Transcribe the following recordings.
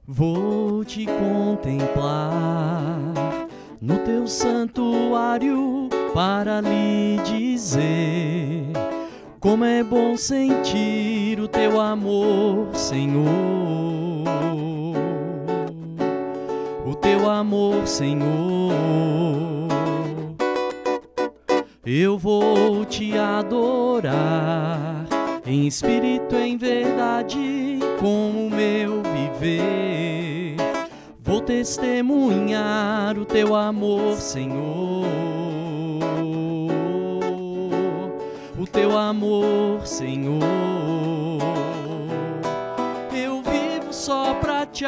Vou te contemplar no teu santuário para lhe dizer como é bom sentir o teu amor, Senhor. O teu amor, Senhor. Eu vou te adorar em espírito, em verdade, com o meu viver. Vou testemunhar o teu amor, Senhor. O teu amor, Senhor. Eu vivo só pra te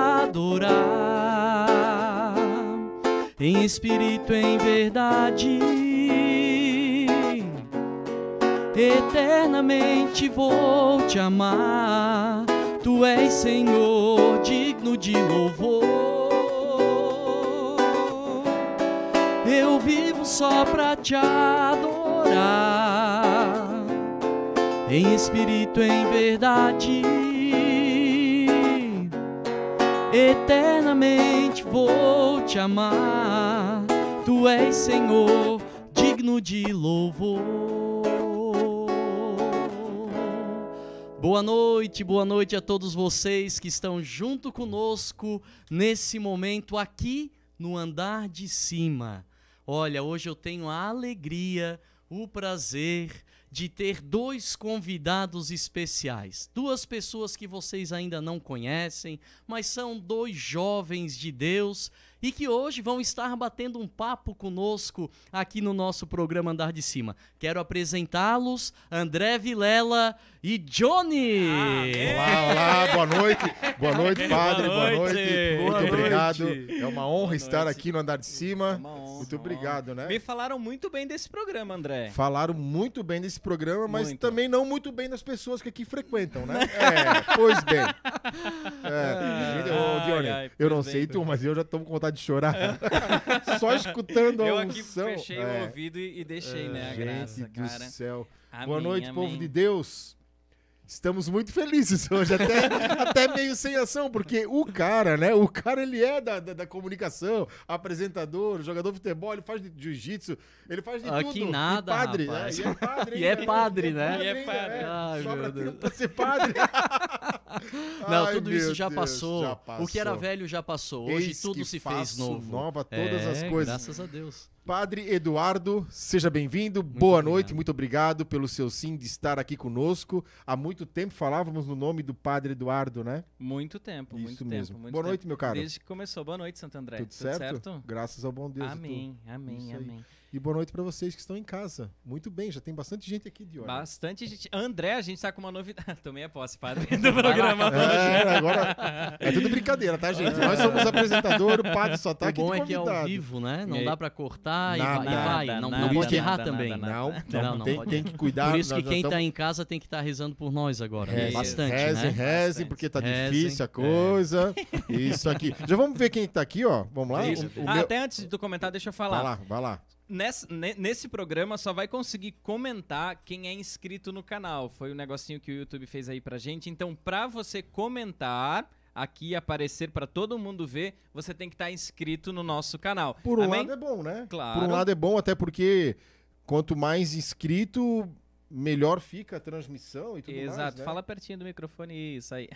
adorar em espírito, em verdade. Eternamente vou te amar. Tu és, Senhor, digno de louvor. Eu vivo só pra te adorar em espírito, em verdade. Eternamente vou te amar. Tu és, Senhor, digno de louvor. Boa noite a todos vocês que estão junto conosco nesse momento aqui no andar de cima. Olha, hoje eu tenho a alegria, o prazer de ter dois convidados especiais. Duas pessoas que vocês ainda não conhecem, mas são dois jovens de Deus e que hoje vão estar batendo um papo conosco aqui no nosso programa Andar de Cima. Quero apresentá-los, André Vilela e Johnny. Olá, boa noite. Boa noite, padre. Boa noite. Boa Muito obrigado. noite. É uma honra estar aqui no Andar de Cima. Uma honra, Muito obrigado, né? Me falaram muito bem desse programa, André. Falaram muito bem desse programa, mas Muito. também não muito bem das pessoas que aqui frequentam, né? Pois bem. Dione, eu não sei tu, mas eu já tô com vontade de chorar. Só escutando a Eu aqui unção. fechei o ouvido e deixei, né, a graça, Gente do cara. céu. Amém, Boa noite, amém. povo de Deus. Estamos muito felizes hoje, até meio sem ação, porque o cara, né? O cara, ele é da comunicação, apresentador, jogador de futebol, ele faz de jiu-jitsu, ele faz de tudo. Aqui nada, e padre, rapaz. né? E é padre, E é ainda, padre, né? E é padre. Ai, Sobra meu Deus. tempo pra ser padre. Não, Ai, tudo meu isso já Deus, passou. já passou. O que era velho já passou. Hoje Eis tudo que se fez faço novo. nova todas as coisas. Graças a Deus. Padre Eduardo, seja bem-vindo, boa obrigado. noite, muito obrigado pelo seu sim de estar aqui conosco. Há muito tempo falávamos no nome do Padre Eduardo, né? Muito tempo, Isso muito mesmo. tempo. Muito Boa tempo. noite, meu caro. Desde que começou. Boa noite, Santo André. Tudo certo? Graças ao bom Deus. Amém, amém, Isso aí. amém. E boa noite pra vocês que estão em casa. Muito bem, já tem bastante gente aqui de olho. Bastante gente. André, a gente tá com uma novidade. Tomei a posse, padre, do programa hoje. Agora é tudo brincadeira, tá, gente? Nós somos apresentador, o padre só tá O aqui bom de é que é ao convidado. vivo, né? Não E aí? dá pra cortar e Nada, vai. nada, Não nada, pode errar nada, também. nada, Não, pode. tem que cuidar. Por isso que nós quem estamos- tá em casa tem que estar rezando por nós agora. Rezem, Bastante, rezem, né? rezem, Bastante. porque tá Rezem, difícil a coisa. Isso aqui. Já vamos ver quem tá aqui, ó. Vamos lá? Isso. O meu- Até antes do comentário, deixa eu falar. Vai lá. Nesse programa só vai conseguir comentar quem é inscrito no canal. Foi um negocinho que o YouTube fez aí pra gente. Então, pra você comentar aqui, aparecer pra todo mundo ver, você tem que estar inscrito no nosso canal. Por um Amém? lado é bom, né? Claro. Por um lado é bom, até porque quanto mais inscrito, melhor fica a transmissão e tudo mais. Exato. Né? Fala pertinho do microfone, isso aí.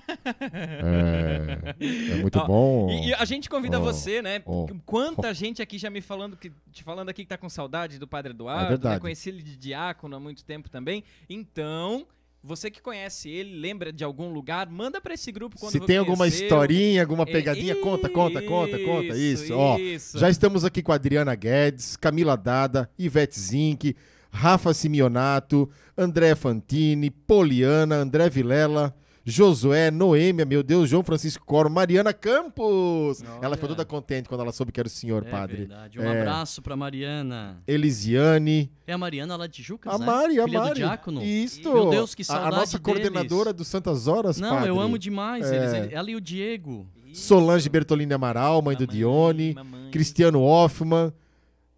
É muito Ó, bom. E a gente convida Ó, você, né? ó. Quanta gente aqui já te falando aqui que tá com saudade do Padre Eduardo, verdade. né? Conheci ele de diácono há muito tempo também. Então, você que conhece ele, lembra de algum lugar, manda pra esse grupo quando Se tem alguma conheceu. historinha, alguma pegadinha, conta. Isso, ó. Isso. Já estamos aqui com a Adriana Guedes, Camila Dada, Ivete Zink, Rafa Simeonato, André Fantini, Poliana, André Vilela, Josué, Noêmia, meu Deus, João Francisco Coro, Mariana Campos. Olha. Ela ficou toda contente quando ela soube que era o senhor, É padre. verdade. Um abraço pra Mariana. Elisiane, É a Mariana lá de Jucas, a né? Mari, Filha do diácono. Isto. Meu Deus, que A saudade nossa coordenadora do Santas Horas, Não, padre. eu amo demais É. eles. Ela e o Diego. Isso. Solange Bertolini Amaral, mãe do Mamãe, Dione, mamãe. Cristiano Hoffman,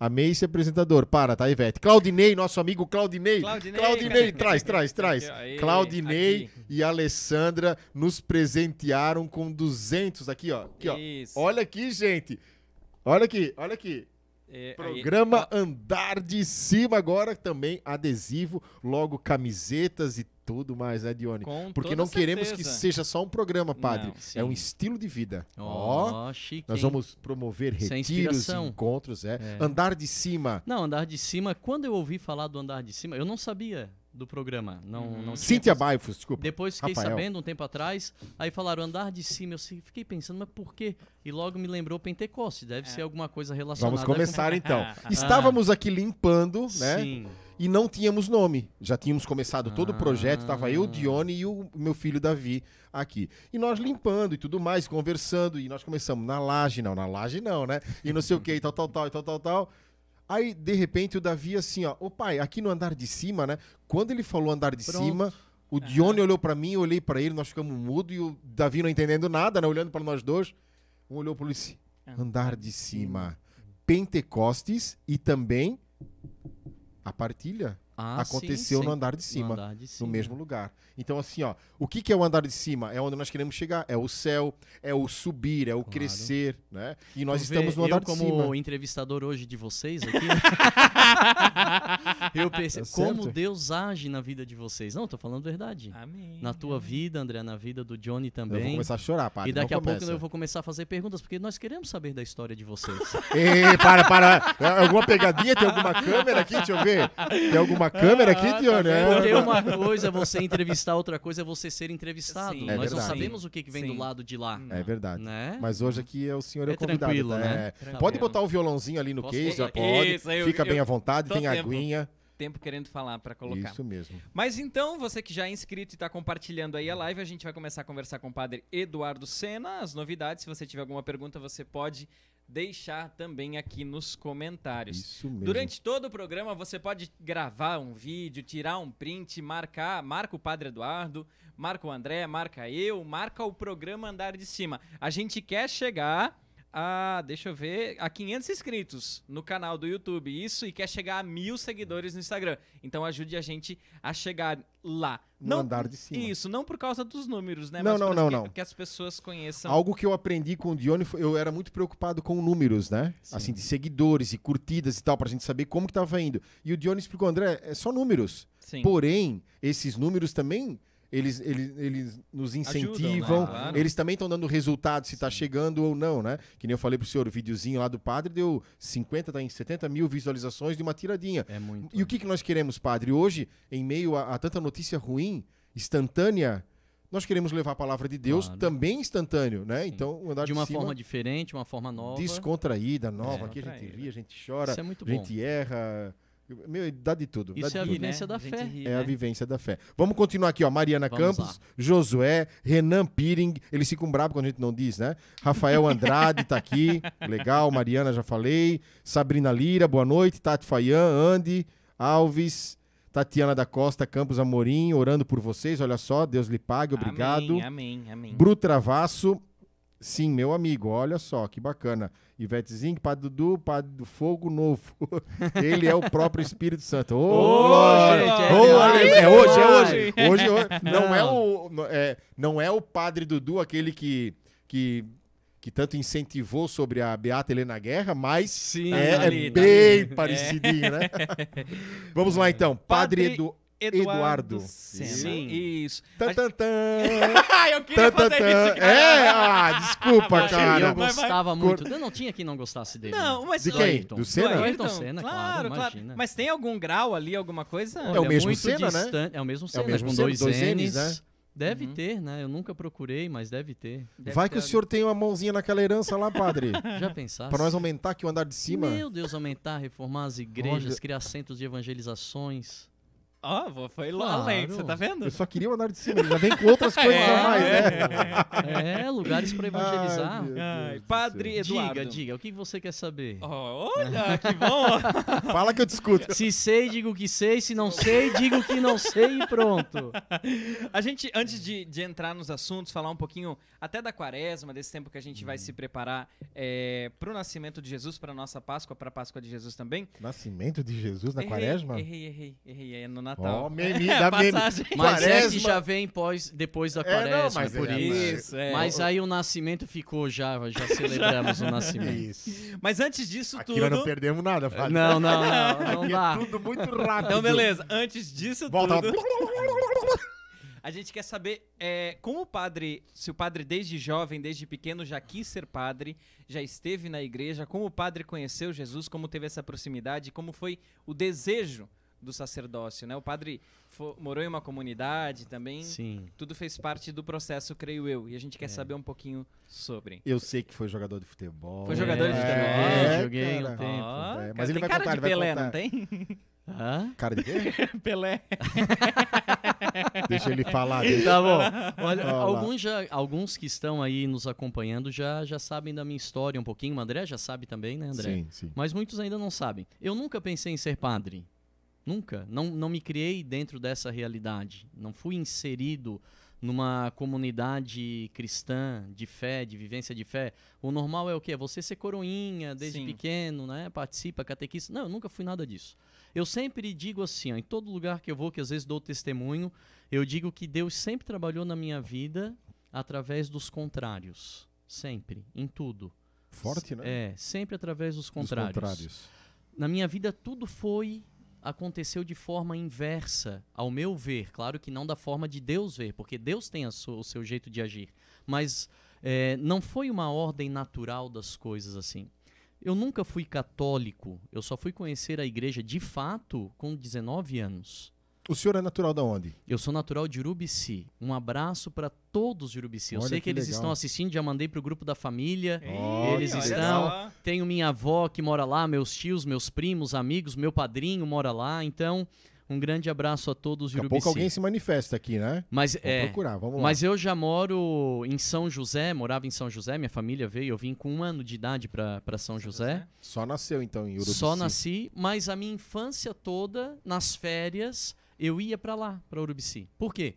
Amei esse apresentador. Para, tá, Ivete? Claudinei, nosso amigo Claudinei. Claudinei, traz. Aí, Claudinei aqui. e Alessandra nos presentearam com 200 aqui, ó. Aqui, ó. Isso. Olha aqui, gente. Olha aqui. Programa Andar de Cima agora também adesivo, logo camisetas e tudo mais, né, Dione? Com Porque toda não queremos que certeza. seja só um programa, padre. Não, É um sim. estilo de vida. Chique, Nós hein? vamos promover Isso é retiros, inspiração. encontros, É. Andar de Cima. Não, andar de cima, quando eu ouvi falar do andar de cima, eu não sabia do programa. Não tinha Cíntia Baifos, desculpa. Depois fiquei Rafael. sabendo um tempo atrás, aí falaram andar de cima, fiquei pensando, mas por quê? E logo me lembrou Pentecoste, deve ser alguma coisa relacionada. Vamos começar então. Estávamos aqui limpando, com... né? Sim. E não tínhamos nome. Já tínhamos começado todo o projeto, estava eu, Dione e o meu filho Davi aqui. E nós limpando e tudo mais, conversando, e nós começamos na laje não, né? E não sei o que, e tal. Aí, de repente, o Davi assim, ó, ô pai, aqui no andar de cima, né? Quando ele falou andar de Pronto. cima, o Dione olhou pra mim, eu olhei pra ele, nós ficamos mudos, e o Davi não entendendo nada, né? Olhando pra nós dois. Um olhou pro Luiz, andar de cima. Pentecostes e também a partilha aconteceu sim, no andar de cima. andar de No cima. mesmo lugar. Então, assim, ó, o que é o andar de cima? É onde nós queremos chegar. É o céu, é o subir, é o crescer, né? E nós Tu vê, estamos no andar eu, de como cima. entrevistador hoje de vocês aqui, eu pensei, Tá certo. como Deus age na vida de vocês. Não, tô falando verdade. Amém. Na tua vida, André, na vida do Johnny Eu vou também. começar a chorar, padre. E daqui não a pouco começa. eu vou começar a fazer perguntas, porque nós queremos saber da história de vocês. Ei, para. Alguma pegadinha? Tem alguma câmera aqui? Deixa eu ver. Tem alguma câmera aqui, Dione? Porque uma coisa é você entrevistar, outra coisa é você ser entrevistado. Sim. É Nós não verdade. sabemos o que vem Sim. do lado de lá. É verdade. Né? Mas hoje aqui é o senhor é É o convidado. tranquilo, tá? né? É. Tá Pode bom. botar o violãozinho ali no Posso case, botar? pode. Isso, eu- Fica bem eu- à vontade, tô tem tempo. aguinha. Tempo querendo falar pra colocar. Isso mesmo. Mas então, você que já é inscrito e tá compartilhando aí a live, a gente vai começar a conversar com o padre Eduardo Sena, as novidades. Se você tiver alguma pergunta, você pode deixar também aqui nos comentários. Isso mesmo. Durante todo o programa, você pode gravar um vídeo, tirar um print, marca o Padre Eduardo, marca o André, marca eu, marca o programa Andar de Cima. A gente quer chegar deixa eu ver, a 500 inscritos no canal do YouTube, isso, e quer chegar a 1000 seguidores no Instagram. Então ajude a gente a chegar lá. No andar de cima. Isso, não por causa dos números, né? Não, mas não, para não. que as pessoas conheçam. Algo que eu aprendi com o Dione, eu era muito preocupado com números, né? Sim. Assim, de seguidores e curtidas e tal, pra gente saber como que tava indo. E o Dione explicou, André, é só números. Sim. Porém, esses números também, eles nos incentivam, né? Claro. eles também estão dando resultado se tá chegando ou não, né? Que nem eu falei pro senhor, o videozinho lá do padre deu 70 mil visualizações de uma tiradinha. É muito. E o que nós queremos, padre? Hoje, em meio a tanta notícia ruim, instantânea, nós queremos levar a palavra de Deus Claro. também instantâneo, né? Sim. Então, o andar De uma cima, forma diferente, uma forma nova. descontraída, nova. É. Aqui a gente Descontraída. ri, a gente chora, Isso é muito a bom. gente erra. Meu, dá de tudo. Isso dá é a de tudo. vivência da A gente fé. ri, É a né? vivência da fé. Vamos continuar aqui, ó. Mariana Vamos Campos, lá. Josué, Renan Piring. Eles ficam bravos quando a gente não diz, né? Rafael Andrade tá aqui. Legal. Mariana, já falei. Sabrina Lira, boa noite. Tati Fayan, Andy, Alves, Tatiana da Costa, Campos Amorim, orando por vocês. Olha só, Deus lhe pague. Obrigado. Amém. Bru Travasso. Sim, meu amigo, olha só, que bacana. Ivete Zink, Padre Dudu, Padre do Fogo Novo. Ele é o próprio Espírito Santo. Ô, glória! gente, É hoje. Não. Não é o Padre Dudu, aquele que tanto incentivou sobre a Beata Helena Guerra, mas Sim, é ali, bem tá. parecidinho, né? Vamos lá, então. Padre Eduardo. Sena. Sim. Isso. Tan, tan, tan. Eu queria fazer isso, cara. Desculpa, Mas cara. Eu Mas vai- gostava muito. Eu não tinha quem não gostasse dele. Não, mas... De Do quem? Ayrton. Do Senna? Do Ayrton Senna, claro, claro. imagina. Mas tem algum grau ali, alguma coisa? É o mesmo muito Senna, né? distante. É o mesmo Senna, mesmo com Senna, dois dois Ns, N's. né? Deve ter, né? Eu nunca procurei, mas deve ter. Deve Vai ter que o senhor tem uma mãozinha naquela herança lá, padre. Já pensasse? Pra nós aumentar aqui o andar de cima. Meu Deus, aumentar, reformar as igrejas, Olha. criar centros de evangelizações. Foi Claro. além, você tá vendo? Eu só queria o andar de cima, ele já vem com outras coisas a mais, né? Lugares para evangelizar. Ai, meu Deus do Padre céu. Eduardo. Diga, o que você quer saber? Olha, que bom. Fala que eu discuto. Se sei, digo que sei. Se não sei, digo que não sei e pronto. A gente, antes de entrar nos assuntos, falar um pouquinho até da quaresma, desse tempo que a gente vai se preparar pro nascimento de Jesus, pra nossa Páscoa, pra Páscoa de Jesus também. Nascimento de Jesus na quaresma? Errei. É no Natal. Ó, meme da meme. Passagem. Mas é que Quaresma. já vem depois da É, quaresma, não, mas por é, isso. Mas aí o nascimento ficou já celebramos o nascimento. Isso. Mas antes disso Aqui tudo... nós não perdemos nada, Fábio. Não Aqui dá. é tudo muito rápido. Então, beleza. Antes disso Volta. tudo... A gente quer saber como o padre, se o padre desde jovem, desde pequeno, já quis ser padre, já esteve na igreja, como o padre conheceu Jesus, como teve essa proximidade, como foi o desejo do sacerdócio, né? O padre morou em uma comunidade também. Sim. Tudo fez parte do processo, creio eu. E a gente quer saber um pouquinho sobre. Eu sei que foi jogador de futebol. Foi jogador de futebol? Joguei um cara. tempo. É, mas Cara, ele tem vai cara contar, de ele vai Pelé, contar. não tem? Hã? Cara de quê? Pelé. Deixa ele falar. Deixa. Tá bom. Olha, Olha lá. alguns que estão aí nos acompanhando já sabem da minha história um pouquinho. O André já sabe também, né, André? Sim, sim. Mas muitos ainda não sabem. Eu nunca pensei em ser padre. Nunca. Não me criei dentro dessa realidade. Não fui inserido numa comunidade cristã de fé, de vivência de fé. O normal é o quê? Você ser coroinha desde Sim. pequeno, né? Participa, catequista. Não, eu nunca fui nada disso. Eu sempre digo assim, ó, em todo lugar que eu vou, que às vezes dou testemunho, eu digo que Deus sempre trabalhou na minha vida através dos contrários. Sempre, em tudo. Forte, né? É, sempre através dos Dos contrários. contrários. Na minha vida tudo aconteceu de forma inversa, ao meu ver. Claro que não da forma de Deus ver, porque Deus tem o seu jeito de agir. Mas não foi uma ordem natural das coisas assim. Eu nunca fui católico, eu só fui conhecer a igreja de fato com 19 anos. O senhor é natural da onde? Eu sou natural de Urubici. Um abraço para todos de Urubici. Eu Olha sei que que eles legal. estão assistindo, já mandei pro grupo da família. Olha, Eles olha estão. só. Tenho minha avó que mora lá, meus tios, meus primos, amigos, meu padrinho mora lá. Então, um grande abraço a todos de Daqui a Urubici. pouco alguém se manifesta aqui, né? Mas Vamos procurar, vamos lá. Mas eu já moro em São José, morava em São José, minha família veio, eu vim com 1 ano de idade para São José. Só nasceu então em Urubici. Só nasci, mas a minha infância toda, nas férias, eu ia para lá, para Urubici. Por quê?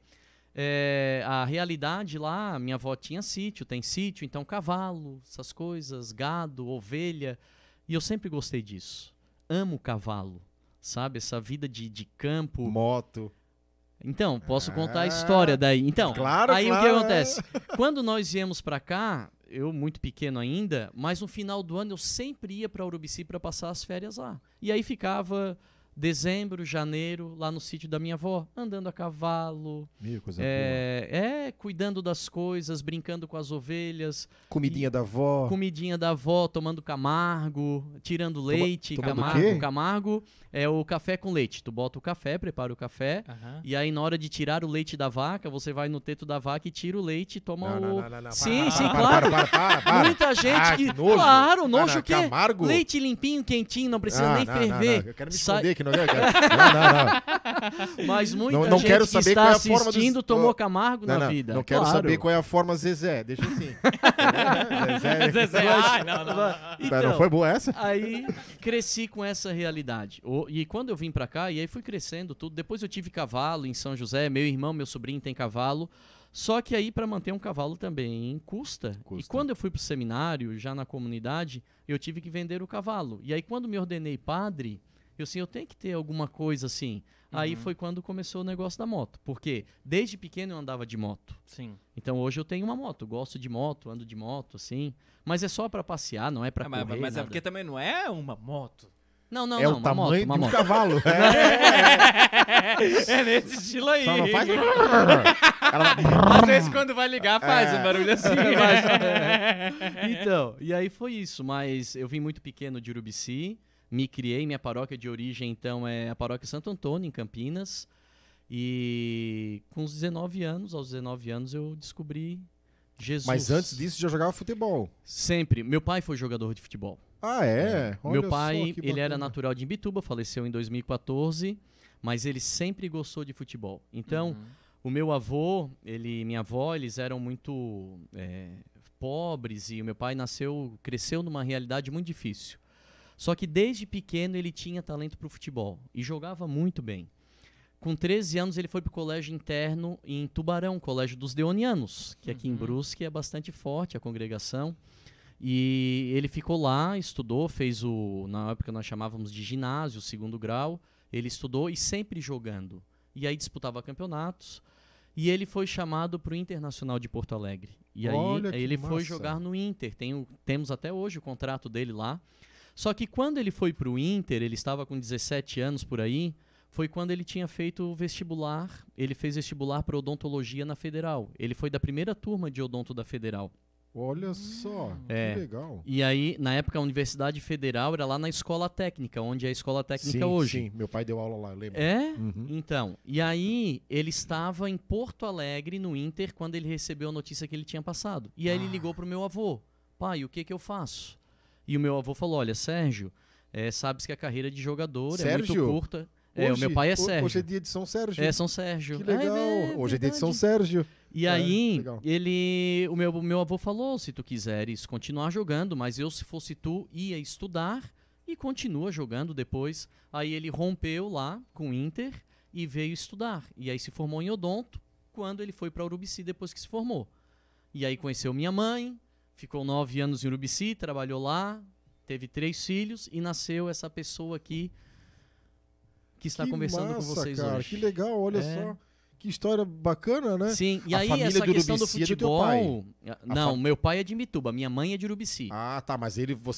A realidade lá, minha avó tinha sítio, tem sítio, então cavalo, essas coisas, gado, ovelha. E eu sempre gostei disso. Amo cavalo, sabe? Essa vida de campo. Moto. Então, posso contar a história daí. Então, Claro, aí claro, o que acontece? Quando nós viemos pra cá, eu muito pequeno ainda, mas no final do ano eu sempre ia pra Urubici pra passar as férias lá. E aí ficava dezembro, janeiro, lá no sítio da minha avó, andando a cavalo, Meu, coisa boa. cuidando das coisas, brincando com as ovelhas, Comidinha da avó. comidinha da avó, tomando Camargo, tirando leite. tomando o Camargo, quê? Camargo é o café com leite. Tu bota o café, prepara o café, e aí na hora de tirar o leite da vaca, você vai no teto da vaca e tira o leite e toma Não. Sim, sim, Para, claro. para. Muita gente Ah, que... que nojo. Claro, nojo Ah, o quê? Camargo? Leite limpinho, quentinho, não precisa nem Não, ferver. Eu quero me Sai- esconder aqui. Não. Mas muita Não gente quero que saber está qual é a forma dos- assistindo tomou Camargo na vida. Não quero Claro. saber qual é a forma Zezé. Deixa assim. Zezé, ai, não. Então, Não foi boa essa? Aí cresci com essa realidade. E quando eu vim pra cá, e aí fui crescendo tudo. Depois eu tive cavalo em São José. Meu irmão, meu sobrinho tem cavalo. Só que aí pra manter um cavalo também custa. E quando eu fui pro seminário, já na comunidade, eu tive que vender o cavalo. E aí quando me ordenei padre, eu tenho que ter alguma coisa assim. Aí foi quando começou o negócio da moto. Porque desde pequeno eu andava de moto. Sim. Então hoje eu tenho uma moto, gosto de moto, ando de moto, assim. Mas é só pra passear, não é pra correr, Mas é nada. porque também não é uma moto. Não, É o uma tamanho moto, de uma um moto. cavalo. É nesse estilo aí. Só não faz... Às vezes quando vai ligar faz um barulho assim. Então, e aí foi isso. Mas eu vim muito pequeno de Urubici, me criei, minha paróquia de origem, então, é a paróquia Santo Antônio, em Campinas. E com os 19 anos, aos 19 anos, eu descobri Jesus. Mas antes disso já jogava futebol. Sempre. Meu pai foi jogador de futebol. Ah, é? Olha Meu só, pai, que ele era bacana. natural de Imbituba, faleceu em 2014, mas ele sempre gostou de futebol. Então, o meu avô, minha avó, eles eram muito pobres e o meu pai cresceu numa realidade muito difícil. Só que desde pequeno ele tinha talento para o futebol e jogava muito bem. Com 13 anos ele foi para o colégio interno em Tubarão, colégio dos Deonianos, que aqui em Brusque é bastante forte a congregação. E ele ficou lá, estudou, na época nós chamávamos de ginásio, 2º grau. Ele estudou e sempre jogando. E aí disputava campeonatos. E ele foi chamado para o Internacional de Porto Alegre. E aí ele foi jogar no Inter. Temos até hoje o contrato dele lá. Só que quando ele foi para o Inter, ele estava com 17 anos por aí, foi quando ele tinha feito o vestibular. Ele fez vestibular para odontologia na Federal. Ele foi da primeira turma de odonto da Federal. Olha só, que legal. E aí, na época, a Universidade Federal era lá na Escola Técnica, onde é a Escola Técnica hoje. Sim, meu pai deu aula lá, eu lembro. Então, e aí ele estava em Porto Alegre, no Inter, quando ele recebeu a notícia que ele tinha passado. E aí ele ligou pro meu avô: pai, o que eu faço? E o meu avô falou: olha, Sérgio, sabes que a carreira de jogador é muito curta. O meu pai é Sérgio. Hoje é dia de São Sérgio. É, São Sérgio. Que legal. Hoje é dia de São Sérgio. E aí, o meu avô falou: se tu quiseres continuar jogando, mas eu, se fosse tu, ia estudar e continua jogando depois. Aí ele rompeu lá com o Inter e veio estudar. E aí se formou em odonto quando ele foi para Urubici depois que se formou. E aí conheceu minha mãe, ficou 9 anos em Urubici, trabalhou lá, teve 3 filhos e nasceu essa pessoa aqui que está conversando com vocês hoje. Que legal, olha só. Que história bacana, né? Sim, e aí essa questão do futebol... Não, meu pai é de Imbituba, minha mãe é de Urubici. Ah, tá, mas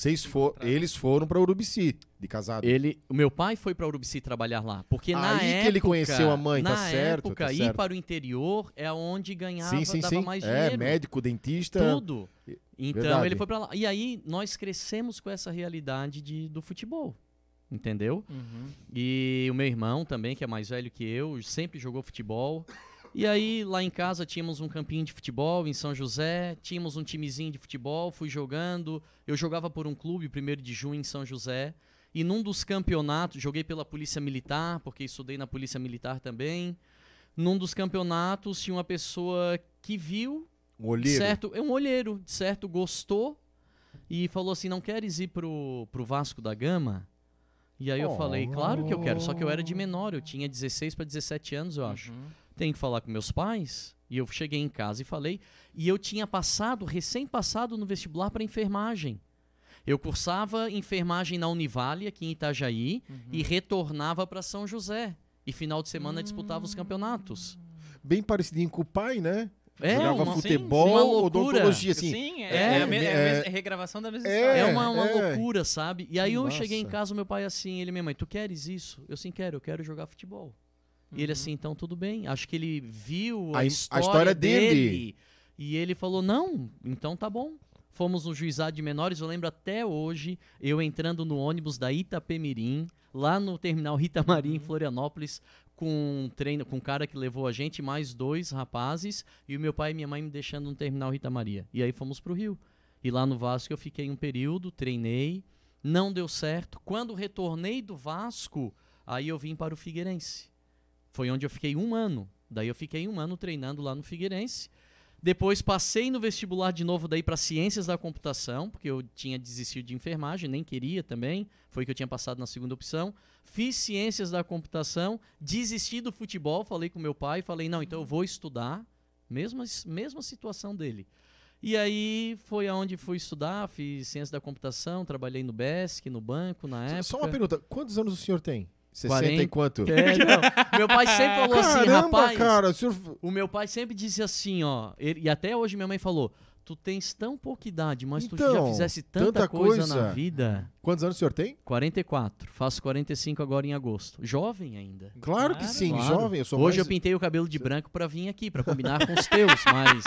eles foram para Urubici, de casado. O meu pai foi para Urubici trabalhar lá, porque na época... que ele conheceu a mãe, tá certo. Na época, ir para o interior é onde ganhava, dava mais dinheiro. Médico, dentista... Tudo. Então ele foi para lá. E aí nós crescemos com essa realidade do futebol. Entendeu? E o meu irmão também, que é mais velho que eu, sempre jogou futebol. E aí, lá em casa, tínhamos um campinho de futebol em São José, tínhamos um timezinho de futebol, fui jogando. Eu jogava por um clube, 1º de junho, em São José. E num dos campeonatos, joguei pela Polícia Militar, porque estudei na Polícia Militar também. Num dos campeonatos, tinha uma pessoa que viu... Um olheiro? Um olheiro, de certo, gostou e falou assim: não queres ir pro Vasco da Gama? E aí eu falei: claro que eu quero, só que eu era de menor, eu tinha 16 para 17 anos, eu acho. Tenho que falar com meus pais. E eu cheguei em casa e falei. E eu tinha recém-passado no vestibular para enfermagem. Eu cursava enfermagem na Univale, aqui em Itajaí, e retornava para São José. E final de semana disputava os campeonatos. Bem parecidinho com o pai, né? Jogava futebol, odontologia, assim. Sim, é regravação da mesma história. É uma loucura, sabe? E aí eu cheguei em casa, meu pai assim, minha mãe: tu queres isso? Eu sim quero, eu quero jogar futebol. E ele assim: então tudo bem. Acho que ele viu a história dele. E ele falou: não, então tá bom. Fomos no juizado de menores, eu lembro até hoje, eu entrando no ônibus da Itapemirim, lá no terminal Itamarim, em Florianópolis, com um cara que levou a gente, mais 2 rapazes, e o meu pai e minha mãe me deixando no terminal Rita Maria. E aí fomos pro Rio. E lá no Vasco eu fiquei um período, treinei, não deu certo. Quando retornei do Vasco, aí eu vim para o Figueirense. Foi onde eu fiquei 1 ano. Daí eu fiquei 1 ano treinando lá no Figueirense. Depois passei no vestibular de novo daí para Ciências da Computação, porque eu tinha desistido de enfermagem, nem queria também. Foi que eu tinha passado na 2ª opção. Fiz Ciências da Computação, desisti do futebol, falei com meu pai, falei: não, então eu vou estudar. Mesma situação dele. E aí foi aonde fui estudar, fiz Ciências da Computação, trabalhei no BESC, no banco na época. Só uma pergunta: quantos anos o senhor tem? 60 40 e quanto? Não. Meu pai sempre falou assim: rapaz, cara, o senhor... O meu pai sempre disse assim, ó, e até hoje minha mãe falou: tu tens tão pouca idade, mas tu já fizesse tanta coisa na vida. Quantos anos o senhor tem? 44, faço 45 agora em agosto. Jovem ainda. Claro que sim, claro. Jovem. Eu sou hoje eu pintei o cabelo de branco pra vir aqui, pra combinar com os teus, mas...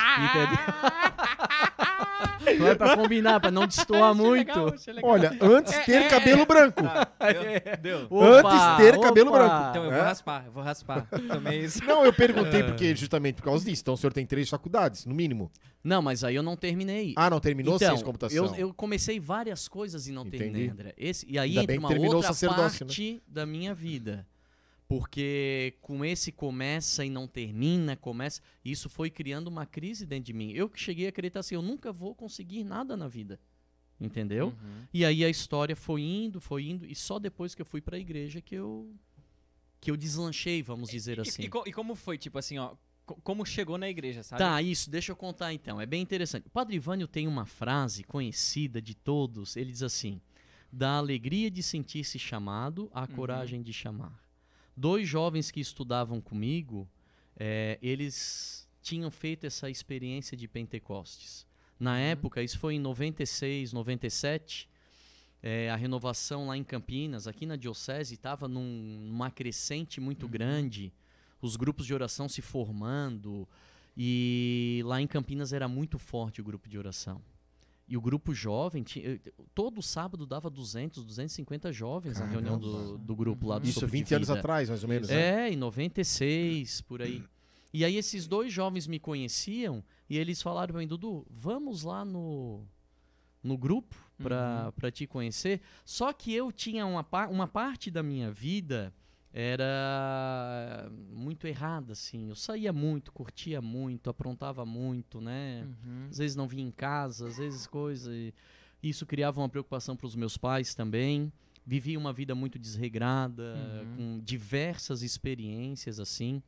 Entendeu? Vai pra combinar, pra não destoar muito. Legal. Olha, antes ter cabelo branco. Deu. Antes ter cabelo branco. Então eu vou raspar. Tomei isso. Não, eu perguntei justamente por causa disso. Então o senhor tem 3 faculdades, no mínimo. Não, mas aí eu não terminei. Ah, não terminou então, ciência de computação? Eu comecei várias coisas e não terminei, André. E aí Ainda entra uma outra parte da minha vida. Porque com esse começa e não termina, começa, isso foi criando uma crise dentro de mim. Eu que cheguei a acreditar assim, eu nunca vou conseguir nada na vida. Entendeu? Uhum. E aí a história foi indo, e só depois que eu fui para a igreja que eu deslanchei, vamos dizer assim. E como foi, tipo assim, ó, como chegou na igreja, sabe? Tá, isso, deixa eu contar então, é bem interessante. O Padre Ivânio tem uma frase conhecida de todos, ele diz assim: da alegria de sentir-se chamado à coragem de chamar. 2 jovens que estudavam comigo, eles tinham feito essa experiência de Pentecostes. Na época, isso foi em 96, 97, a renovação lá em Campinas, aqui na Diocese, estava numa crescente muito grande, os grupos de oração se formando, e lá em Campinas era muito forte o grupo de oração. E o grupo jovem, todo sábado dava 200, 250 jovens na reunião do grupo lá do Isso, Sopro de 20 anos Vida. atrás, mais ou menos, né? Em 96, por aí. E aí esses 2 jovens me conheciam e eles falaram para mim: Dudu, vamos lá no grupo para te conhecer. Só que eu tinha uma parte da minha vida era muito errada, assim. Eu saía muito, curtia muito, aprontava muito, né? Às vezes não vinha em casa, às vezes coisa. E isso criava uma preocupação para os meus pais também. Vivia uma vida muito desregrada, com diversas experiências, assim.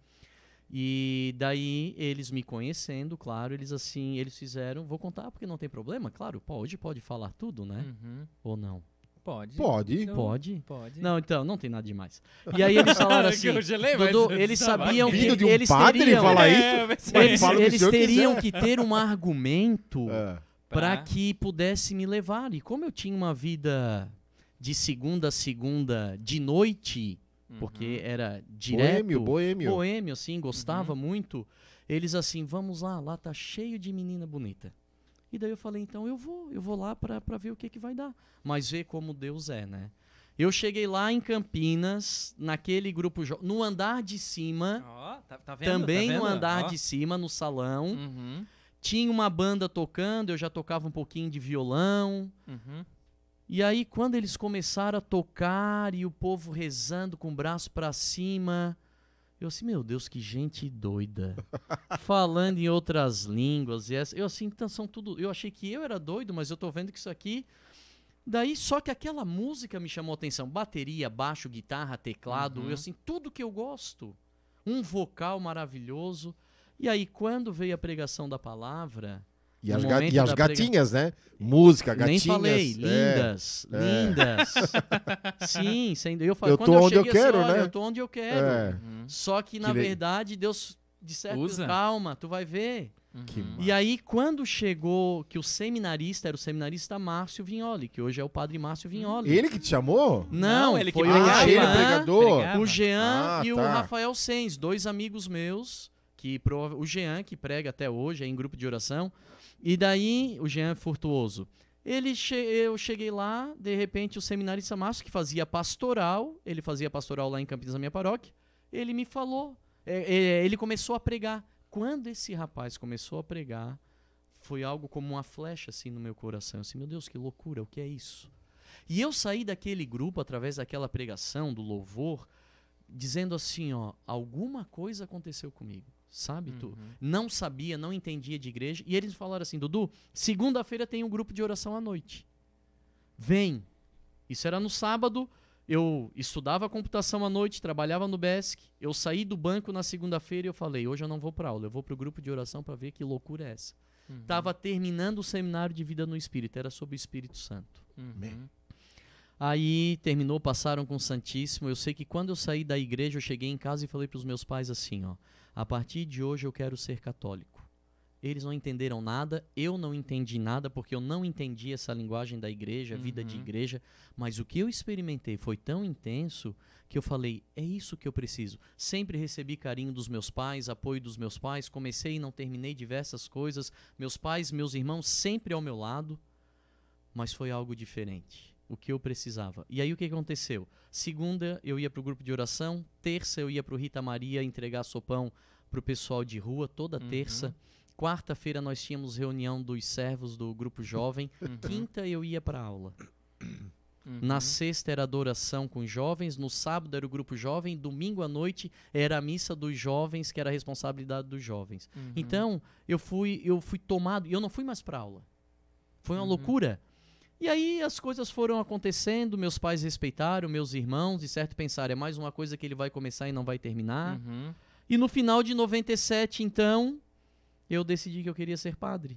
E daí, eles me conhecendo, claro, eles fizeram... Vou contar porque não tem problema, claro. Hoje pode falar tudo, né? Ou não? Pode. Pode. Pode? Pode. Não, então, não tem nada demais. E aí eles falaram assim, Eu gelei, mas Dudu, você eles sabe. sabiam que Vindo de um eles padre teriam... falar isso? Eles, Fala o que o eles senhor teriam quiser. que ter um argumento É. para que pudesse me levar. E como eu tinha uma vida de segunda a segunda de noite, porque era direto... Boêmio. assim, gostava muito. Eles assim, vamos lá tá cheio de menina bonita. E daí eu falei, então eu vou lá pra ver o que vai dar. Mas ver como Deus é, né? Eu cheguei lá em Campinas, naquele grupo, no andar de cima, Ó, tá vendo? também Tá vendo? no andar Ó. de cima, no salão. Uhum. Tinha uma banda tocando, eu já tocava um pouquinho de violão. Uhum. E aí, quando eles começaram a tocar e o povo rezando com o braço pra cima, eu assim, meu Deus, que gente doida. Falando em outras línguas. Eu assim, então são tudo... Eu achei que eu era doido, mas eu tô vendo que isso aqui... Daí, só que aquela música me chamou a atenção. Bateria, baixo, guitarra, teclado. Eu assim, tudo que eu gosto. Um vocal maravilhoso. E aí, quando veio a pregação da palavra... E no as, momento e as da gatinhas, né? Música, gatinhas. Nem falei, é. lindas, lindas. Sim, eu falei, Eu quando tô eu onde eu cheguei, quero, assim, olha, né? eu tô onde eu quero. É. Só que, na Que verdade, Deus disse, Usa. calma, tu vai ver. Que E aí, quando chegou, que o seminarista era o seminarista Márcio Vignoli, que hoje é o padre Márcio Vignoli. Ele que te chamou? Não, ele que foi pregava. o ele Jean, pregador? Pregava. o Jean Ah, e o tá. Rafael Sens, 2 amigos meus, o Jean, que prega até hoje, é em grupo de oração, e daí o Jean Furtuoso. Eu cheguei lá, de repente o seminarista Márcio, que fazia pastoral, ele fazia pastoral lá em Campinas, na minha paróquia, ele me falou, ele começou a pregar. Quando esse rapaz começou a pregar, foi algo como uma flecha assim no meu coração. Eu assim, meu Deus, que loucura, o que é isso? E eu saí daquele grupo, através daquela pregação, do louvor, dizendo assim, ó, alguma coisa aconteceu comigo, sabe, tu? Não sabia, não entendia de igreja. E eles falaram assim, Dudu, segunda-feira tem um grupo de oração à noite. Vem. Isso era no sábado, eu estudava computação à noite, trabalhava no BESC, eu saí do banco na segunda-feira e eu falei, hoje eu não vou para aula, eu vou para o grupo de oração para ver que loucura é essa. Estava terminando o seminário de vida no Espírito, era sobre o Espírito Santo. Aí terminou, passaram com o Santíssimo. Eu sei que quando eu saí da igreja, eu cheguei em casa e falei para os meus pais assim, ó, a partir de hoje eu quero ser católico. Eles não entenderam nada, eu não entendi nada, porque eu não entendi essa linguagem da igreja, vida de igreja, mas o que eu experimentei foi tão intenso que eu falei, é isso que eu preciso. Sempre recebi carinho dos meus pais, apoio dos meus pais, comecei e não terminei diversas coisas, meus pais, meus irmãos sempre ao meu lado, mas foi algo diferente, o que eu precisava. E aí o que aconteceu? Segunda eu ia para o grupo de oração, terça eu ia para o Rita Maria entregar sopão para o pessoal de rua, toda terça. Quarta-feira nós tínhamos reunião dos servos do grupo jovem. Quinta eu ia para aula. Na sexta era adoração com os jovens, no sábado era o grupo jovem, domingo à noite era a missa dos jovens, que era a responsabilidade dos jovens. Então, eu fui tomado, e eu não fui mais para aula. Foi uma loucura. E aí as coisas foram acontecendo, meus pais respeitaram, meus irmãos, de certo pensaram, é mais uma coisa que ele vai começar e não vai terminar. E no final de 97, então, eu decidi que eu queria ser padre.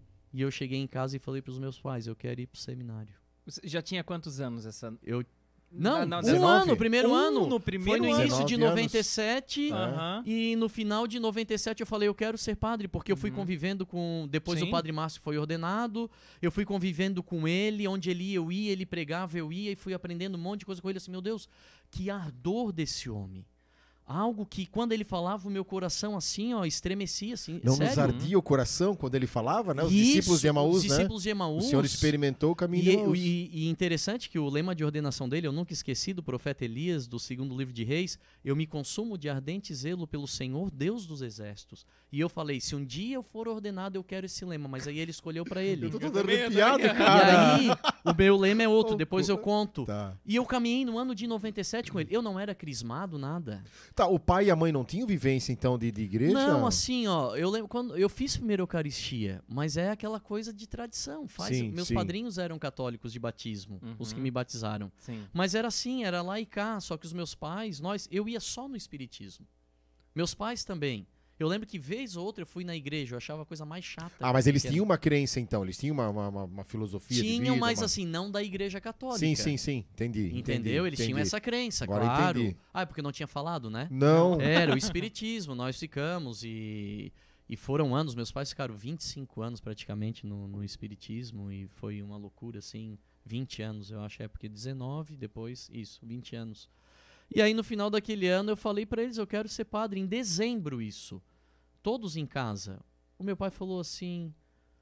E eu cheguei em casa e falei para os meus pais, eu quero ir para o seminário. Você já tinha quantos anos essa... Não, não, um 19? ano, primeiro ano. No primeiro Foi no início ano. de 19 97 Aham. e no final de 97 eu falei, eu quero ser padre, porque eu fui convivendo com... Depois Sim. o padre Márcio foi ordenado, eu fui convivendo com ele, onde ele ia, eu ia, ele pregava, eu ia, e fui aprendendo um monte de coisa com ele, assim, meu Deus, que ardor desse homem. Algo que, quando ele falava, o meu coração, assim, ó, estremecia, assim, Não sério. nos ardia o coração quando ele falava, né? Os Isso, discípulos de Emaús, os né? discípulos de Emaús. O Senhor experimentou o caminho de Emaús. E interessante que o lema de ordenação dele, eu nunca esqueci, do profeta Elias, do 2º livro de Reis, eu me consumo de ardente zelo pelo Senhor, Deus dos exércitos. E eu falei, se um dia eu for ordenado, eu quero esse lema, mas aí ele escolheu pra ele. Eu tô todo também, arrepiado, eu também. cara. E aí, o meu lema é outro, depois eu conto. Tá. E eu caminhei no ano de 97 com ele. Eu não era crismado, nada. Tá, o pai e a mãe não tinham vivência, então, de igreja? Não, assim, ó, eu lembro quando eu fiz primeiro Eucaristia, mas é aquela coisa de tradição. Sim, Meus sim. padrinhos eram católicos de batismo, os que me batizaram. Sim. Mas era assim, era lá e cá, só que os meus pais, eu ia só no espiritismo. Meus pais também. Eu lembro que vez ou outra eu fui na igreja, eu achava a coisa mais chata. Ah, mas eles que era. tinham uma crença, então. Eles tinham uma filosofia de vida. Tinham, mas uma- assim, não da igreja católica. Sim. Entendi. Entendeu? Eles tinham entendi. essa crença, Agora claro. entendi. Ah, é porque não tinha falado, né? Não. Era o espiritismo, nós ficamos e foram anos, meus pais ficaram 25 anos praticamente no espiritismo e foi uma loucura, assim, 20 anos, eu acho, porque 19, depois, 20 anos. E aí no final daquele ano eu falei pra eles, eu quero ser padre, em dezembro isso, todos em casa. O meu pai falou assim,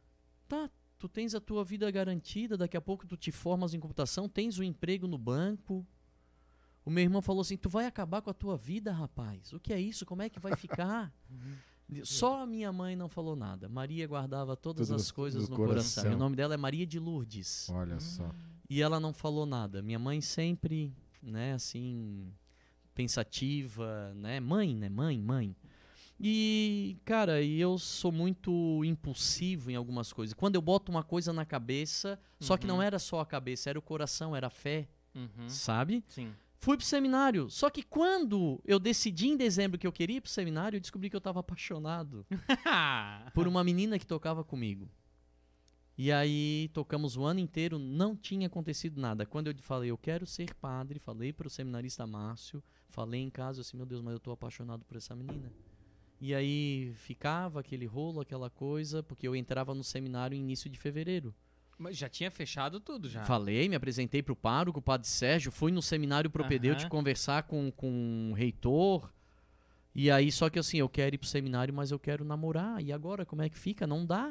tá, tu tens a tua vida garantida, daqui a pouco tu te formas em computação, tens um emprego no banco. O meu irmão falou assim, tu vai acabar com a tua vida, rapaz? O que é isso? Como é que vai ficar? Só a minha mãe não falou nada. Maria guardava todas Tudo as coisas no no coração. coração. E o nome dela é Maria de Lourdes. Olha só. E ela não falou nada. Minha mãe sempre, né, assim, pensativa, né? Mãe, né? Mãe. E, cara, eu sou muito impulsivo em algumas coisas. Quando eu boto uma coisa na cabeça, só que não era só a cabeça, era o coração, era a fé, sabe? Sim. Fui pro seminário. Só que quando eu decidi em dezembro que eu queria ir pro seminário, eu descobri que eu estava apaixonado por uma menina que tocava comigo. E aí tocamos o ano inteiro, não tinha acontecido nada. Quando eu falei, eu quero ser padre, falei pro seminarista Márcio, falei em casa assim, meu Deus, mas eu tô apaixonado por essa menina. E aí ficava aquele rolo, aquela coisa, porque eu entrava no seminário em início de fevereiro. Mas já tinha fechado tudo, já. Falei, me apresentei pro pároco, o padre Sérgio, fui no seminário propedêutico conversar com o reitor. E aí, só que assim, eu quero ir pro seminário, mas eu quero namorar. E agora, como é que fica? Não dá.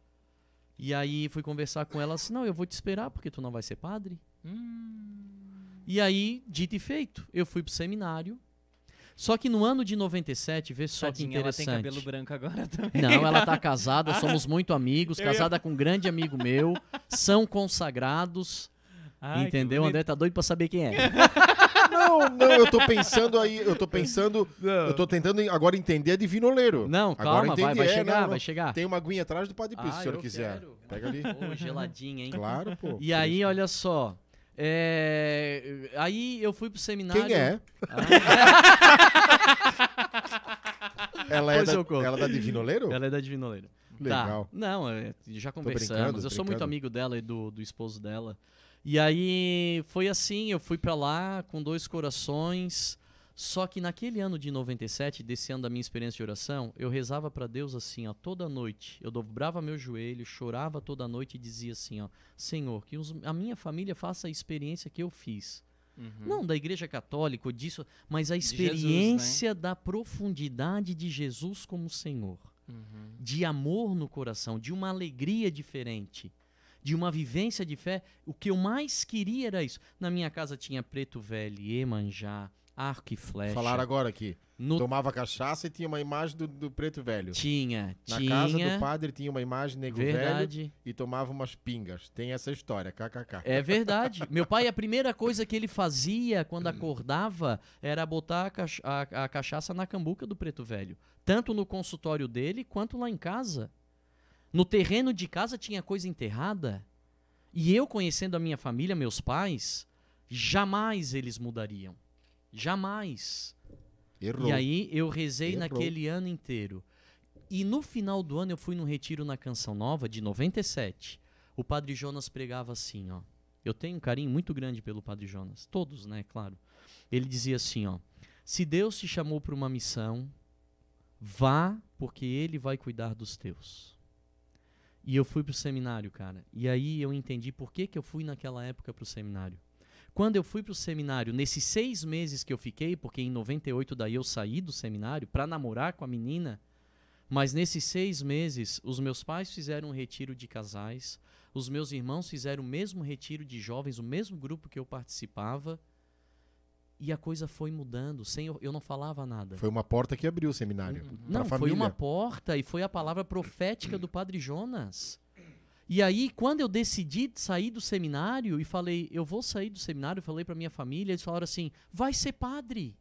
E aí, fui conversar com ela assim, não, eu vou te esperar, porque tu não vai ser padre. E aí, dito e feito, eu fui pro seminário. Só que no ano de 97, vê só que Tadinha, ela tem interessante. cabelo branco agora também. Não, ela tá casada, somos muito amigos, casada com um grande amigo meu, são consagrados, Ai, que entendeu? O bonito. André tá doido pra saber quem é. Não, eu tô pensando aí, eu tô tentando agora entender a Divinoleiro. Não, Agora calma, entendi, vai não, chegar, não. vai chegar. Tem uma aguinha atrás do Padre Pio, se o senhor eu quiser. quero. Pega ali. Ô, geladinha, hein? Claro, pô. E aí, olha só, aí eu fui pro seminário... Quem é? Ela é Pois eu conto. da Divinoleiro? Ela é da Divinoleira. Legal. Tá. Não, já conversamos. brincando, Eu sou muito brincando. amigo dela e do esposo dela. E aí foi assim, eu fui pra lá com 2 corações. Só que naquele ano de 97, desse ano da minha experiência de oração, eu rezava pra Deus assim, ó, toda noite. Eu dobrava meu joelho, chorava toda noite e dizia assim, ó, Senhor, que a minha família faça a experiência que eu fiz. Não da igreja católica ou disso, mas a Jesus, né? experiência da profundidade de Jesus como Senhor. De amor no coração, de uma alegria diferente, de uma vivência de fé. O que eu mais queria era isso. Na minha casa tinha Preto Velho, Iemanjá, arco e flecha. Falaram agora aqui. No- Tomava cachaça e tinha uma imagem do preto velho. Tinha. Na casa do padre tinha uma imagem nego velho Verdade. e tomava umas pingas. Tem essa história, kkk. É verdade. Meu pai, a primeira coisa que ele fazia quando acordava era botar a cachaça na cambuca do preto velho. Tanto no consultório dele quanto lá em casa. No terreno de casa tinha coisa enterrada. E eu, conhecendo a minha família, meus pais, jamais eles mudariam. Jamais. Errou. E aí eu rezei Errou. naquele ano inteiro. E no final do ano eu fui num retiro na Canção Nova, de 97. O Padre Jonas pregava assim, ó. Eu tenho um carinho muito grande pelo Padre Jonas. Todos, né, claro. Ele dizia assim, ó. Se Deus te chamou para uma missão, vá, porque Ele vai cuidar dos teus. E eu fui pro seminário, cara. E aí eu entendi por que eu fui naquela época pro seminário. Quando eu fui pro seminário, nesses 6 meses que eu fiquei, porque em 98 daí eu saí do seminário para namorar com a menina, mas nesses 6 meses os meus pais fizeram um retiro de casais, os meus irmãos fizeram o mesmo retiro de jovens, o mesmo grupo que eu participava, e a coisa foi mudando, sem eu não falava nada. Foi uma porta que abriu o seminário. Pra Não, foi família. uma porta e foi a palavra profética do Padre Jonas. E aí, quando eu decidi sair do seminário e falei, eu vou sair do seminário, eu falei pra minha família, eles falaram assim, vai ser padre.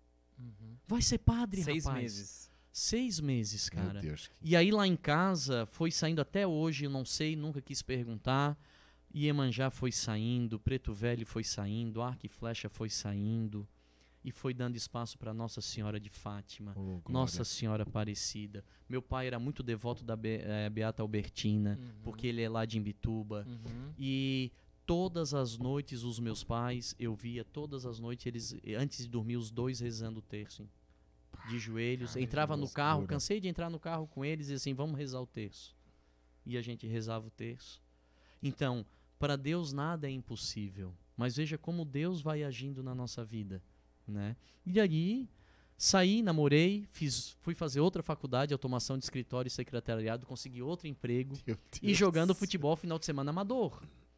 Vai ser padre, 6 rapaz. meses. 6 meses, cara. Meu Deus. E aí lá em casa, foi saindo até hoje, eu não sei, nunca quis perguntar. Iemanjá foi saindo, Preto Velho foi saindo, Arco e Flecha foi saindo. E foi dando espaço para Nossa Senhora de Fátima, Oh, glória. Nossa Senhora Aparecida. Meu pai era muito devoto da Beata Albertina, porque ele é lá de Imbituba. E todas as noites os meus pais, eu via todas as noites, eles antes de dormir, os dois rezando o terço. De joelhos. Ai, Entrava que no carro, loucura. cansei de entrar no carro com eles e assim, vamos rezar o terço. E a gente rezava o terço. Então, para Deus nada é impossível. Mas veja como Deus vai agindo na nossa vida. Né? E aí, saí, namorei, fui fazer outra faculdade, automação de escritório e secretariado, consegui outro emprego Meu e Deus. jogando futebol final de semana amador.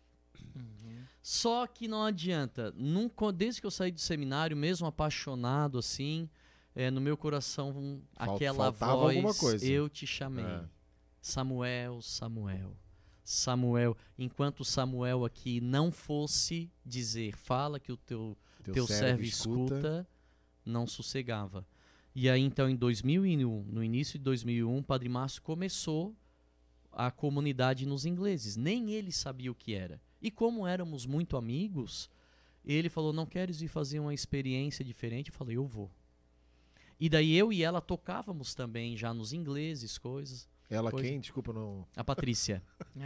Só que não adianta, nunca, desde que eu saí do seminário, mesmo apaixonado assim, no meu coração aquela faltava voz, alguma coisa. eu te chamei. É. Samuel, Samuel. Samuel, enquanto Samuel aqui não fosse dizer, fala que o teu servo escuta, não sossegava. E aí então em 2001, no início de 2001, Padre Márcio começou a comunidade nos ingleses. Nem ele sabia o que era. E como éramos muito amigos, ele falou, não queres ir fazer uma experiência diferente? Eu falei, eu vou. E daí eu e ela tocávamos também já nos ingleses, coisas. Ela Coisa. quem? Desculpa, não. A Patrícia.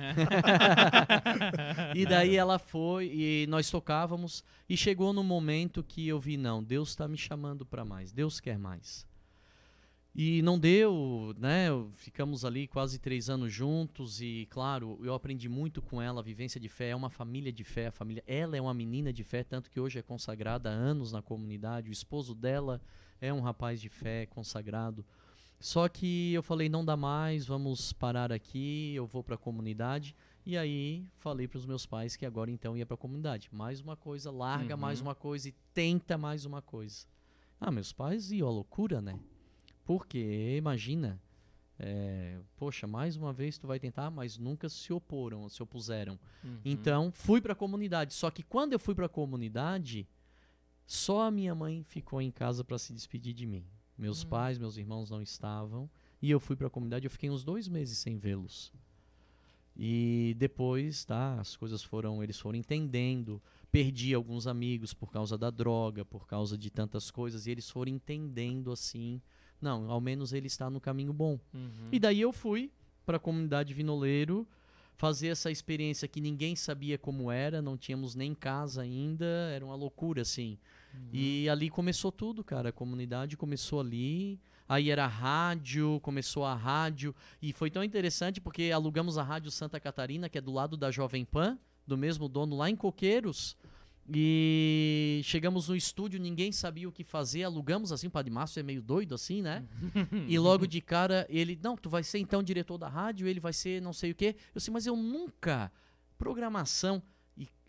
E daí ela foi e nós tocávamos e chegou no momento que eu vi, não, Deus está me chamando para mais, Deus quer mais. E não deu, né? Ficamos ali quase 3 anos juntos e, claro, eu aprendi muito com ela, a vivência de fé, é uma família de fé, ela é uma menina de fé, tanto que hoje é consagrada há anos na comunidade, o esposo dela é um rapaz de fé, consagrado. Só que eu falei, não dá mais, vamos parar aqui, eu vou para a comunidade. E aí falei para os meus pais que agora então ia para a comunidade. Mais uma coisa, larga mais uma coisa e tenta mais uma coisa. Ah, meus pais iam à loucura, né? Porque, imagina, poxa, mais uma vez tu vai tentar, mas nunca se opuseram. Então, fui para a comunidade. Só que quando eu fui para a comunidade, só a minha mãe ficou em casa para se despedir de mim. Meus pais, meus irmãos não estavam. E eu fui para a comunidade, eu fiquei uns 2 meses sem vê-los. E depois, eles foram entendendo. Perdi alguns amigos por causa da droga, por causa de tantas coisas. E eles foram entendendo assim, não, ao menos ele está no caminho bom. E daí eu fui para a comunidade Vinoleiro, fazer essa experiência que ninguém sabia como era, não tínhamos nem casa ainda, era uma loucura assim. E ali começou tudo, cara, a comunidade começou ali, aí era rádio, começou a rádio, e foi tão interessante porque alugamos a Rádio Santa Catarina, que é do lado da Jovem Pan, do mesmo dono, lá em Coqueiros, e chegamos no estúdio, ninguém sabia o que fazer, alugamos assim, o Padre Márcio é meio doido assim, né? E logo de cara ele, não, tu vai ser então diretor da rádio, ele vai ser não sei o quê. Eu disse, mas eu nunca, programação, e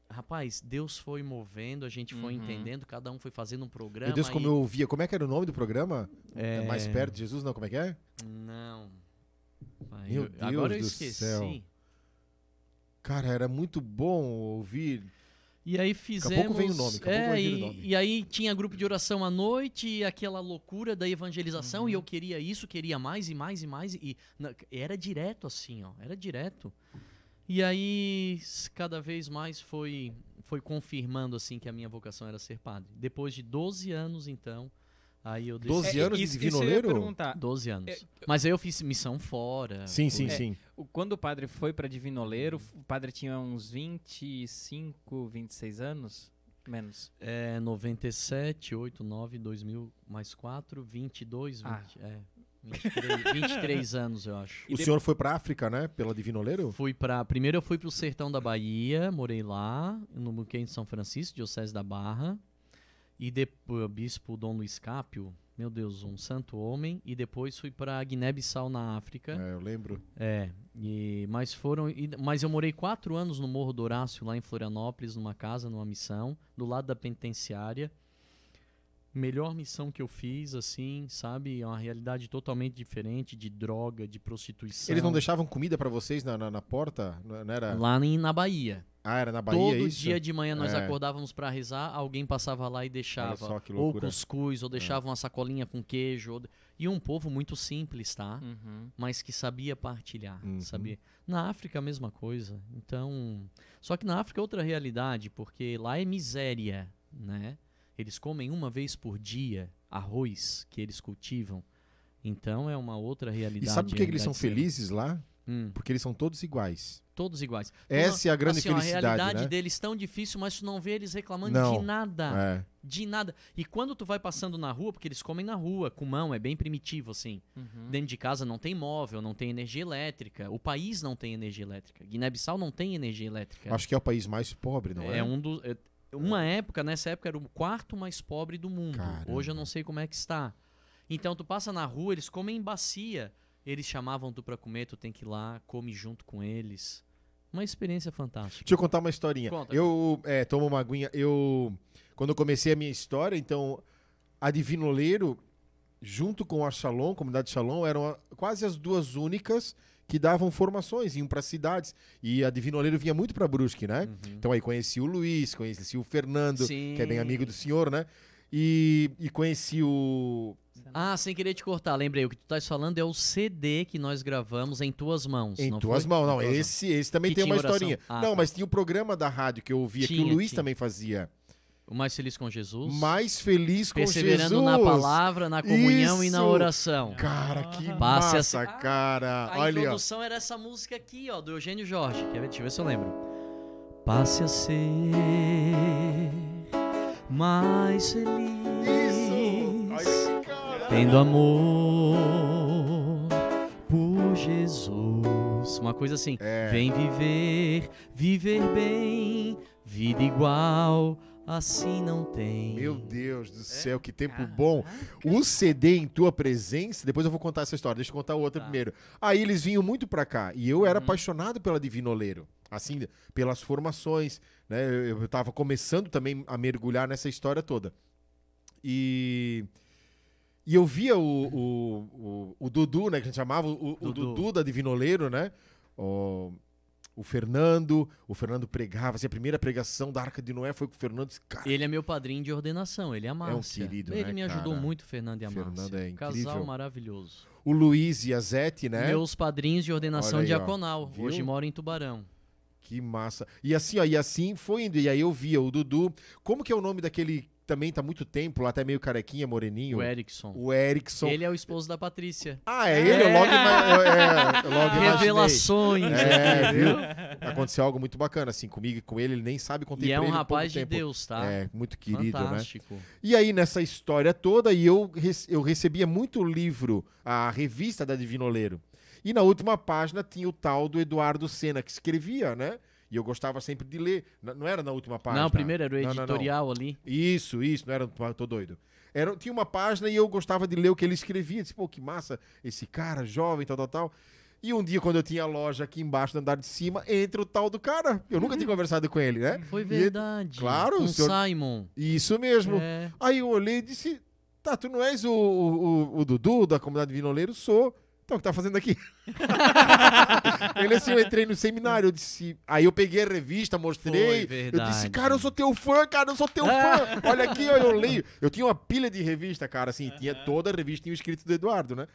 rapaz, Deus foi movendo, a gente foi entendendo, cada um foi fazendo um programa. Meu Deus, como e- eu ouvia. Como é que era o nome do programa? É Mais Perto de Jesus? Não, como é que é? Não. Ai, Meu agora eu Deus do esqueci. céu. Cara, era muito bom ouvir. E aí fizemos. pouco vem o nome, daqui a pouco vai vir o nome. E aí tinha grupo de oração à noite e aquela loucura da evangelização e eu queria isso, queria mais e mais e mais era direto assim, ó, era direto. E aí cada vez mais foi confirmando assim que a minha vocação era ser padre. Depois de 12 anos então, aí eu decidi 12 anos de isso eu ia divinoleiro? perguntar. 12 anos. Mas aí eu fiz missão fora. Sim, sim, fui- sim. Quando o padre foi para divinoleiro, o padre tinha uns 25, 26 anos? Menos. 97, 8, 9, 2000, mais 4, 22, 20, Ah. 23 anos, eu acho. O senhor foi pra África, né? Pela divinoleiro? Primeiro eu fui pro sertão da Bahia, morei lá, no Buquê de São Francisco, diocese da Barra. E depois o bispo Dom Luiz Cápio, meu Deus, um santo homem. E depois fui pra Guiné-Bissau, na África. É, eu lembro. Mas eu morei 4 anos no Morro do Horácio, lá em Florianópolis, numa casa, numa missão, do lado da penitenciária. Melhor missão que eu fiz, assim, sabe? É uma realidade totalmente diferente de droga, de prostituição. Eles não deixavam comida pra vocês na porta? Não era? Lá na Bahia. Ah, era na Bahia, Todo isso? dia de manhã nós É. acordávamos para rezar, alguém passava lá e Olha deixava só que ou loucura. cuscuz, ou deixava uma sacolinha com queijo. E um povo muito simples, tá? Mas que sabia partilhar, Uhum. sabia? Na África a mesma coisa. Então, só que na África é outra realidade, porque lá é miséria, né? Eles comem uma vez por dia arroz que eles cultivam. Então é uma outra realidade. E sabe por que eles são realidade felizes lá? Hum, Porque eles são todos iguais. todos iguais. Essa é a grande assim, felicidade, a realidade né? deles tão difícil, mas tu não vê eles reclamando Não. de nada. É. De nada. E quando tu vai passando na rua, porque eles comem na rua, com mão, é bem primitivo, assim. Dentro de casa não tem móvel, não tem energia elétrica. O país não tem energia elétrica. Guiné-Bissau não tem energia elétrica. Acho que é o país mais pobre, não é? Uma época, nessa época, era o quarto mais pobre do mundo. Caramba. Hoje eu não sei como é que está. Então tu passa na rua, eles comem em bacia. Eles chamavam tu pra comer, tu tem que ir lá, come junto com eles. Uma experiência fantástica. Deixa eu contar uma historinha. Conta. Eu tomo uma aguinha. Quando eu comecei a minha história, então, a Divinoleiro, junto com a Shalom, comunidade Shalom, eram quase as duas únicas que davam formações, iam para cidades. E a Divinoleiro vinha muito para Brusque, né? Então aí conheci o Luiz, conheci o Fernando, Sim. que é bem amigo do senhor, né? E conheci o... Ah, sem querer te cortar, lembrei, o que tu estás falando é o CD que nós gravamos em tuas mãos. Em não tuas foi? mãos. Não, Em tuas esse também Que tem tinha uma oração. historinha. Ah, não, tá. mas tinha o programa da rádio que eu ouvia, que o Tinha, Luiz tinha. também fazia. mãos. O Mais Feliz com Jesus. Mais feliz com Perseverando Jesus. na palavra, na comunhão e na Isso. oração. Cara, que Passe massa, a- cara. A Olha, ó. introdução era essa música aqui, ó, do Eugênio Jorge. Quer ver? Deixa eu ver se eu lembro. Passe a ser mais feliz, Olha, cara. tendo amor por Jesus. Uma coisa assim. É. Vem viver bem, vida igual, assim não tem. Meu Deus do céu, que tempo bom. O CD em tua presença, depois eu vou contar essa história, deixa eu contar outra Tá. primeiro. Aí eles vinham muito pra cá e eu era apaixonado pela Divinoleiro, assim, pelas formações, né? Eu tava começando também a mergulhar nessa história toda. E eu via o Dudu, né, que a gente chamava, o Dudu. Dudu da Divinoleiro, né? O Fernando pregava, assim, a primeira pregação da Arca de Noé foi com o Fernando. Disse, cara, Ele é meu padrinho de ordenação, ele é a Márcia. querido, Ele né, me ajudou cara? muito, Fernando e a Márcia. Fernando é Casal incrível. maravilhoso. o Luiz e a Zete, né? Meus padrinhos de ordenação Olha aí, ó. diaconal. Viu? Hoje moro em Tubarão. Que massa. E assim, ó, foi indo. E aí eu via o Dudu. Como que é o nome daquele que também tá há muito tempo, lá até meio carequinha, moreninho? O Erickson. O Erickson. Ele é o esposo da Patrícia. Ah, é ele? Eu logo, logo imaginei. Revelações. É, viu? Aconteceu algo muito bacana, assim, comigo e com ele nem sabe quanto E é pra um ele, rapaz pouco de tempo. Deus, tá? É, muito querido, né? Fantástico. E aí, nessa história toda, eu recebia muito livro, a revista da Divinoleiro. E na última página tinha o tal do Eduardo Sena, que escrevia, né? E eu gostava sempre de ler. Não era na última página. Não, primeiro era o Não, não. editorial ali. Isso, não era. Tô doido. Tinha uma página e eu gostava de ler o que ele escrevia. Disse, pô, que massa, esse cara jovem, tal. E um dia, quando eu tinha a loja aqui embaixo, no andar de cima, entra o tal do cara. Eu nunca tinha conversado com ele, né? Foi verdade. Claro, com o senhor- Simon. Isso mesmo. É. Aí eu olhei e disse, tá, tu não és o Dudu da comunidade Vinoleiro? Sou. Então, o que tá fazendo aqui? Ele assim, eu entrei no seminário, eu disse... Aí eu peguei a revista, mostrei. Foi Eu verdade. disse, cara, eu sou teu fã, cara, eu sou teu fã. Olha aqui, ó, eu leio. Eu tinha uma pilha de revista, cara, assim, tinha toda a revista, tinha o escrito do Eduardo, né?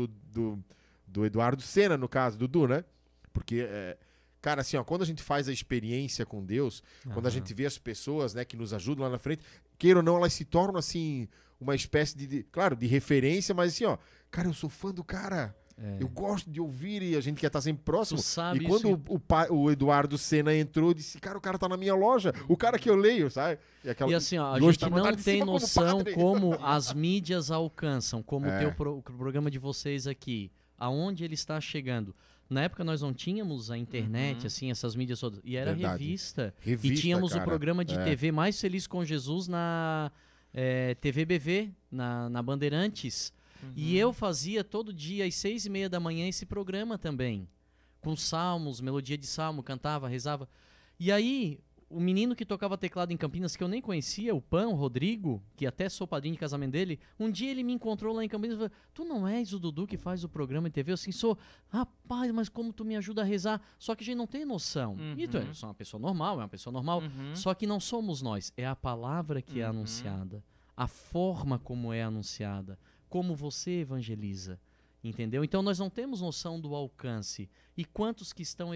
Do Eduardo Sena, no caso, Dudu, né? Porque, cara, assim, ó, quando a gente faz a experiência com Deus, quando a gente vê as pessoas, né, que nos ajudam lá na frente, queira ou não, elas se tornam, assim, uma espécie claro, de referência, mas assim, ó, cara, eu sou fã do cara. Eu gosto de ouvir e a gente quer estar sempre próximo. Tu sabe E quando isso. o Eduardo Sena entrou, eu disse, cara, o cara tá na minha loja. O cara que eu leio, sabe? E assim, ó, a e hoje gente tá no andar não de tem cima como noção padre. como as mídias alcançam, como o programa de vocês aqui, aonde ele está chegando. Na época nós não tínhamos a internet, assim, essas mídias todas. E era Verdade. revista. E Revista, tínhamos cara. o programa de É. TV Mais Feliz com Jesus na TV BV, na Bandeirantes. E eu fazia todo dia às 6h30 da manhã esse programa também. Com salmos, melodia de salmo, cantava, rezava. E aí, o menino que tocava teclado em Campinas, que eu nem conhecia, o Pan, o Rodrigo, que até sou padrinho de casamento dele, um dia ele me encontrou lá em Campinas e falou, tu não és o Dudu que faz o programa em TV? Eu assim, sou, rapaz, mas como tu me ajuda a rezar? Só que a gente não tem noção. E tu, eu sou uma pessoa normal, só que não somos nós, é a palavra que é anunciada, a forma como é anunciada, como você evangeliza. Entendeu? Então nós não temos noção do alcance. E quantos que estão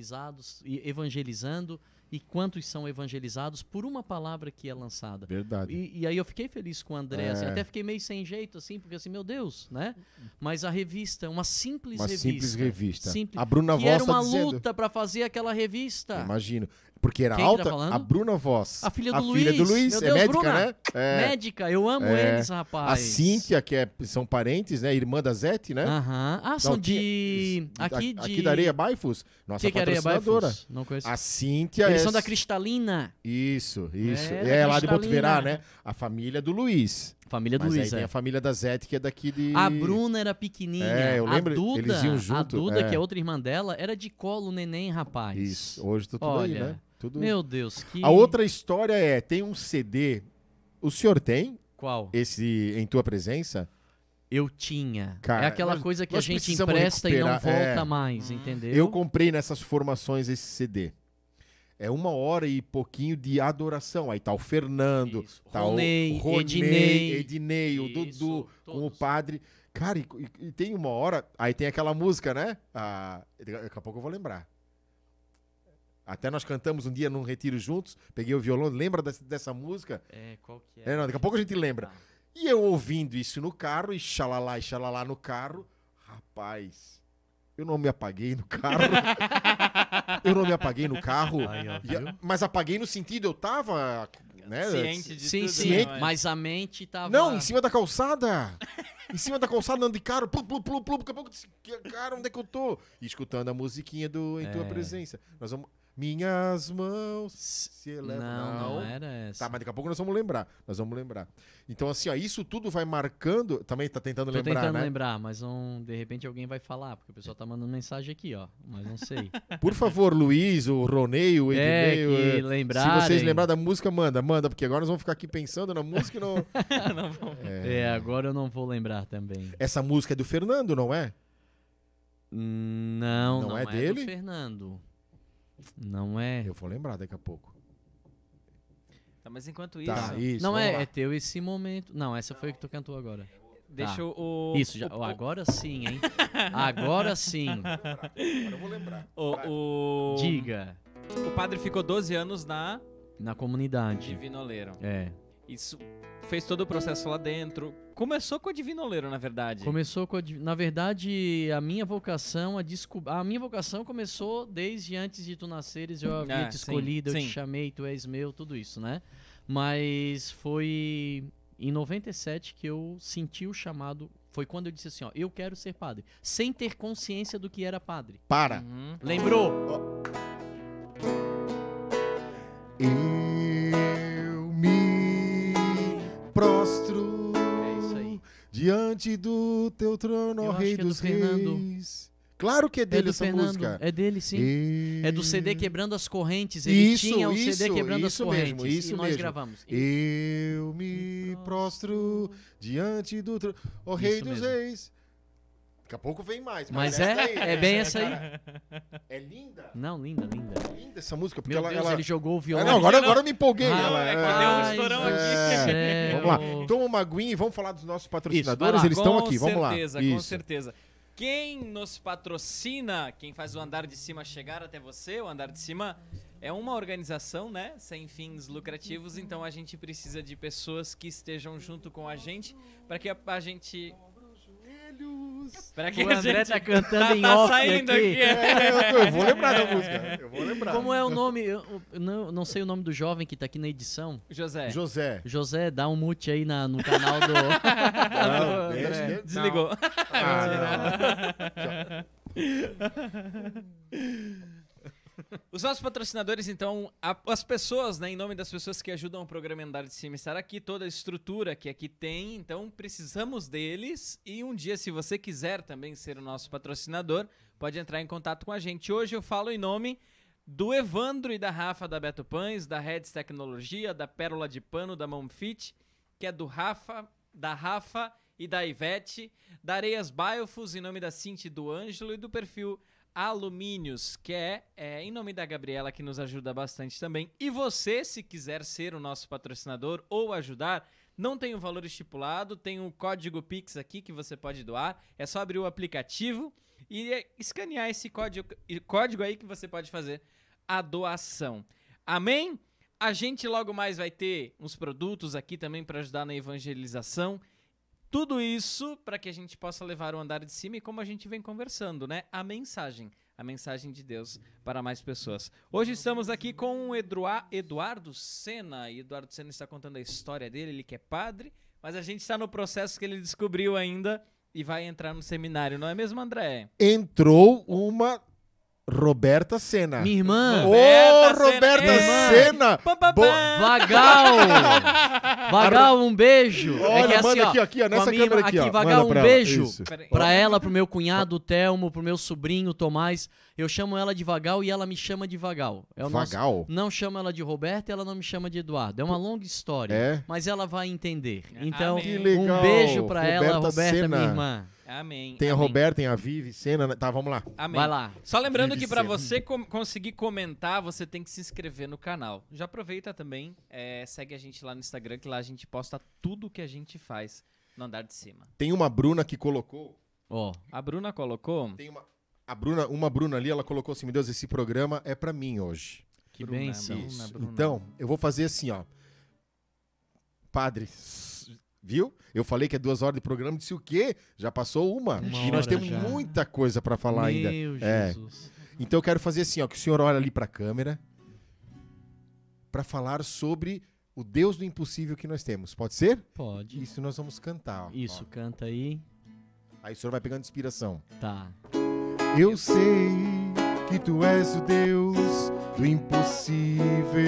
evangelizando e quantos são evangelizados por uma palavra que é lançada. Verdade. E aí eu fiquei feliz com o André, assim, até fiquei meio sem jeito, assim, porque assim, meu Deus, né? Mas a revista, uma simples revista. A Bruna que Voss era tá uma dizendo. luta para fazer aquela revista. Imagino. Porque era Quem que tá alta. falando? A Bruna Voss. A filha do filha do Luiz. Luiz. Meu É Deus, médica, Bruna. né? É. Médica, eu amo eles, rapaz. A Cíntia, que são parentes, né? Irmã da Zete, né? Aham. Ah, são Não, de... Aqui da Areia Baifos. Nossa que é Areia patrocinadora. Baifos? Não conheço. A Cíntia Eles são da Cristalina. Isso. É, Lá de Cristalina. Botuverá, né? A família do Luiz. Família do Mas Luiz, aí tem a família da Zete, que é daqui de... A Bruna era pequenininha. Eu lembro, a Duda, eles iam junto. A Duda, que é outra irmã dela, era de colo neném, rapaz. Isso. Hoje tá tudo Olha, aí, né? Tudo... Meu Deus, que... A outra história tem um CD... O senhor tem Qual? esse Em Tua Presença? Eu tinha. Cara, é aquela nós- coisa que a nós gente precisamos empresta e não recuperar, volta mais, entendeu? Eu comprei nessas formações esse CD. É 1 hora e pouquinho de adoração. Aí tá o Fernando, Isso. tá Ronei, o Ronei, Ednei, o Isso, Dudu, com o todos. padre. Cara, e tem 1 hora, aí tem aquela música, né? Daqui a pouco eu vou lembrar. Até nós cantamos um dia num retiro juntos, peguei o violão, lembra dessa música? Qual que é? Não, daqui a pouco a gente lembra. Tá. E eu ouvindo isso no carro, e xalalá no carro, rapaz, eu não me apaguei no carro. Eu não me apaguei no carro. Aí, ó, Mas apaguei no sentido, eu tava... Né, Ciente de Sim, tudo, sim, né, mas a mente tava... Não, em cima da calçada. Em cima da calçada, andando de carro, plum, plum, plum, plum. Daqui a pouco eu disse, cara, onde é que eu tô? E escutando a musiquinha do Em Tua Presença. Nós vamos... Minhas mãos se elevam. Não era essa. Tá, mas daqui a pouco nós vamos lembrar. Então, assim, ó, isso tudo vai marcando. Também tá tentando Tô lembrar, tentando né? lembrar, mas de repente alguém vai falar, porque o pessoal tá mandando mensagem aqui, ó. Mas não sei. Por favor, Luiz, o Ronei, o Ednei. que lembrarem. Se vocês lembrarem da música, manda, porque agora nós vamos ficar aqui pensando na música e não. Agora eu não vou lembrar também. Essa música é do Fernando, não é? Não é do dele? Fernando. Não é. Eu vou lembrar daqui a pouco. Tá, mas enquanto isso, Tá, isso. Não vamos lá. é teu esse momento. Não, essa foi a que tu cantou agora. deixa Tá. o... Isso, já. Agora sim, hein? Agora sim. Agora eu vou lembrar. Diga. O padre ficou 12 anos na Na comunidade. Divinoleiro. É. Isso fez todo o processo lá dentro. Começou com a Divinoleiro, na verdade. Começou com na verdade, a minha vocação, a minha vocação começou desde antes de tu nasceres, eu havia te sim, escolhido, eu te sim. chamei, tu és meu, tudo isso, né? Mas foi em 97 que eu senti o chamado, foi quando eu disse assim, ó, eu quero ser padre, sem ter consciência do que era padre. Para. Uhum. Lembrou? Eu me prostro É isso aí. diante do teu trono, ó Eu acho Rei que é do dos Fernando. Reis. Claro que é É dele do essa Fernando. música. É dele, sim. E- É do CD Quebrando as Correntes. Ele Isso, tinha o CD isso, Quebrando as isso Correntes. mesmo, isso e nós mesmo. gravamos. Eu me prostro diante do trono. O Rei Isso dos mesmo. Reis. Daqui a pouco vem mais. Mas essa daí, é bem essa aí. É linda. Não, linda, linda. Linda essa música. Porque Meu Deus, ela... ele jogou o violão. Não, agora eu me empolguei. Ah, ela, é que deu um Ai, estourão Deus aqui. do céu. Vamos lá. Toma uma aguinha e vamos falar dos nossos patrocinadores. vai lá. Eles estão aqui. Vamos lá. Com certeza, com Isso. certeza. Quem nos patrocina, quem faz o Andar de Cima chegar até você, o Andar de Cima é uma organização, né, sem fins lucrativos, então a gente precisa de pessoas que estejam junto com a gente para que a gente... Para que O a André gente... tá cantando em tá off saindo aqui. aqui. Eu vou lembrar da música. Eu vou lembrar. Como é o nome? Eu não sei o nome do jovem que tá aqui na edição. José. José. José, dá um mute aí no canal do... Não, André. deixa- Desligou. Ah, Os nossos patrocinadores, então, as pessoas, né, em nome das pessoas que ajudam o programa Andar de Cima estar aqui, toda a estrutura que aqui tem, então precisamos deles. E um dia, se você quiser também ser o nosso patrocinador, pode entrar em contato com a gente. Hoje eu falo em nome do Evandro e da Rafa da Beto Pães, da Reds Tecnologia, da Pérola de Pano, da Momfit, que é do Rafa, da Rafa e da Ivete, da Areias Biofus, em nome da Cinti e do Ângelo, e do perfil Alumínios, que é em nome da Gabriela, que nos ajuda bastante também. E você, se quiser ser o nosso patrocinador ou ajudar, não tem um valor estipulado, tem um código Pix aqui que você pode doar. É só abrir o aplicativo e escanear esse código aí que você pode fazer a doação. Amém? A gente logo mais vai ter uns produtos aqui também para ajudar na evangelização. Tudo isso para que a gente possa levar o Andar de Cima e, como a gente vem conversando, né? A mensagem de Deus para mais pessoas. Hoje estamos aqui com o Eduardo Sena, e Eduardo Sena está contando a história dele, ele que é padre, mas a gente está no processo que ele descobriu ainda e vai entrar no seminário, não é mesmo, André? Entrou uma Roberta Sena. Minha irmã. Ô, Roberta Roberta Sena. Sena! Pam, pam, Bo- pam. Vagal! Vagal, um beijo. Olha, assim, manda aqui, ó, nessa com a minha- câmera aqui, ó. Vagal, Manda um pra ela. beijo Isso. Pera aí. pra ela, pro meu cunhado Telmo, pro meu sobrinho Tomás. Eu chamo ela de Vagal e ela me chama de Vagal. É o nosso- Vagal? Não chamo ela de Roberta e ela não me chama de Eduardo. É uma longa história, É? mas ela vai entender. Então, Amém. Que legal. um beijo pra ela, Roberta Roberta, Sena. minha irmã. Amém. Tem a amém. Roberta, tem a Vivi, Sena. Né? Tá, vamos lá. Amém. Vai lá. Só lembrando Vive que para sempre. você conseguir comentar, você tem que se inscrever no canal. Já aproveita também, segue a gente lá no Instagram, que lá a gente posta tudo que a gente faz no Andar de Cima. Tem uma Bruna que colocou. Ó, A Bruna colocou... Tem uma Bruna ali, ela colocou assim: meu Deus, esse programa é pra mim hoje. que Bruna, bênção. Bruna, Isso. Bruna. Então, eu vou fazer assim, ó. Padre, viu? Eu falei que é 2 horas de programa, disse o quê? Já passou uma. Uma E nós hora temos já. muita coisa pra falar ainda. Meu É. Jesus. Então eu quero fazer assim, ó, que o senhor olha ali pra câmera pra falar sobre o Deus do impossível que nós temos. Pode ser? Pode. Isso nós vamos cantar, ó. Isso, canta aí. Aí o senhor vai pegando inspiração. Tá. Eu sei que tu és o Deus do impossível.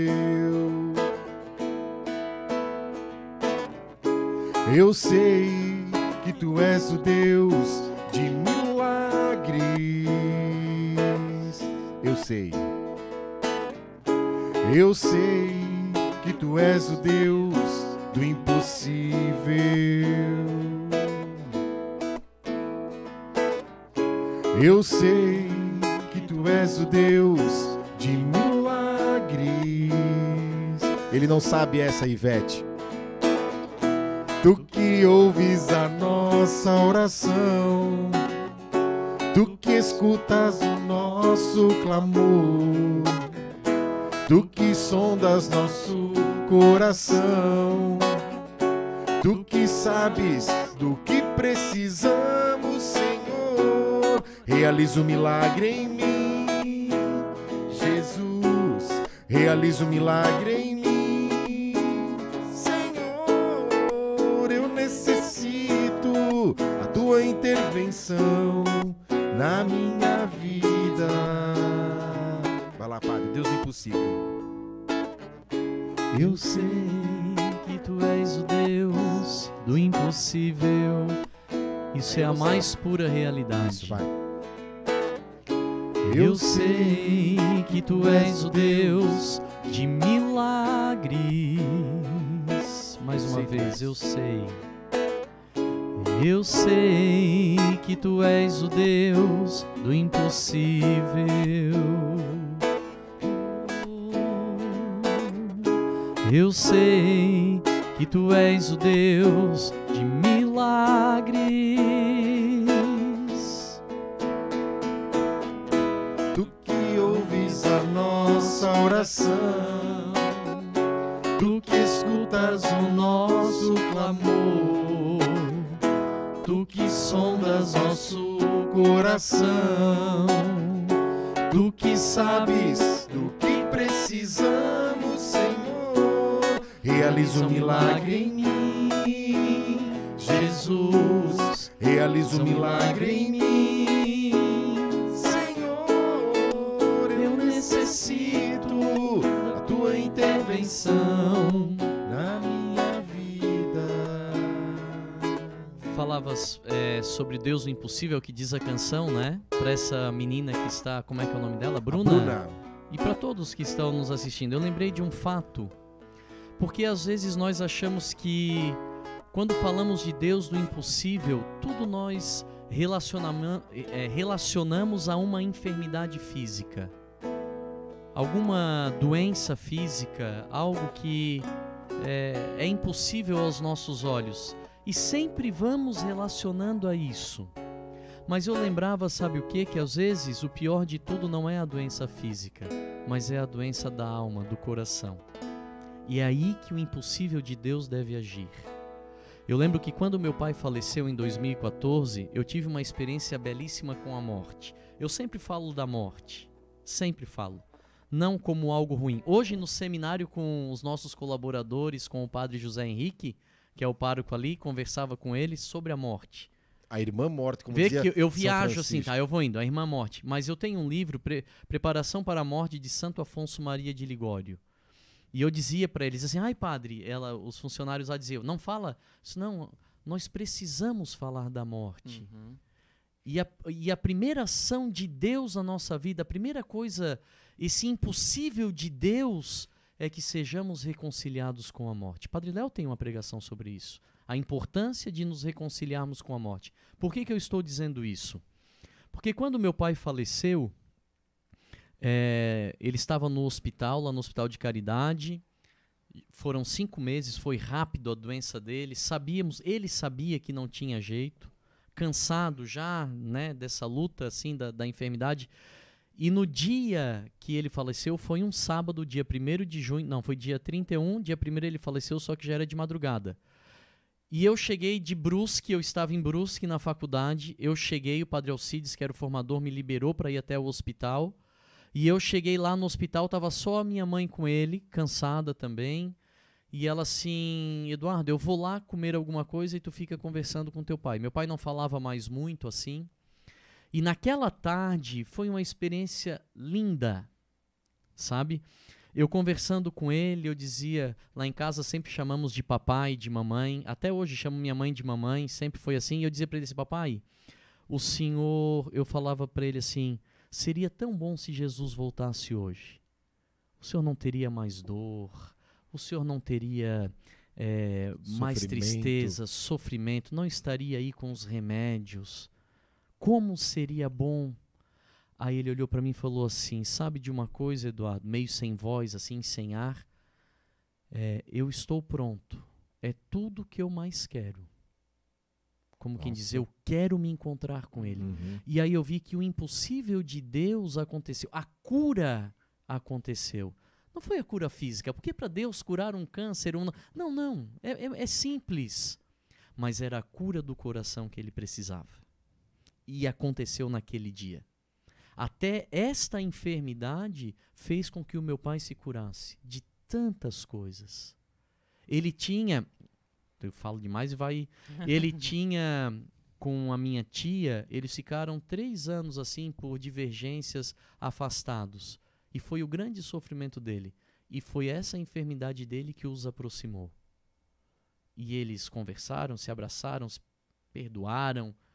Eu sei que tu és o Deus de milagres. Eu sei. Eu sei que tu és o Deus do impossível. Eu sei que tu és o Deus de milagres. Ele não sabe essa, Ivete. Tu que ouves a nossa oração, tu que escutas o nosso clamor, tu que sondas nosso coração, tu que sabes do que precisamos, Senhor. Realiza o milagre em mim, Jesus. Realiza o milagre em mim, Senhor. Eu necessito a tua intervenção na minha vida. Vai lá, Padre, Deus do impossível. Eu sei que tu és o Deus do impossível. Isso é a mais pura realidade. Isso, vai. Eu sei que tu és o Deus de milagres. Mais uma vez, eu sei. Eu sei que tu és o Deus do impossível. Eu sei que tu és o Deus de milagres. Tu que ouves a nossa oração, Tu que escutas o nosso clamor, Tu que sondas nosso coração, Tu que sabes do que precisamos, Senhor. Realiza um milagre em mim, Jesus. Realiza um milagre em mim, Senhor. Eu necessito da tua intervenção na minha vida. Falavas sobre Deus o impossível, que diz a canção, né? Para essa menina que está, como é que é o nome dela? Bruna. E para todos que estão nos assistindo, eu lembrei de um fato. Porque às vezes nós achamos que quando falamos de Deus do impossível, tudo nós relacionamos a uma enfermidade física. Alguma doença física, algo que é impossível aos nossos olhos. E sempre vamos relacionando a isso. Mas eu lembrava, sabe o quê? Que às vezes o pior de tudo não é a doença física, mas é a doença da alma, do coração. E é aí que o impossível de Deus deve agir. Eu lembro que quando meu pai faleceu em 2014, eu tive uma experiência belíssima com a morte. Eu sempre falo da morte, sempre falo. Não como algo ruim. Hoje no seminário com os nossos colaboradores, com o padre José Henrique, que é o pároco ali, conversava com ele sobre a morte. A irmã morte, como Vê dizia que eu São viajo assim, Francisco. tá? Eu vou indo, a irmã morte. Mas eu tenho um livro, Preparação para a Morte, de Santo Afonso Maria de Ligório. E eu dizia para eles assim, ai padre, os funcionários lá diziam, não fala, não, nós precisamos falar da morte. Uhum. E a primeira ação de Deus na nossa vida, a primeira coisa, esse impossível de Deus, é que sejamos reconciliados com a morte. Padre Léo tem uma pregação sobre isso, a importância de nos reconciliarmos com a morte. Por que eu estou dizendo isso? Porque quando meu pai faleceu, ele estava no hospital, lá no Hospital de Caridade. Foram 5 meses, foi rápido a doença dele. Ele sabia que não tinha jeito, cansado já, né, dessa luta assim da enfermidade. E no dia que ele faleceu, foi um sábado, dia 1º de junho, não, foi dia 31, dia 1º ele faleceu, só que já era de madrugada. E eu cheguei de Brusque, eu estava em Brusque na faculdade, eu cheguei, o padre Alcides, que era o formador, me liberou para ir até o hospital. E eu cheguei lá no hospital, estava só a minha mãe com ele, cansada também. E ela assim, Eduardo, eu vou lá comer alguma coisa e tu fica conversando com teu pai. Meu pai não falava mais muito assim. E naquela tarde foi uma experiência linda, sabe? Eu conversando com ele, eu dizia, lá em casa sempre chamamos de papai e de mamãe. Até hoje chamo minha mãe de mamãe, sempre foi assim. E eu dizia para ele assim, papai, o senhor, eu falava para ele assim, seria tão bom se Jesus voltasse hoje. O senhor não teria mais dor, o senhor não teria mais tristeza, sofrimento, não estaria aí com os remédios. Como seria bom? Aí ele olhou para mim e falou assim, sabe de uma coisa, Eduardo, meio sem voz, assim, sem ar? Eu estou pronto, é tudo que eu mais quero. Como quem diz, eu quero me encontrar com ele. Uhum. E aí eu vi que o impossível de Deus aconteceu. A cura aconteceu. Não foi a cura física, porque para Deus curar um câncer... Não. É simples. Mas era a cura do coração que ele precisava. E aconteceu naquele dia. Até esta enfermidade fez com que o meu pai se curasse de tantas coisas. Ele tinha... Eu falo demais e vai... Ele tinha, com a minha tia, eles ficaram 3 anos assim, por divergências, afastados. E foi o grande sofrimento dele. E foi essa enfermidade dele que os aproximou. E eles conversaram, se abraçaram, se perdoaram.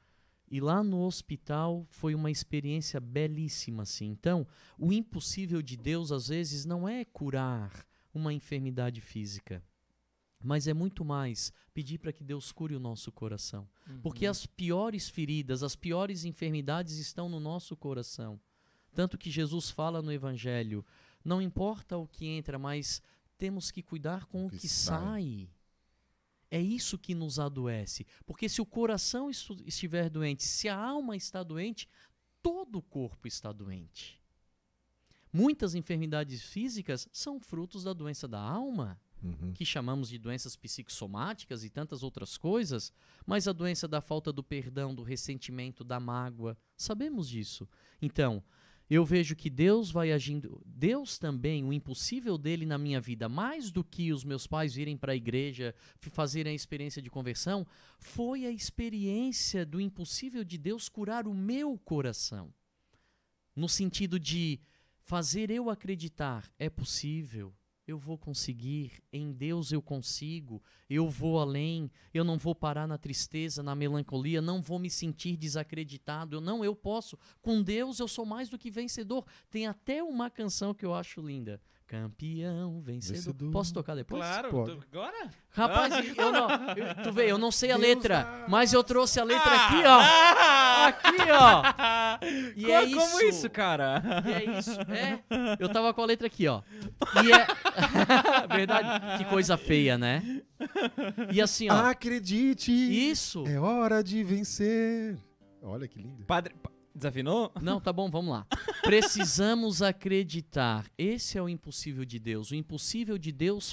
E lá no hospital foi uma experiência belíssima, assim. Então, o impossível de Deus, às vezes, não é curar uma enfermidade física, mas é muito mais pedir para que Deus cure o nosso coração. Porque as piores feridas, as piores enfermidades estão no nosso coração. Tanto que Jesus fala no Evangelho, não importa o que entra, mas temos que cuidar com o que sai. É isso que nos adoece. Porque se o coração estiver doente, se a alma está doente, todo o corpo está doente. Muitas enfermidades físicas são frutos da doença da alma, que chamamos de doenças psicossomáticas e tantas outras coisas, mas a doença da falta do perdão, do ressentimento, da mágoa, sabemos disso. Então, eu vejo que Deus vai agindo, Deus também, o impossível dele na minha vida, mais do que os meus pais virem para a igreja, fazerem a experiência de conversão, foi a experiência do impossível de Deus curar o meu coração. No sentido de fazer eu acreditar, é possível, eu vou conseguir, em Deus eu consigo, eu vou além, eu não vou parar na tristeza, na melancolia, não vou me sentir desacreditado, eu posso, com Deus eu sou mais do que vencedor. Tem até uma canção que eu acho linda, Campeão, vencedor. Posso tocar depois? Claro, agora? Rapaz, tu vê, eu não sei a letra, mas eu trouxe a letra aqui, ó. Aqui, ó. E é isso. Como isso, cara? E é isso. Eu tava com a letra aqui, ó. E é... Verdade, que coisa feia, né? E assim, ó. Acredite. Isso. É hora de vencer. Olha que lindo. Padre... Desafinou? Não, tá bom, vamos lá. Precisamos acreditar. Esse é o impossível de Deus. O impossível de Deus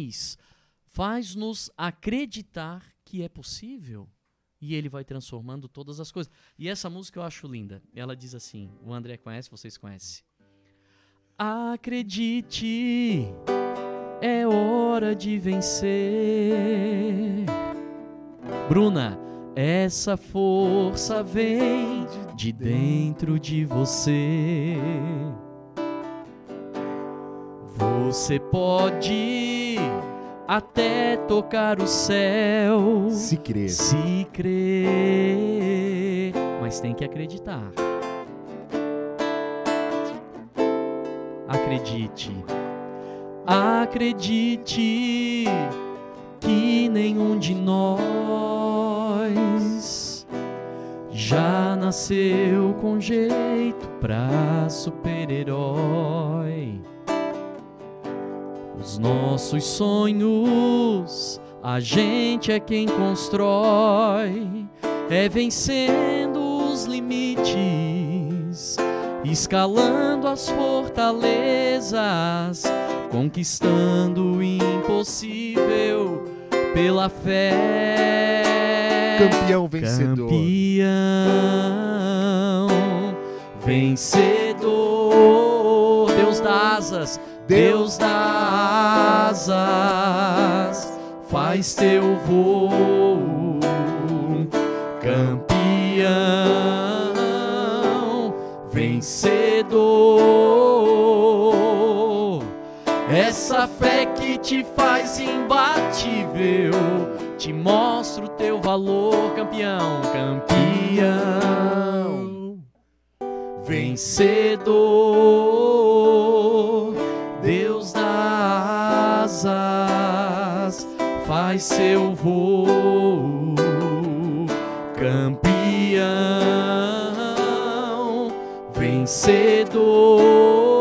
faz-nos acreditar que é possível. E Ele vai transformando todas as coisas. E essa música eu acho linda. Ela diz assim, o André conhece, vocês conhecem. Acredite, é hora de vencer. Bruna, essa força vem de dentro de você. Você pode até tocar o céu, se crer, mas tem que acreditar. Acredite que nenhum de nós já nasceu com jeito pra super-herói. Os nossos sonhos, a gente é quem constrói, é vencendo os limites, escalando as fortalezas, conquistando o impossível pela fé. Campeão vencedor. Campeão vencedor. Deus dá asas. Deus dá asas. Faz teu voo. Campeão vencedor. Essa fé que te faz imbatível, te mostra o teu valor, campeão, campeão, vencedor. Deus dá asas, faz seu voo, campeão, vencedor.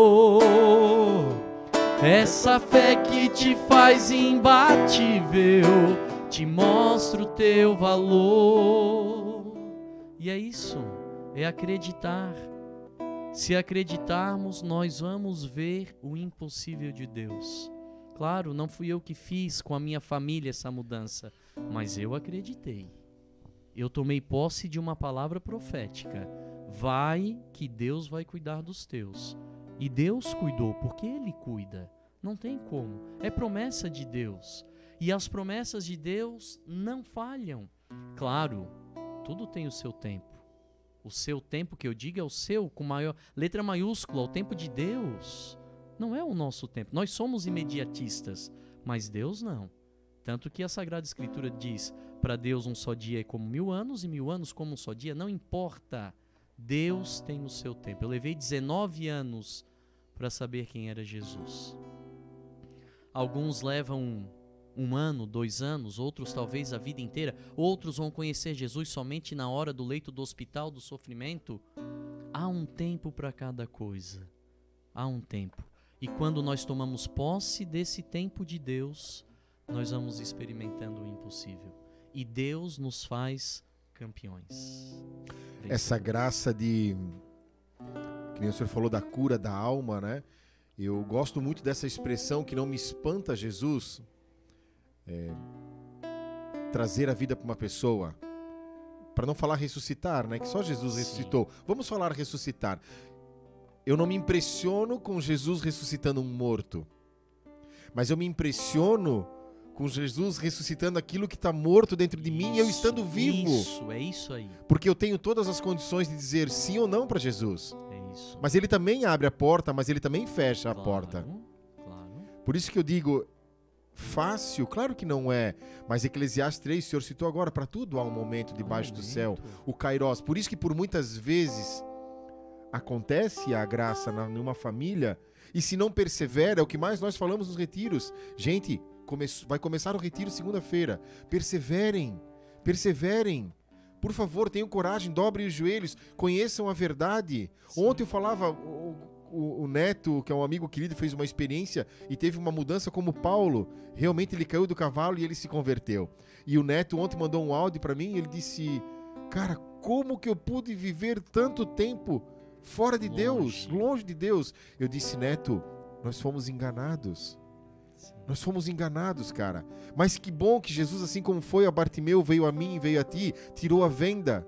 Essa fé que te faz imbatível, te mostra o teu valor. E é isso, é acreditar. Se acreditarmos, nós vamos ver o impossível de Deus. Claro, não fui eu que fiz com a minha família essa mudança, mas eu acreditei. Eu tomei posse de uma palavra profética. Vai que Deus vai cuidar dos teus. E Deus cuidou, porque Ele cuida. Não tem como. É promessa de Deus. E as promessas de Deus não falham. Claro, tudo tem o seu tempo. O seu tempo, que eu digo, é o seu, com maior letra maiúscula, o tempo de Deus. Não é o nosso tempo. Nós somos imediatistas, mas Deus não. Tanto que a Sagrada Escritura diz, para Deus um só dia é como 1000 anos e 1000 anos como um só dia. Não importa, Deus tem o seu tempo. Eu levei 19 anos para saber quem era Jesus. Alguns levam 1 ano, 2 anos, outros talvez a vida inteira. Outros vão conhecer Jesus somente na hora do leito do hospital, do sofrimento. Há um tempo para cada coisa. Há um tempo. E quando nós tomamos posse desse tempo de Deus, nós vamos experimentando o impossível. E Deus nos faz campeões. Essa graça de... Que nem o senhor falou da cura da alma, né? Eu gosto muito dessa expressão que não me espanta, Jesus. Trazer a vida para uma pessoa. Para não falar ressuscitar, né? Que só Jesus ressuscitou. Vamos falar ressuscitar. Eu não me impressiono com Jesus ressuscitando um morto. Mas eu me impressiono com Jesus ressuscitando aquilo que está morto dentro de mim e eu estando vivo. Isso, é isso aí. Porque eu tenho todas as condições de dizer sim ou não para Jesus. É isso. Mas ele também abre a porta, mas ele também fecha a porta. Claro. Por isso que eu digo, fácil, claro que não é. Mas Eclesiastes 3, o senhor citou agora, para tudo há um momento debaixo do céu. O Kairos. Por isso que por muitas vezes acontece a graça numa família e se não persevera, é o que mais nós falamos nos retiros. Gente, vai começar o retiro segunda-feira. Perseverem. Por favor, tenham coragem, dobrem os joelhos, conheçam a verdade. Sim. Ontem eu falava, o Neto, que é um amigo querido, fez uma experiência e teve uma mudança como Paulo. Realmente ele caiu do cavalo e ele se converteu. E o Neto ontem mandou um áudio para mim e ele disse, cara, como que eu pude viver tanto tempo fora de Deus, longe de Deus? Eu disse, Neto, nós fomos enganados. Nós fomos enganados, cara. Mas que bom que Jesus, assim como foi a Bartimeu, veio a mim, veio a ti, tirou a venda.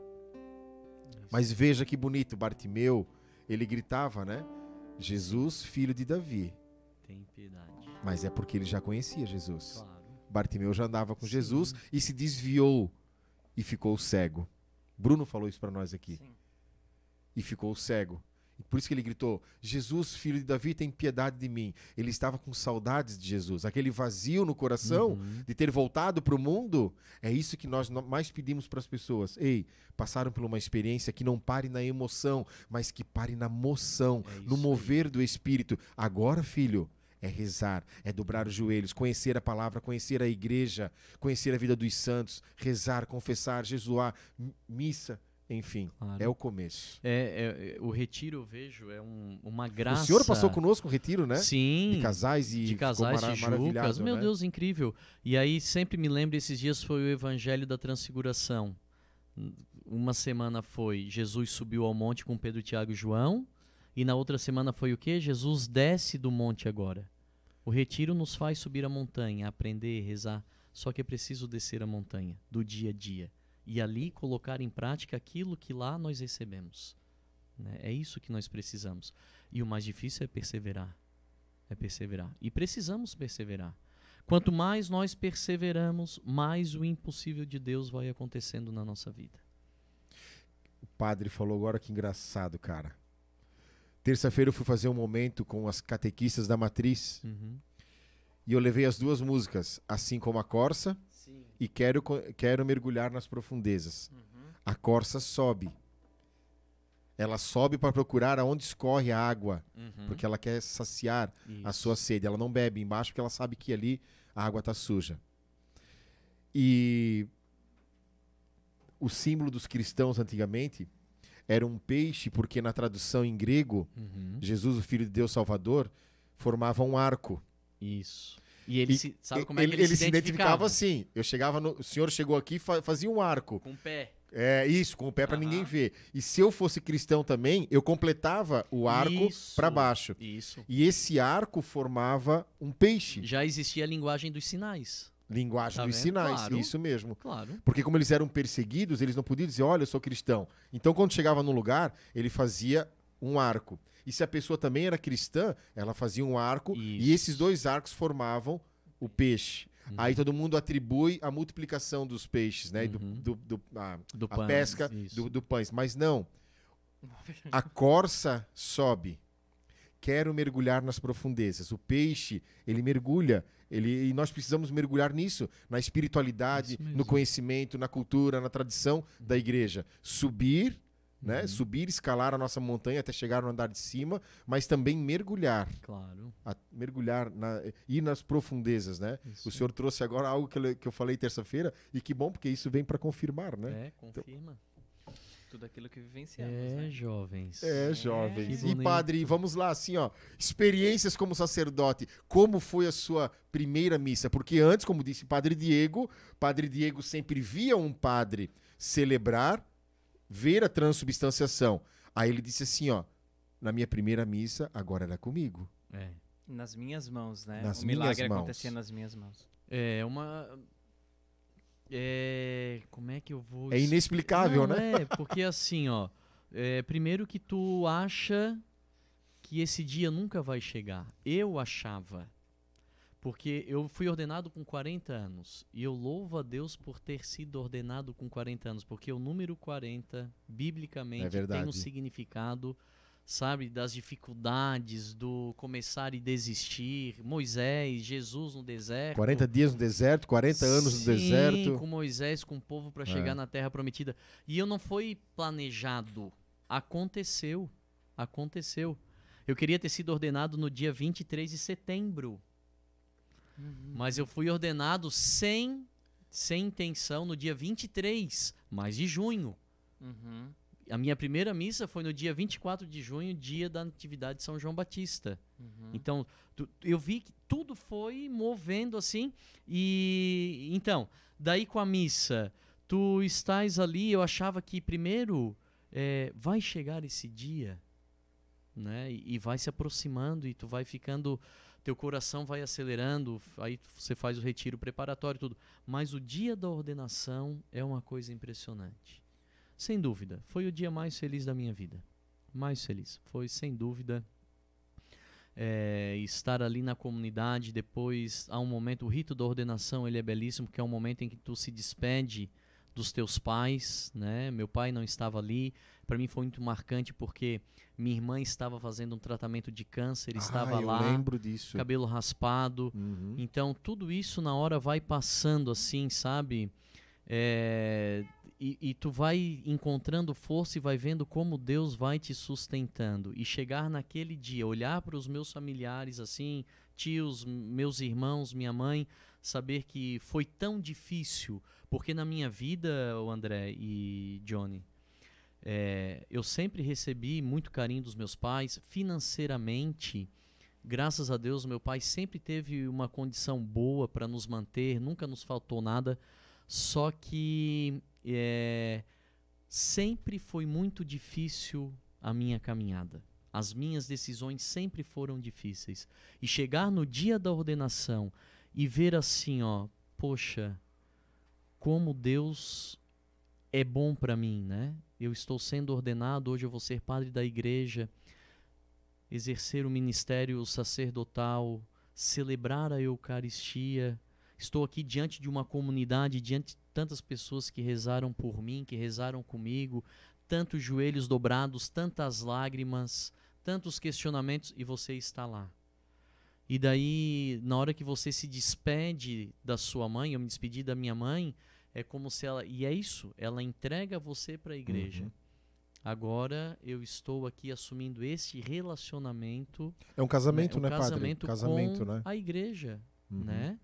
Mas veja que bonito, Bartimeu, ele gritava, né? Jesus, filho de Davi. Tem piedade. Mas é porque ele já conhecia Jesus. Claro. Bartimeu já andava com Jesus e se desviou e ficou cego. Bruno falou isso para nós aqui. Sim. E ficou cego. Por isso que ele gritou, Jesus, filho de Davi, tem piedade de mim. Ele estava com saudades de Jesus. Aquele vazio no coração de ter voltado para o mundo. É isso que nós mais pedimos para as pessoas. Ei, passaram por uma experiência que não pare na emoção, mas que pare na moção, no mover do Espírito. Agora, filho, é rezar, é dobrar os joelhos, conhecer a palavra, conhecer a igreja, conhecer a vida dos santos, rezar, confessar, jejuar, missa. Enfim, claro. É o começo. O retiro, eu vejo, é uma graça. O senhor passou conosco o retiro, né? Sim. De casais e maravilhoso. Meu né? Deus, incrível. E aí sempre me lembro, esses dias foi o Evangelho da Transfiguração. Uma semana foi Jesus subiu ao monte com Pedro, Tiago e João. E na outra semana foi o quê? Jesus desce do monte agora. O retiro nos faz subir a montanha, aprender, rezar. Só que é preciso descer a montanha, do dia a dia. E ali colocar em prática aquilo que lá nós recebemos. Né? É isso que nós precisamos. E o mais difícil é perseverar. E precisamos perseverar. Quanto mais nós perseveramos, mais o impossível de Deus vai acontecendo na nossa vida. O padre falou agora, que engraçado, cara. Terça-feira eu fui fazer um momento com as catequistas da Matriz. E eu levei as duas músicas, Assim Como a Corça e Quero Mergulhar nas Profundezas. A corça sobe. Ela sobe para procurar aonde escorre a água, porque ela quer saciar a sua sede. Ela não bebe embaixo porque ela sabe que ali a água está suja. E o símbolo dos cristãos antigamente era um peixe, porque na tradução em grego, Jesus, o Filho de Deus Salvador, formava um arco. Isso. E ele sabe como é que ele se identificava assim. Eu chegava o senhor chegou aqui e fazia um arco. Com o pé. Com o pé para ninguém ver. E se eu fosse cristão também, eu completava o arco para baixo. Isso. E esse arco formava um peixe. Já existia a linguagem dos sinais. Linguagem dos sinais, claro, isso mesmo. Claro. Porque como eles eram perseguidos, eles não podiam dizer, olha, eu sou cristão. Então quando chegava num lugar, ele fazia um arco. E se a pessoa também era cristã, ela fazia um arco e esses dois arcos formavam o peixe. Aí todo mundo atribui a multiplicação dos peixes, né? A pesca do pães. Mas não. A corça sobe. quero mergulhar nas profundezas. O peixe, ele mergulha, e nós precisamos mergulhar nisso, na espiritualidade, Isso mesmo. no conhecimento, na cultura, na tradição da igreja. Subir, né? Subir, escalar a nossa montanha até chegar no andar de cima, mas também mergulhar. Claro. Mergulhar, ir nas profundezas, né? Isso. O senhor trouxe agora algo que eu falei terça-feira, e que bom, porque isso vem para confirmar, né? Confirma. Tudo aquilo que vivenciamos, né? Jovens. Jovens. Que E bonito. padre, vamos lá, assim, ó, experiências como sacerdote. Como foi a sua primeira missa? Porque antes, como disse Padre Diego sempre via um padre celebrar, ver a transubstanciação. Aí ele disse assim, ó, na minha primeira missa, agora era comigo. Nas minhas mãos, né? Nas O milagre minhas mãos. acontecia nas minhas mãos. Como é que eu vou... É inexplicável, Não, né? porque assim, ó, primeiro que tu acha que esse dia nunca vai chegar. Eu achava. Porque eu fui ordenado com 40 anos. E eu louvo a Deus por ter sido ordenado com 40 anos. Porque o número 40, biblicamente, tem um significado, sabe, das dificuldades, do começar e desistir. Moisés, Jesus no deserto. 40 dias no deserto, 40 anos no deserto. Com Moisés, com o povo para chegar na Terra Prometida. E eu não foi planejado. Aconteceu. Eu queria ter sido ordenado no dia 23 de setembro. Mas eu fui ordenado sem intenção no dia 23, mas de junho. A minha primeira missa foi no dia 24 de junho, dia da Natividade de São João Batista. Então, eu vi que tudo foi movendo assim. E então, daí com a missa, tu estás ali, eu achava que primeiro vai chegar esse dia, né? E vai se aproximando e tu vai ficando... Teu coração vai acelerando, aí você faz o retiro preparatório e tudo. Mas o dia da ordenação é uma coisa impressionante. Sem dúvida, foi o dia mais feliz da minha vida. Mais feliz. Foi, sem dúvida, estar ali na comunidade. Depois, há um momento, o rito da ordenação, ele é belíssimo, porque é um momento em que tu se despede dos teus pais, né? Meu pai não estava ali. Para mim foi muito marcante porque minha irmã estava fazendo um tratamento de câncer, estava lá. Eu lembro disso. Cabelo raspado. Então tudo isso na hora vai passando assim, sabe? E tu vai encontrando força e vai vendo como Deus vai te sustentando. E chegar naquele dia, olhar para os meus familiares assim, tios, meus irmãos, minha mãe, saber que foi tão difícil. Porque na minha vida, o André e Johnny, eu sempre recebi muito carinho dos meus pais. Financeiramente, graças a Deus, meu pai sempre teve uma condição boa para nos manter, nunca nos faltou nada. Só que sempre foi muito difícil a minha caminhada. As minhas decisões sempre foram difíceis. E chegar no dia da ordenação e ver assim, ó, poxa, como Deus é bom para mim, né? Eu estou sendo ordenado, hoje eu vou ser padre da igreja, exercer o ministério sacerdotal, celebrar a Eucaristia. Estou aqui diante de uma comunidade, diante de tantas pessoas que rezaram por mim, que rezaram comigo, tantos joelhos dobrados, tantas lágrimas, tantos questionamentos, e você está lá. E daí, na hora que você se despede da sua mãe, eu me despedi da minha mãe, é como se ela... E é isso, ela entrega você para a igreja. Agora eu estou aqui assumindo esse relacionamento... É um casamento, né, casamento padre? Casamento, com né? a igreja, né?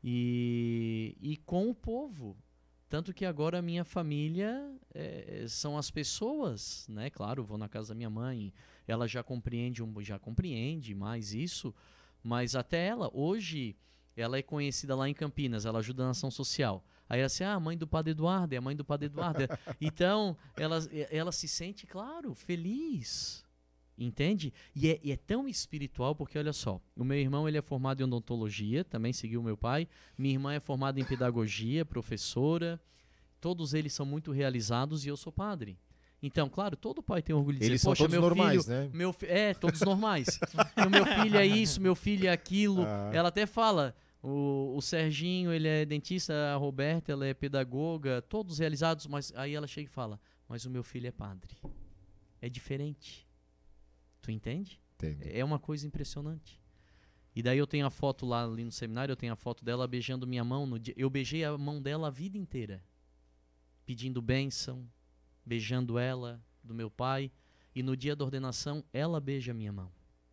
E com o povo. Tanto que agora a minha família são as pessoas, né? Claro, vou na casa da minha mãe, ela já compreende mais isso, mas até ela, hoje, ela é conhecida lá em Campinas, ela ajuda na ação social. Aí ela assim, a mãe do Padre Eduardo, é a mãe do Padre Eduardo. Então, ela se sente, claro, feliz, entende? E é tão espiritual, porque olha só, o meu irmão ele é formado em odontologia, também seguiu o meu pai, minha irmã é formada em pedagogia, professora, todos eles são muito realizados e eu sou padre. Então, claro, todo pai tem orgulho de dizer, eles são poxa, todos meu normais, filho, né? Todos normais. Meu filho é isso, meu filho é aquilo. Ela até fala, o Serginho, ele é dentista, a Roberta, ela é pedagoga, todos realizados, mas aí ela chega e fala, mas o meu filho é padre. É diferente. Tu entende? Entendo. É uma coisa impressionante. E daí eu tenho a foto lá ali no seminário, eu tenho a foto dela beijando minha mão. No dia, eu beijei a mão dela a vida inteira. Pedindo bênção, beijando ela, do meu pai. E no dia da ordenação, ela beija a minha mão.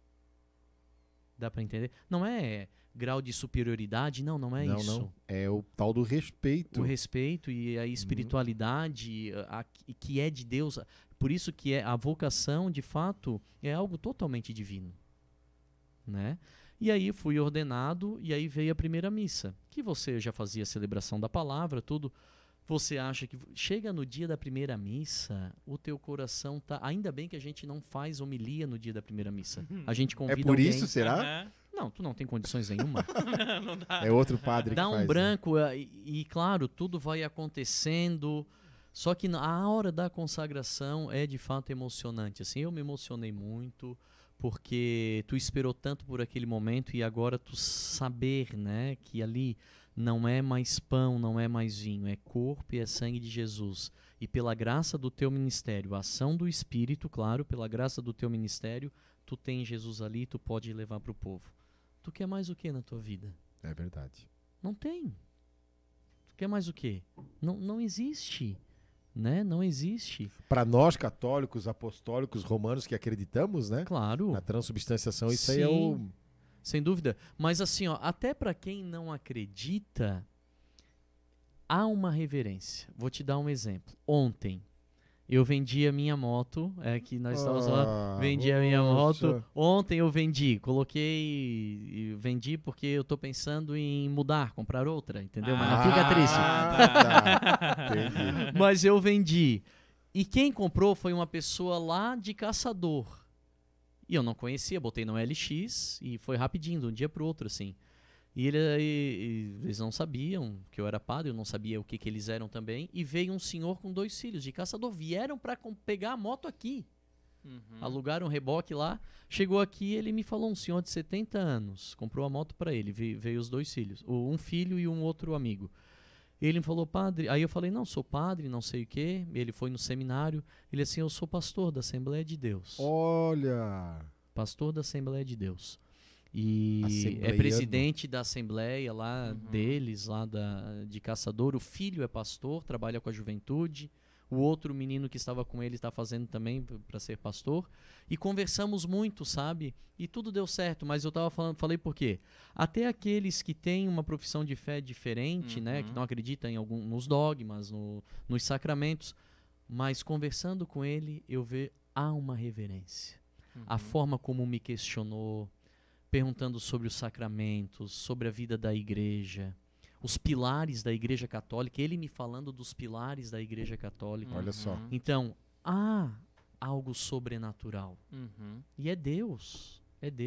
Dá para entender? Não é grau de superioridade, não é isso. Não. É o tal do respeito. O respeito e a espiritualidade que é de Deus. Por isso que a vocação, de fato, é algo totalmente divino. Né? E aí fui ordenado e aí veio a primeira missa. Que você já fazia a celebração da palavra, tudo. Você acha que chega no dia da primeira missa, o teu coração tá... Ainda bem que a gente não faz homilia no dia da primeira missa. A gente convida É por alguém... isso, será? Não, tu não tem condições nenhuma. Não dá. É outro padre Dá que um faz, né? branco e, claro, tudo vai acontecendo. Só que a hora da consagração é de fato emocionante. Assim, eu me emocionei muito porque tu esperou tanto por aquele momento e agora tu saber, né, que ali não é mais pão, não é mais vinho, é corpo e é sangue de Jesus. E pela graça do teu ministério, a ação do Espírito, claro, pela graça do teu ministério, tu tem Jesus ali, tu pode levar para o povo. Tu quer mais o que na tua vida? É verdade. Não tem. Tu quer mais o quê? Não existe. Né? Não existe. Para nós católicos, apostólicos, romanos que acreditamos, né? Claro. Na transubstanciação, isso Sim, aí é o... sem dúvida. Mas assim, ó, até para quem não acredita, há uma reverência. Vou te dar um exemplo. Ontem, eu vendi a minha moto, que nós estávamos lá, vendi a minha moto. Ontem eu vendi, vendi porque eu tô pensando em mudar, comprar outra, entendeu? Mas não fica triste. Tá. Entendi. Mas eu vendi. E quem comprou foi uma pessoa lá de Caçador. E eu não conhecia, botei no LX e foi rapidinho, de um dia pro outro, assim. E eles não sabiam que eu era padre, eu não sabia o que eles eram também. E veio um senhor com 2 filhos de Caçador, vieram para pegar a moto aqui. Alugaram um reboque lá, chegou aqui, ele me falou, um senhor de 70 anos, comprou a moto para ele, veio os 2 filhos, um filho e um outro amigo. Ele me falou, padre, aí eu falei, não, sou padre, não sei o quê. Ele foi no seminário, ele assim, eu sou pastor da Assembleia de Deus. Olha! Pastor da Assembleia de Deus. E é Assembleiano. presidente da Assembleia lá deles, lá de Caçador. O filho é pastor, trabalha com a juventude. O outro menino que estava com ele está fazendo também para ser pastor. E conversamos muito, sabe? E tudo deu certo, mas eu falei por quê? Até aqueles que têm uma profissão de fé diferente, né? Que não acreditam nos dogmas, nos sacramentos. Mas conversando com ele, eu vejo, há uma reverência. A forma como me questionou, perguntando sobre os sacramentos, sobre a vida da igreja, os pilares da Igreja Católica, ele me falando dos pilares da Igreja Católica. Olha só. Então, há algo sobrenatural. E é Deus,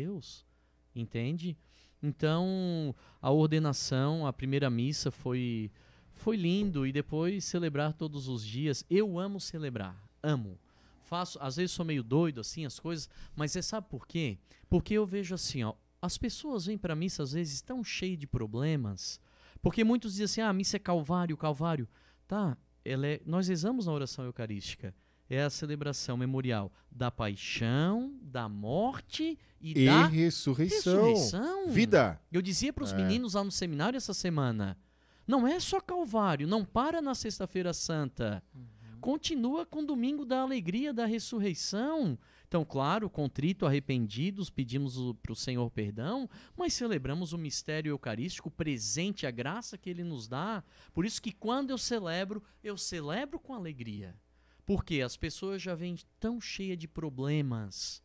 entende? Então, a ordenação, a primeira missa foi lindo, e depois celebrar todos os dias. Eu amo celebrar, amo. Às vezes sou meio doido, assim, as coisas, mas você sabe por quê? Porque eu vejo assim, ó, as pessoas vêm para a missa às vezes tão cheias de problemas, porque muitos dizem assim, a missa é Calvário. Tá, nós rezamos na oração eucarística, é a celebração memorial da paixão, da morte e da ressurreição. Vida. Eu dizia para os meninos lá no seminário essa semana, não é só Calvário, não para na Sexta-feira Santa. Continua com o domingo da alegria da ressurreição. Então, claro, contrito, arrependidos, pedimos para o Senhor perdão, mas celebramos o mistério eucarístico, presente, a graça que Ele nos dá. Por isso que quando eu celebro com alegria. Porque as pessoas já vêm tão cheias de problemas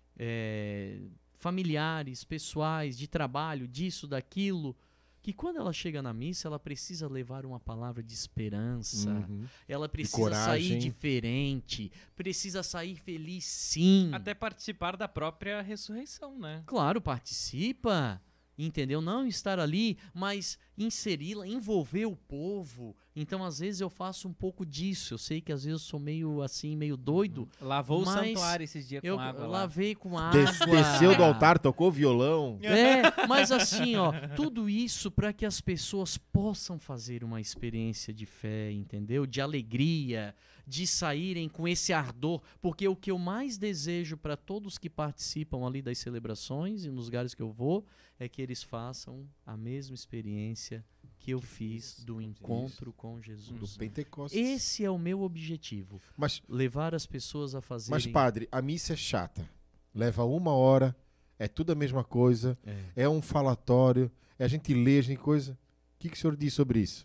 familiares, pessoais, de trabalho, disso, daquilo, que quando ela chega na missa, ela precisa levar uma palavra de esperança, ela precisa sair diferente, precisa sair feliz, sim. Até participar da própria ressurreição, né? Claro, participa, entendeu? Não estar ali, mas inseri-la, envolver o povo. Então, às vezes, eu faço um pouco disso. Eu sei que às vezes eu sou meio assim, meio doido. Lavou o Mas santuário esses dias Eu com água lá. lavei com água. Desceu do altar, tocou violão. Mas assim, ó, tudo isso para que as pessoas possam fazer uma experiência de fé, entendeu? De alegria, de saírem com esse ardor, porque o que eu mais desejo para todos que participam ali das celebrações e nos lugares que eu vou, é que eles façam a mesma experiência que eu fiz do encontro com Do Jesus. Pentecostes. Esse é o meu objetivo, Mas, levar as pessoas a fazerem... mas, padre, a missa é chata. Leva 1 hora, é tudo a mesma coisa, é um falatório, a gente lê, a gente coisa. O que o senhor diz sobre isso?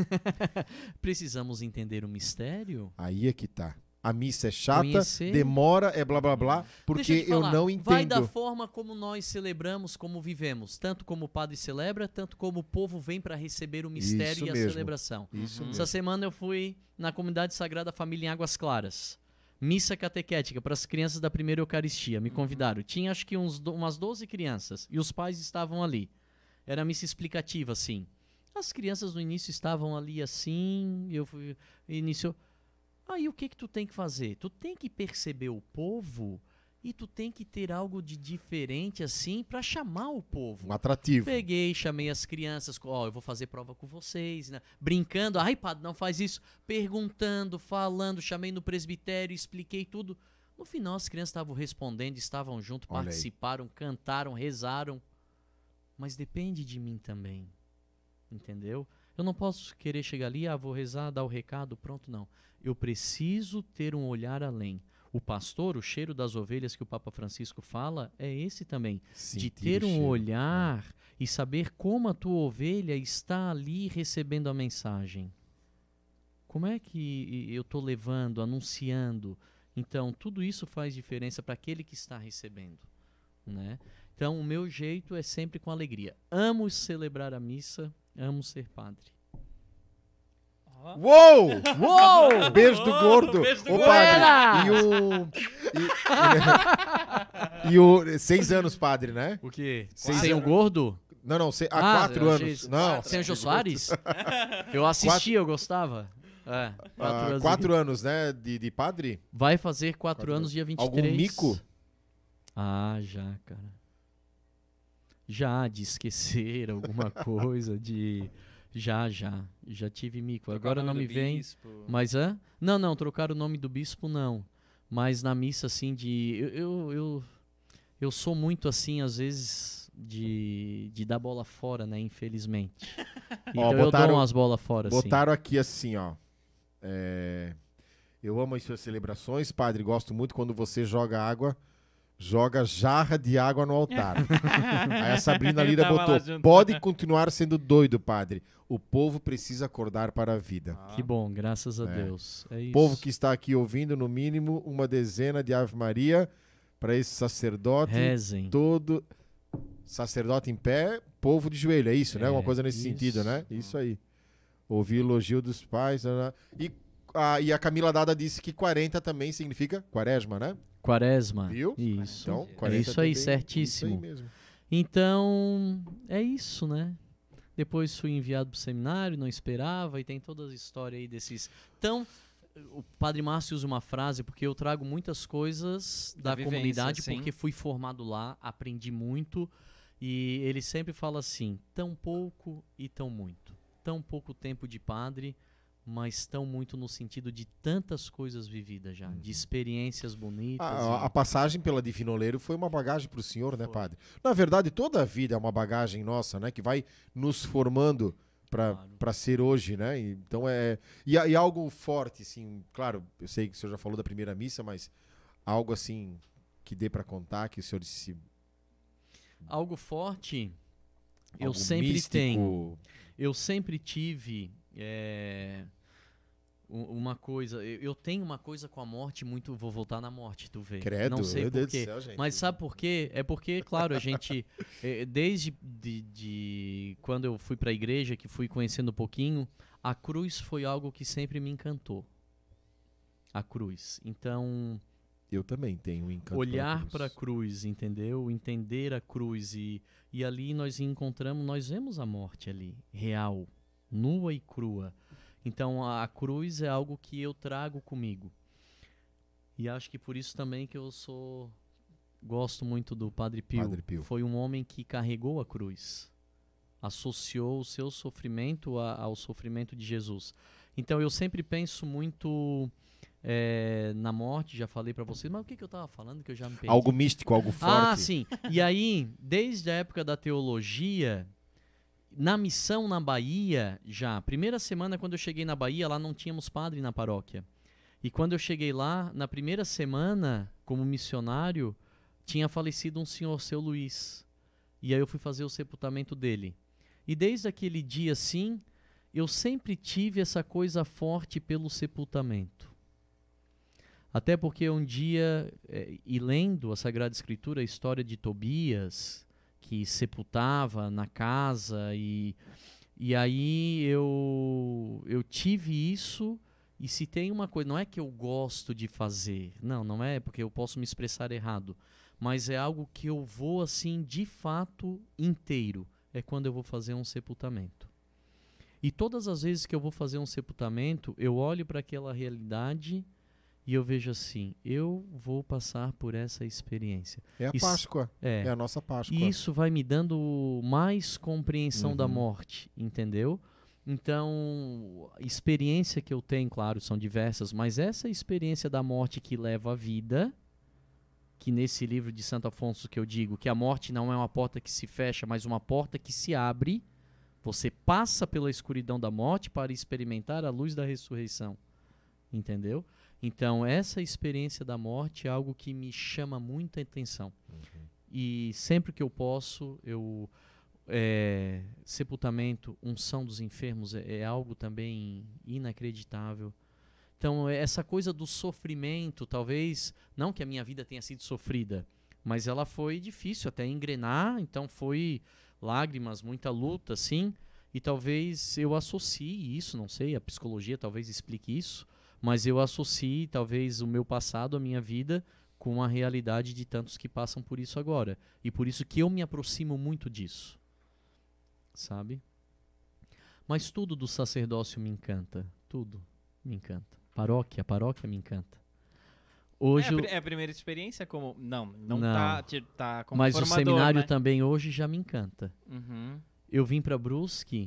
Precisamos entender o mistério? Aí é que tá. A missa é chata, Conhecer. demora, é blá blá blá, Deixa porque te falar, eu não entendo. vai da forma como nós celebramos, como vivemos. Tanto como o padre celebra, tanto como o povo vem para receber o mistério Isso e a mesmo. celebração. Isso Uhum. mesmo. Essa semana eu fui na Comunidade Sagrada Família em Águas Claras. Missa catequética para as crianças da primeira Eucaristia. Me convidaram. Tinha acho que umas 12 crianças e os pais estavam ali. Era missa explicativa, assim. As crianças no início estavam ali assim, iniciou. Aí o que tu tem que fazer? Tu tem que perceber o povo e tu tem que ter algo de diferente assim para chamar o povo. Um atrativo. Peguei, chamei as crianças, ó, eu vou fazer prova com vocês, né? Brincando, ai padre, não faz isso. Perguntando, falando, chamei no presbitério, expliquei tudo. No final as crianças estavam respondendo, estavam junto, Olha aí. participaram, cantaram, rezaram. Mas depende de mim também, entendeu? Eu não posso querer chegar ali, vou rezar, dar o recado, pronto, não. Eu preciso ter um olhar além. O pastor, o cheiro das ovelhas que o Papa Francisco fala, é esse também. De Sentir ter o um cheiro. olhar e saber como a tua ovelha está ali recebendo a mensagem. Como é que eu estou levando, anunciando? Então, tudo isso faz diferença para aquele que está recebendo, né? Então, o meu jeito é sempre com alegria. Amo celebrar a missa, amo ser padre. Uou! Uou! Beijo do gordo. Beijo do Ô, gordo. padre. E o 6 anos, padre, né? O quê? Seis Sem o anos. gordo? Não, há 4 eu anos. achei- Não, Sem o Jô Soares? Eu assistia, eu gostava. 4 anos. 4 anos, né? De padre? Vai fazer 4 4 anos dia 23. Algum mico? Já, cara. Já, de esquecer alguma coisa, de... Já tive mico. Trocar Agora o não nome me do vem. bispo. Mas, Não, trocar o nome do bispo, não. Mas na missa, assim, eu sou muito, assim, às vezes, de dar bola fora, né, infelizmente. Então eu botaram- dou umas bolas fora, assim. Botaram aqui assim, ó. Eu amo as suas celebrações, padre. Gosto muito quando você joga água. Joga jarra de água no altar. Aí a Sabrina Eu Lira tava lá botou: junto. pode continuar sendo doido, padre. O povo precisa acordar para a vida. Que bom, graças a Deus. É isso. O povo que está aqui ouvindo, no mínimo, uma dezena de Ave Maria para esse sacerdote Rezem. todo. Sacerdote em pé, povo de joelho. É isso, né? Uma coisa nesse isso. sentido, né? Isso aí. Ouvir elogio dos pais. E a Camila Dada disse que 40 também significa quaresma, né? Quaresma. Viu? Isso. Então, É 40 isso aí, também, certíssimo. Isso aí mesmo. Então, é isso, né? Depois fui enviado para o seminário, não esperava, e tem toda a história aí desses... Então, o Padre Márcio usa uma frase, porque eu trago muitas coisas da vivência, comunidade, sim. porque fui formado lá, aprendi muito, e ele sempre fala assim, tão pouco e tão muito. Tão pouco tempo de padre, mas tão muito no sentido de tantas coisas vividas já, de experiências bonitas. A passagem pela Divinoleiro foi uma bagagem para o senhor, né, padre? Na verdade, toda a vida é uma bagagem nossa, né? Que vai nos formando para ser hoje, né? Então e algo forte, assim. Claro, eu sei que o senhor já falou da primeira missa, mas algo assim que dê para contar, que o senhor disse. Algo forte, eu algo sempre místico. tenho. Eu sempre tive uma coisa. Eu tenho uma coisa com a morte muito. Vou voltar na morte, tu vê. Credo, não sei meu Deus do porquê. céu, gente. Mas sabe por quê? É porque, claro, a gente. Desde quando eu fui para a igreja, que fui conhecendo um pouquinho, a cruz foi algo que sempre me encantou. A cruz. Então. Eu também tenho um encanto Olhar para para a cruz, entendeu? Entender a cruz e ali nós encontramos, nós vemos a morte ali, real, nua e crua. Então a cruz é algo que eu trago comigo. E acho que por isso também que eu gosto muito do Padre Pio. Padre Pio. Foi um homem que carregou a cruz, associou o seu sofrimento ao sofrimento de Jesus. Então eu sempre penso muito na morte, já falei pra vocês, mas o que eu tava falando que eu já me perdi? Algo místico, algo forte. Ah, sim. E aí, desde a época da teologia, na missão na Bahia, já, primeira semana quando eu cheguei na Bahia, lá não tínhamos padre na paróquia. E quando eu cheguei lá, na primeira semana, como missionário, tinha falecido um senhor, seu Luiz. E aí eu fui fazer o sepultamento dele. E desde aquele dia, sim, eu sempre tive essa coisa forte pelo sepultamento. Até porque um dia, e lendo a Sagrada Escritura, a história de Tobias, que sepultava na casa, e aí eu tive isso, e se tem uma coisa, não é que eu gosto de fazer, não é porque eu posso me expressar errado, mas é algo que eu vou assim, de fato, inteiro, é quando eu vou fazer um sepultamento. E todas as vezes que eu vou fazer um sepultamento, eu olho para aquela realidade e eu vejo assim, eu vou passar por essa experiência. É a Páscoa, é a nossa Páscoa. E isso vai me dando mais compreensão da Uhum. morte, entendeu? Então, a experiência que eu tenho, claro, são diversas, mas essa experiência da morte que leva à vida, que nesse livro de Santo Afonso que eu digo que a morte não é uma porta que se fecha, mas uma porta que se abre, você passa pela escuridão da morte para experimentar a luz da ressurreição, entendeu? Então, essa experiência da morte é algo que me chama muita atenção. Uhum. E sempre que eu posso, sepultamento, unção dos enfermos é algo também inacreditável. Então, essa coisa do sofrimento, talvez, não que a minha vida tenha sido sofrida, mas ela foi difícil até engrenar, então foi lágrimas, muita luta, sim, e talvez eu associe isso, não sei, a psicologia talvez explique isso, mas eu associe talvez o meu passado, a minha vida, com a realidade de tantos que passam por isso agora. E por isso que eu me aproximo muito disso, sabe? Mas tudo do sacerdócio me encanta, tudo me encanta. Paróquia me encanta. Hoje É a primeira experiência como... Não Não. tá como mas formador, o seminário né? também hoje já me encanta. Uhum. Eu vim para Brusque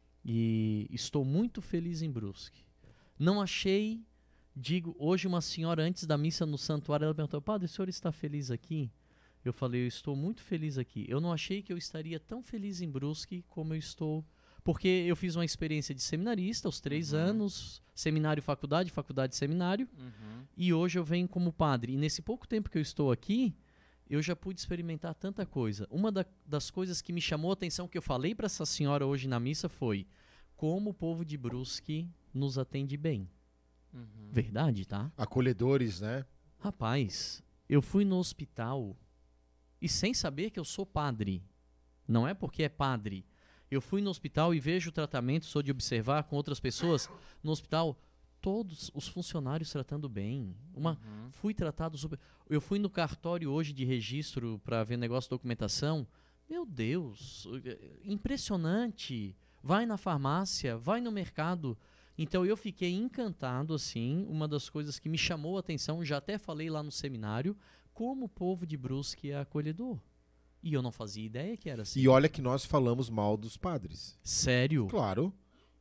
e estou muito feliz em Brusque. Não achei, hoje uma senhora antes da missa no santuário, ela perguntou, padre, o senhor está feliz aqui? Eu falei, eu estou muito feliz aqui. Eu não achei que eu estaria tão feliz em Brusque como eu estou, porque eu fiz uma experiência de seminarista aos 3 anos, seminário faculdade, faculdade seminário, e hoje eu venho como padre. E nesse pouco tempo que eu estou aqui, eu já pude experimentar tanta coisa. Uma das coisas que me chamou a atenção, que eu falei para essa senhora hoje na missa, foi como o povo de Brusque nos atende bem. Verdade, tá? Acolhedores, né? Rapaz, eu fui no hospital e sem saber que eu sou padre. Não é porque é padre. Eu fui no hospital e vejo o tratamento, sou de observar com outras pessoas. No hospital, todos os funcionários tratando bem. Fui tratado super... Eu fui no cartório hoje de registro para ver negócio de documentação. Meu Deus, impressionante. Vai na farmácia, vai no mercado. Então eu fiquei encantado, assim, uma das coisas que me chamou a atenção, já até falei lá no seminário, como o povo de Brusque é acolhedor. E eu não fazia ideia que era assim. E olha que nós falamos mal dos padres. Sério? Claro.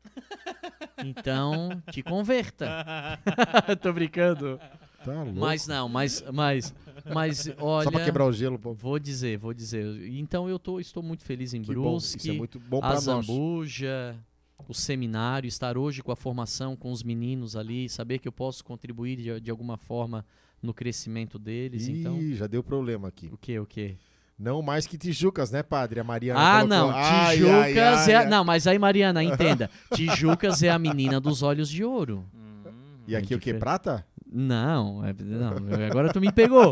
Então, te converta. Tô brincando. Tá louco. Mas não, mas olha... Só pra quebrar o gelo, pô. Vou dizer. Então eu estou muito feliz em Que bom. Brusque. Isso é muito bom a pra nós. Zambuja, o seminário, estar hoje com a formação com os meninos ali, saber que eu posso contribuir de alguma forma no crescimento deles. Ih, Então, já deu problema aqui. o quê? Não mais que Tijucas, né, padre? A Mariana Ah, colocou... não, Tijucas Não, mas aí, Mariana, entenda. Tijucas é a menina dos olhos de ouro. E aqui o que? Prata? Não, agora tu me pegou.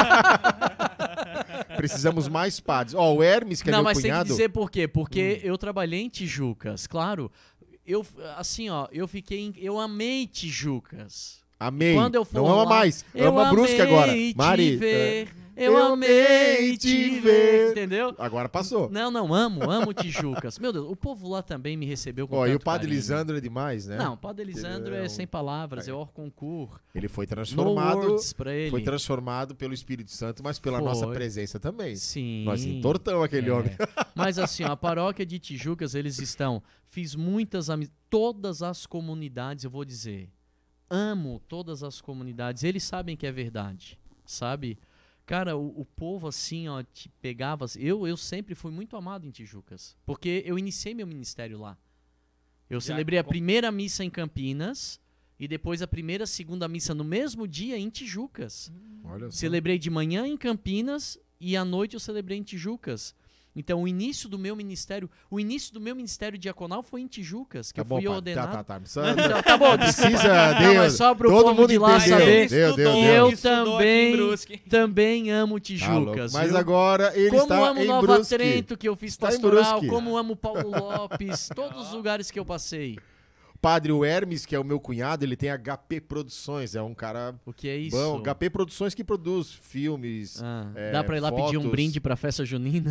Precisamos mais padres. Ó, o Hermes, que é Não, meu mas cunhado... tem que dizer por quê. Porque eu trabalhei em Tijucas, claro. Eu amei Tijucas. Amei. Quando eu for Não ama lá, mais. eu Ama Brusque agora. amei te Mari. ver, eu amei te ver. Entendeu? Agora passou. Não, amo Tijucas. Meu Deus, o povo lá também me recebeu com Ó, e tanto o Padre carinho. Lisandro é demais, né? Não, o Padre Lisandro é sem palavras, é hors concours. Ele foi No transformado. words pra ele. Foi transformado pelo Espírito Santo, mas pela Foi. nossa presença também. Sim. Nós entortamos aquele homem. Mas assim, ó, a paróquia de Tijucas, eles estão... Fiz muitas amizades. Todas as comunidades, eu vou dizer. Amo todas as comunidades. Eles sabem que é verdade, sabe? Cara, o povo assim, ó, te pegava... Eu sempre fui muito amado em Tijucas. Porque eu iniciei meu ministério lá. Eu celebrei a primeira missa em Campinas... E depois a primeira, segunda missa no mesmo dia em Tijucas. Olha só. Celebrei de manhã em Campinas e à noite eu celebrei em Tijucas. Então o início do meu ministério diaconal foi em Tijucas, que Tá eu bom, fui Padre. ordenado. Tá. Tá bom, Precisa, Não, Deus. mas só pro Todo povo mundo de lá entendeu. saber. Deu. E eu Estudou aqui em Brusque. também amo Tá louco. Tijucas. Mas viu? agora ele Como está amo em Nova Brusque. Trento, que eu fiz Está em pastoral, Brusque. como amo Paulo Lopes, todos os lugares que eu passei. Padre, o Hermes, que é o meu cunhado, ele tem HP Produções. É um cara O que é isso? bom. HP Produções que produz filmes. Dá pra ir lá pedir um fotos. brinde pra festa junina?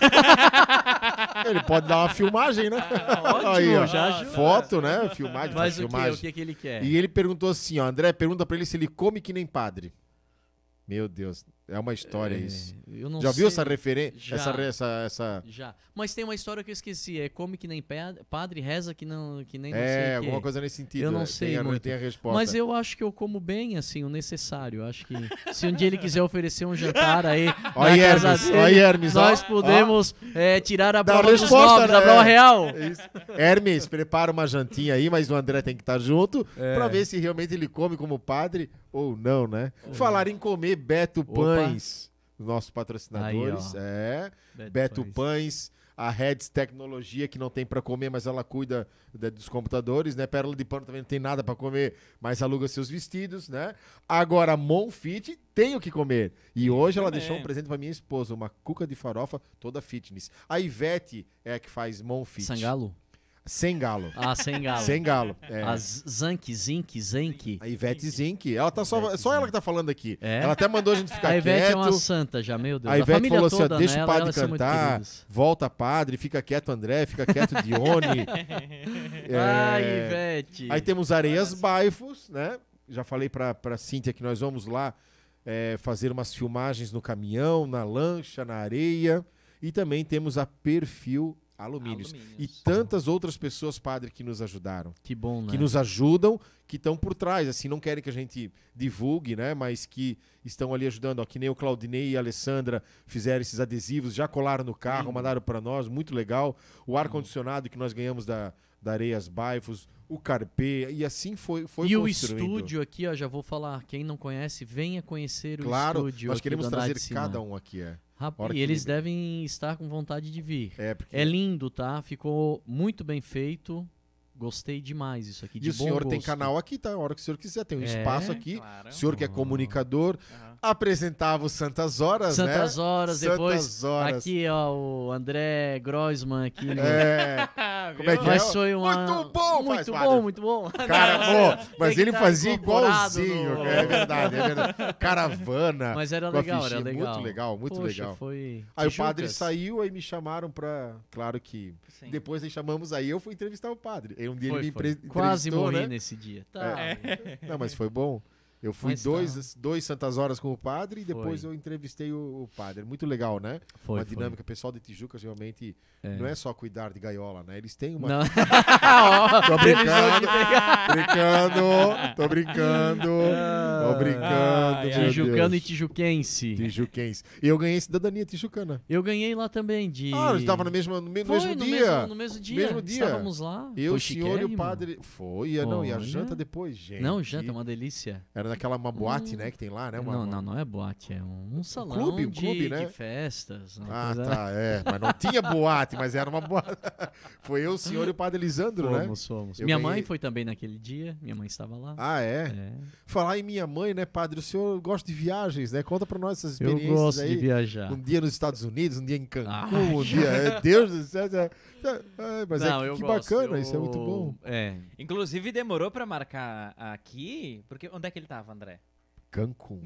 Ele pode dar uma filmagem, né? Ótimo, Aí, ó. já ajuda. Foto, né? Filmagem, Mas faz o filmagem. que ele quer? E ele perguntou assim, ó, André, pergunta pra ele se ele come que nem padre. Meu Deus, é uma história isso. Eu não Já sei. viu essa referência? Já. Essa... Já. Mas tem uma história que eu esqueci. É come que nem padre, reza que nem não sei o É, quê. alguma coisa nesse sentido. Eu não né? sei tem muito. Tem a resposta. Mas eu acho que eu como bem, assim, o necessário. Eu acho que se um dia ele quiser oferecer um jantar aí Ó, na Hermes, casa dele, ó, Hermes, nós ó, podemos tirar a Dá a prova dos resposta, nobres, né? a prova real. É isso. Hermes, prepara uma jantinha aí, mas o André tem que estar junto pra ver se realmente ele come como padre ou não, né? Falar em comer, Beto Pães, nossos patrocinadores. Aí, Beto Pães, a Reds Tecnologia, que não tem pra comer, mas ela cuida dos computadores, né? Pérola de Pano também não tem nada pra comer, mas aluga seus vestidos, né? Agora, a Monfit tem o que comer. E hoje ela deixou um presente pra minha esposa, uma cuca de farofa toda fitness. A Ivete é a que faz Monfit. Sangalo? Sem galo. Ah, sem galo. Sem galo. É. A Zenk. A Ivete Zink. Ela tá só ela que tá falando aqui. É? Ela até mandou a gente ficar A Ivete quieto. é uma santa já, meu Deus. A Ivete família falou assim, ó, toda, deixa né? o padre Elas são muito cantar, queridas. volta padre, fica quieto André, fica quieto Dione. Ai, É, Ivete. Aí temos Areias Baifos, né? Já falei pra Cíntia que nós vamos lá fazer umas filmagens no caminhão, na lancha, na areia. E também temos a Perfil Alumínios. E tantas outras pessoas, padre, que nos ajudaram. Que bom, né? Que nos ajudam, que estão por trás, assim, não querem que a gente divulgue, né, mas que estão ali ajudando, ó, que nem o Claudinei e a Alessandra fizeram esses adesivos, já colaram no carro, mandaram para nós, muito legal. O ar-condicionado que nós ganhamos da Areias Baifos, o Carpê, e assim foi E o construindo. estúdio aqui, ó, já vou falar, quem não conhece, venha conhecer o Claro, estúdio. nós aqui queremos do Andar trazer de Cima. cada um aqui, Rapaz, Hora e que eles liga. devem estar com vontade de vir. porque... É lindo, tá? Ficou muito bem feito. Gostei demais isso aqui, de E o bom senhor tem gosto. canal aqui, tá? A hora que o senhor quiser, tem um É, espaço aqui. Claro. O senhor que é comunicador, apresentava o Santas Horas, né? Santas Horas, depois Santas Horas. aqui, ó, o André Groisman aqui. No... Como é que Mas é? foi uma... Muito bom, muito padre. bom, muito bom. Cara, Não, pô, tem mas que ele tá fazia incorporado igualzinho. no- É verdade. Caravana. Mas era com a legal, fichinha, era legal. Muito legal, muito Poxa, legal. Foi... Aí o Tijucas. padre saiu, aí me chamaram pra... Claro que... Sim. Depois aí chamamos, aí eu fui entrevistar o padre. Aí um dia Foi, ele me foi. entrevistou, Quase morri né? nesse dia. Tá. Não, mas foi bom. Eu fui Mas dois Santas Horas com o padre e depois Foi. eu entrevistei o padre. Muito legal, né? Foi, Uma foi. dinâmica. O pessoal de Tijucas realmente não é só cuidar de gaiola, né? Eles têm uma... Não. Ó, Tô previsão de brincando. Tô brincando. Tô brincando. meu Tijucano Deus. e tijuquense. Tijuquense. E eu ganhei cidadania tijucana. Eu ganhei lá também de... Ah, a gente tava no mesmo Foi, dia. no mesmo dia. Mesmo dia. Estávamos lá. Eu, Foi o senhor e o chiquérrimo. padre. Foi, não, e a Olha. janta depois, gente. Não, janta é uma delícia. Era naquela uma boate, né, que tem lá, né? Não é boate, é um salão clube, né? de festas. Ah, tá, mas não tinha boate, mas era uma boate. Foi eu, o senhor e o padre Lisandro, né? Fomos. Eu Minha ganhei- mãe foi também naquele dia, minha mãe estava lá. Ah, é? É. Falar em minha mãe, né, padre? O senhor gosta de viagens, né? Conta pra nós essas Eu experiências gosto aí. de viajar. Um dia nos Estados Unidos, um dia em Cancún, Ah, um dia... Deus do céu. Mas Não, que eu gosto. bacana, isso é muito bom. É. Inclusive, demorou pra marcar aqui, porque onde é que ele tava, André? Cancún.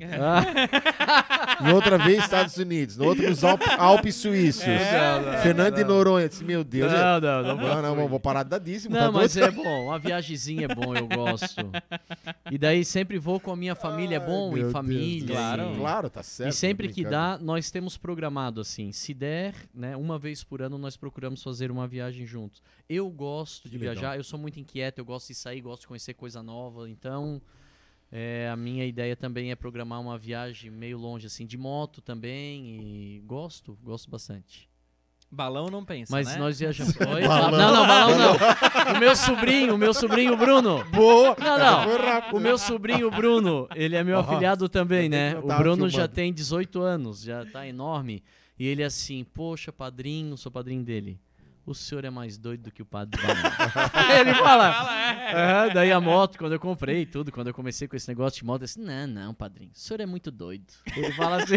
Ah, E outra vez Estados Unidos, no outro nos Alpes Suíços. Fernando de Noronha. Eu disse, meu Deus. Não, vou parar dadíssimo. Não, tá mas doido? é bom. Uma viagemzinha é bom, eu gosto. E daí sempre vou com a minha família, é bom, Ai, meu em Deus família. do céu. Claro. Claro, tá certo. E sempre tô que brincando. dá, nós temos programado assim. Se der, né, uma vez por ano nós procuramos fazer uma viagem juntos. Eu gosto de Que legal. viajar, eu sou muito inquieto, eu gosto de sair, gosto de conhecer coisa nova. Então, a minha ideia também é programar uma viagem meio longe, assim, de moto também. E gosto bastante. Balão não pensa, Mas né? nós viajamos. Oi? Balão. Não, balão não. O meu sobrinho Bruno. Boa! Não, Essa não. foi rápido. O meu sobrinho Bruno, ele é meu Ó, afilhado também, ainda bem né? que não O tava Bruno já filmando. tem 18 anos, já tá enorme. E ele assim, poxa, padrinho, sou padrinho dele. O senhor é mais doido do que o padre Balão. Ele fala. Daí a moto, quando eu comprei tudo, quando eu comecei com esse negócio de moto, eu disse, não, padrinho, o senhor é muito doido. Ele fala assim.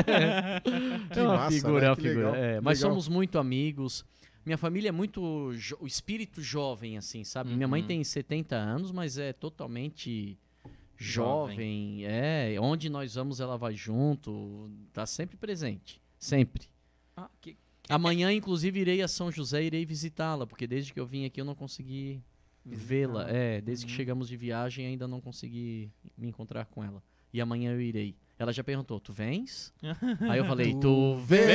É uma massa, figura, né? é uma Que figura. legal, Mas legal. somos muito amigos. Minha família é muito o espírito jovem, assim, sabe? Minha mãe Uhum. tem 70 anos, mas é totalmente Jovem. jovem. Onde nós vamos, ela vai junto. Tá sempre presente. Sempre. Ah, Amanhã, inclusive, irei a São José e irei visitá-la, porque desde que eu vim aqui eu não consegui vê-la. Desde que chegamos de viagem ainda não consegui me encontrar com ela. E amanhã eu irei. Ela já perguntou, tu vens? Aí eu falei, tu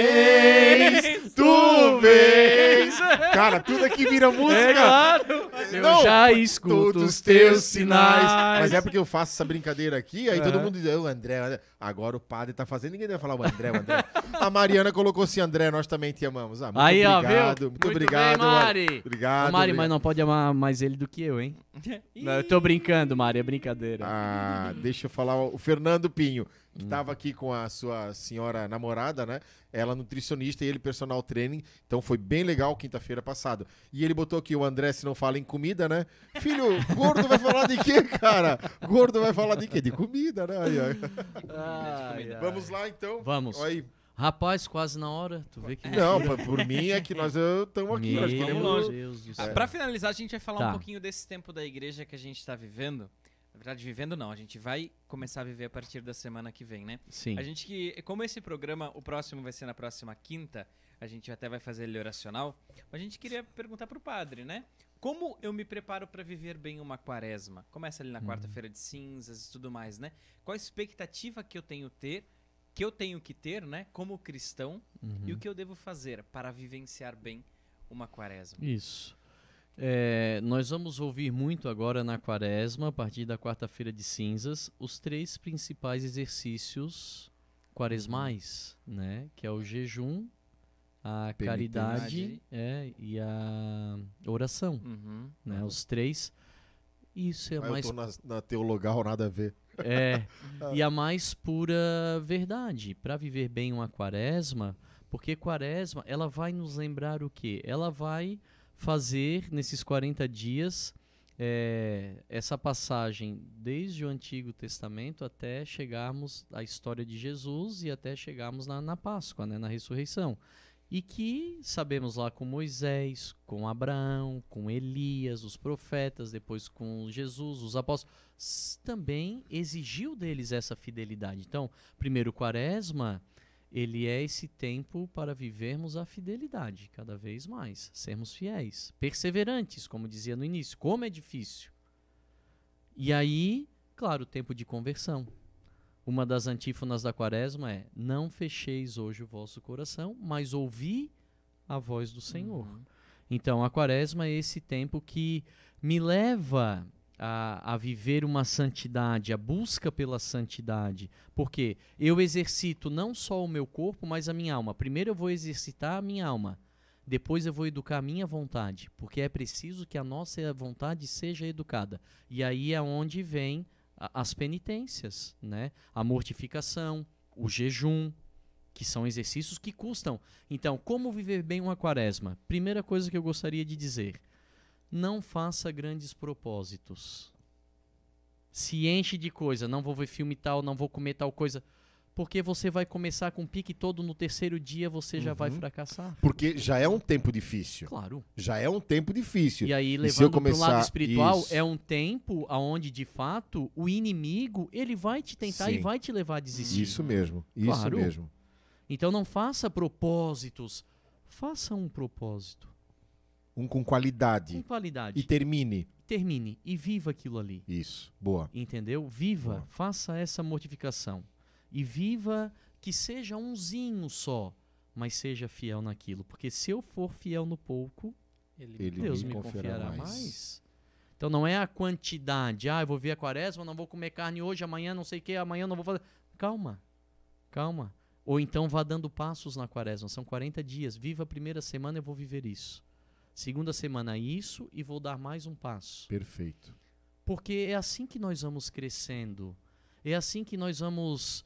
vens! Tu vens! Cara, tudo aqui vira música. claro! Eu Não, já escuto Todos os teus sinais. sinais. Mas é porque eu faço essa brincadeira aqui, aí todo mundo diz, o André. Agora o padre tá fazendo, ninguém deve falar o André. A Mariana colocou assim, André, nós também te amamos. Muito Aí, ó, obrigado. viu? Muito obrigado, bem, Mari. Obrigado. Ô, Mari, obrigado. mas não pode amar mais ele do que eu, hein? Não, eu tô brincando, Mari, é brincadeira. Ah, deixa eu falar, o Fernando Pinho, que estava aqui com a sua senhora namorada, né? Ela nutricionista e ele personal training, então foi bem legal quinta-feira passada. E ele botou aqui, o André, se não fala em comida, né? Filho, gordo vai falar de quê, cara? Gordo vai falar de quê? De comida, né? Aí, ó. Ai, ai. Vamos lá, então? Vamos. Aí. Rapaz, quase na hora. Tu vê que... Não, por mim é que nós estamos aqui, nós Meu queremos... Deus do Ah, céu. pra finalizar, a gente vai falar Tá. um pouquinho desse tempo da igreja que a gente tá vivendo. Na verdade, vivendo não, a gente vai começar a viver a partir da semana que vem, né? Sim. A gente que, como esse programa, o próximo vai ser na próxima quinta, a gente até vai fazer ele oracional, a gente queria perguntar pro padre, né? Como eu me preparo para viver bem uma quaresma? Começa ali na quarta-feira de cinzas e tudo mais, né? Qual a expectativa que eu tenho que ter, né, como cristão, e o que eu devo fazer para vivenciar bem uma quaresma? Isso. Nós vamos ouvir muito agora na quaresma, a partir da quarta-feira de cinzas, os 3 principais exercícios quaresmais, né? Que é o jejum, a caridade e a oração, Uhum. né? Os 3. Isso é Ah, mais eu tô na teologal, nada a ver. e a mais pura verdade. Para viver bem uma quaresma, porque quaresma, ela vai nos lembrar o quê? Ela vai fazer nesses 40 dias essa passagem desde o Antigo Testamento até chegarmos à história de Jesus e até chegarmos na Páscoa, né, na ressurreição. E que sabemos lá com Moisés, com Abraão, com Elias, os profetas, depois com Jesus, os apóstolos, também exigiu deles essa fidelidade. Então, primeiro, Quaresma, ele é esse tempo para vivermos a fidelidade cada vez mais, sermos fiéis, perseverantes, como dizia no início. Como é difícil. E aí, claro, o tempo de conversão. Uma das antífonas da Quaresma é: não fecheis hoje o vosso coração, mas ouvi a voz do Senhor. Então, a Quaresma é esse tempo que me leva a viver uma santidade, a busca pela santidade. Porque eu exercito não só o meu corpo, mas a minha alma. Primeiro eu vou exercitar a minha alma. Depois eu vou educar a minha vontade. Porque é preciso que a nossa vontade seja educada. E aí é onde vem as penitências, né? A mortificação, o jejum, que são exercícios que custam. Então, como viver bem uma quaresma? Primeira coisa que eu gostaria de dizer, não faça grandes propósitos. Se enche de coisa, não vou ver filme tal, não vou comer tal coisa, porque você vai começar com o pique todo, no terceiro dia você já vai fracassar. Porque já é um tempo difícil. Claro. Já é um tempo difícil. E aí, se eu levando para o lado começar espiritual, isso. é um tempo onde, de fato, o inimigo, ele vai te tentar e Sim. vai te levar a desistir. Isso mesmo, isso Claro. mesmo. Então não faça propósitos, faça um propósito Um com qualidade. com qualidade. E termine. Termine e viva aquilo ali. Isso, boa. Entendeu? Viva, Boa. faça essa mortificação. E viva que seja umzinho só, mas seja fiel naquilo. Porque se eu for fiel no pouco, Ele Deus me confiará mais. Então não é a quantidade. Eu vou ver a quaresma, não vou comer carne hoje, amanhã não sei o que, amanhã não vou fazer. Calma, calma. Ou então vá dando passos na quaresma. São 40 dias. Viva a primeira semana, eu vou viver isso. Segunda semana isso e vou dar mais um passo. Perfeito. Porque é assim que nós vamos crescendo. É assim que nós vamos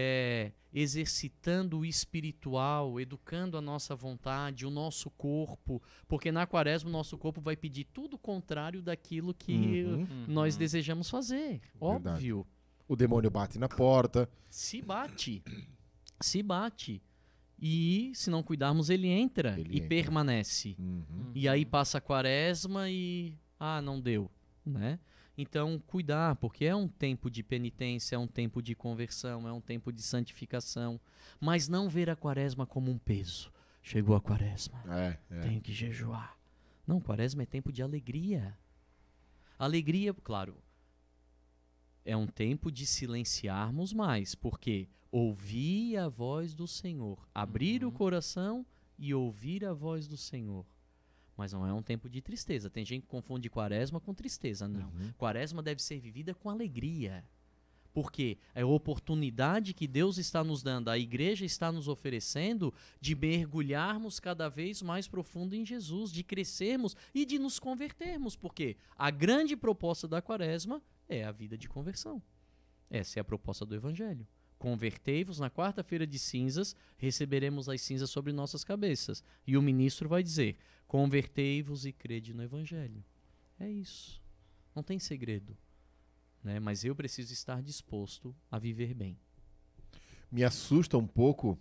exercitando o espiritual, educando a nossa vontade, o nosso corpo. Porque na quaresma o nosso corpo vai pedir tudo o contrário daquilo que nós desejamos fazer. Verdade. Óbvio. O demônio bate na porta. Se bate. Se bate. E, se não cuidarmos, ele entra Ele e entra. permanece. E aí passa a quaresma e... não deu, né? Então, cuidar, porque é um tempo de penitência, é um tempo de conversão, é um tempo de santificação. Mas não ver a quaresma como um peso. Chegou a quaresma, tenho que jejuar. Não, quaresma é tempo de alegria. Alegria, claro, é um tempo de silenciarmos mais, porque ouvir a voz do Senhor, abrir o coração e ouvir a voz do Senhor. Mas não é um tempo de tristeza. Tem gente que confunde quaresma com tristeza. Não. Quaresma deve ser vivida com alegria. Porque é a oportunidade que Deus está nos dando, a igreja está nos oferecendo de mergulharmos cada vez mais profundo em Jesus, de crescermos e de nos convertermos. Porque a grande proposta da quaresma é a vida de conversão. Essa é a proposta do Evangelho. Convertei-vos, na quarta-feira de cinzas, receberemos as cinzas sobre nossas cabeças. E o ministro vai dizer, convertei-vos e crede no Evangelho. É isso. Não tem segredo. Né? Mas eu preciso estar disposto a viver bem. Me assusta um pouco,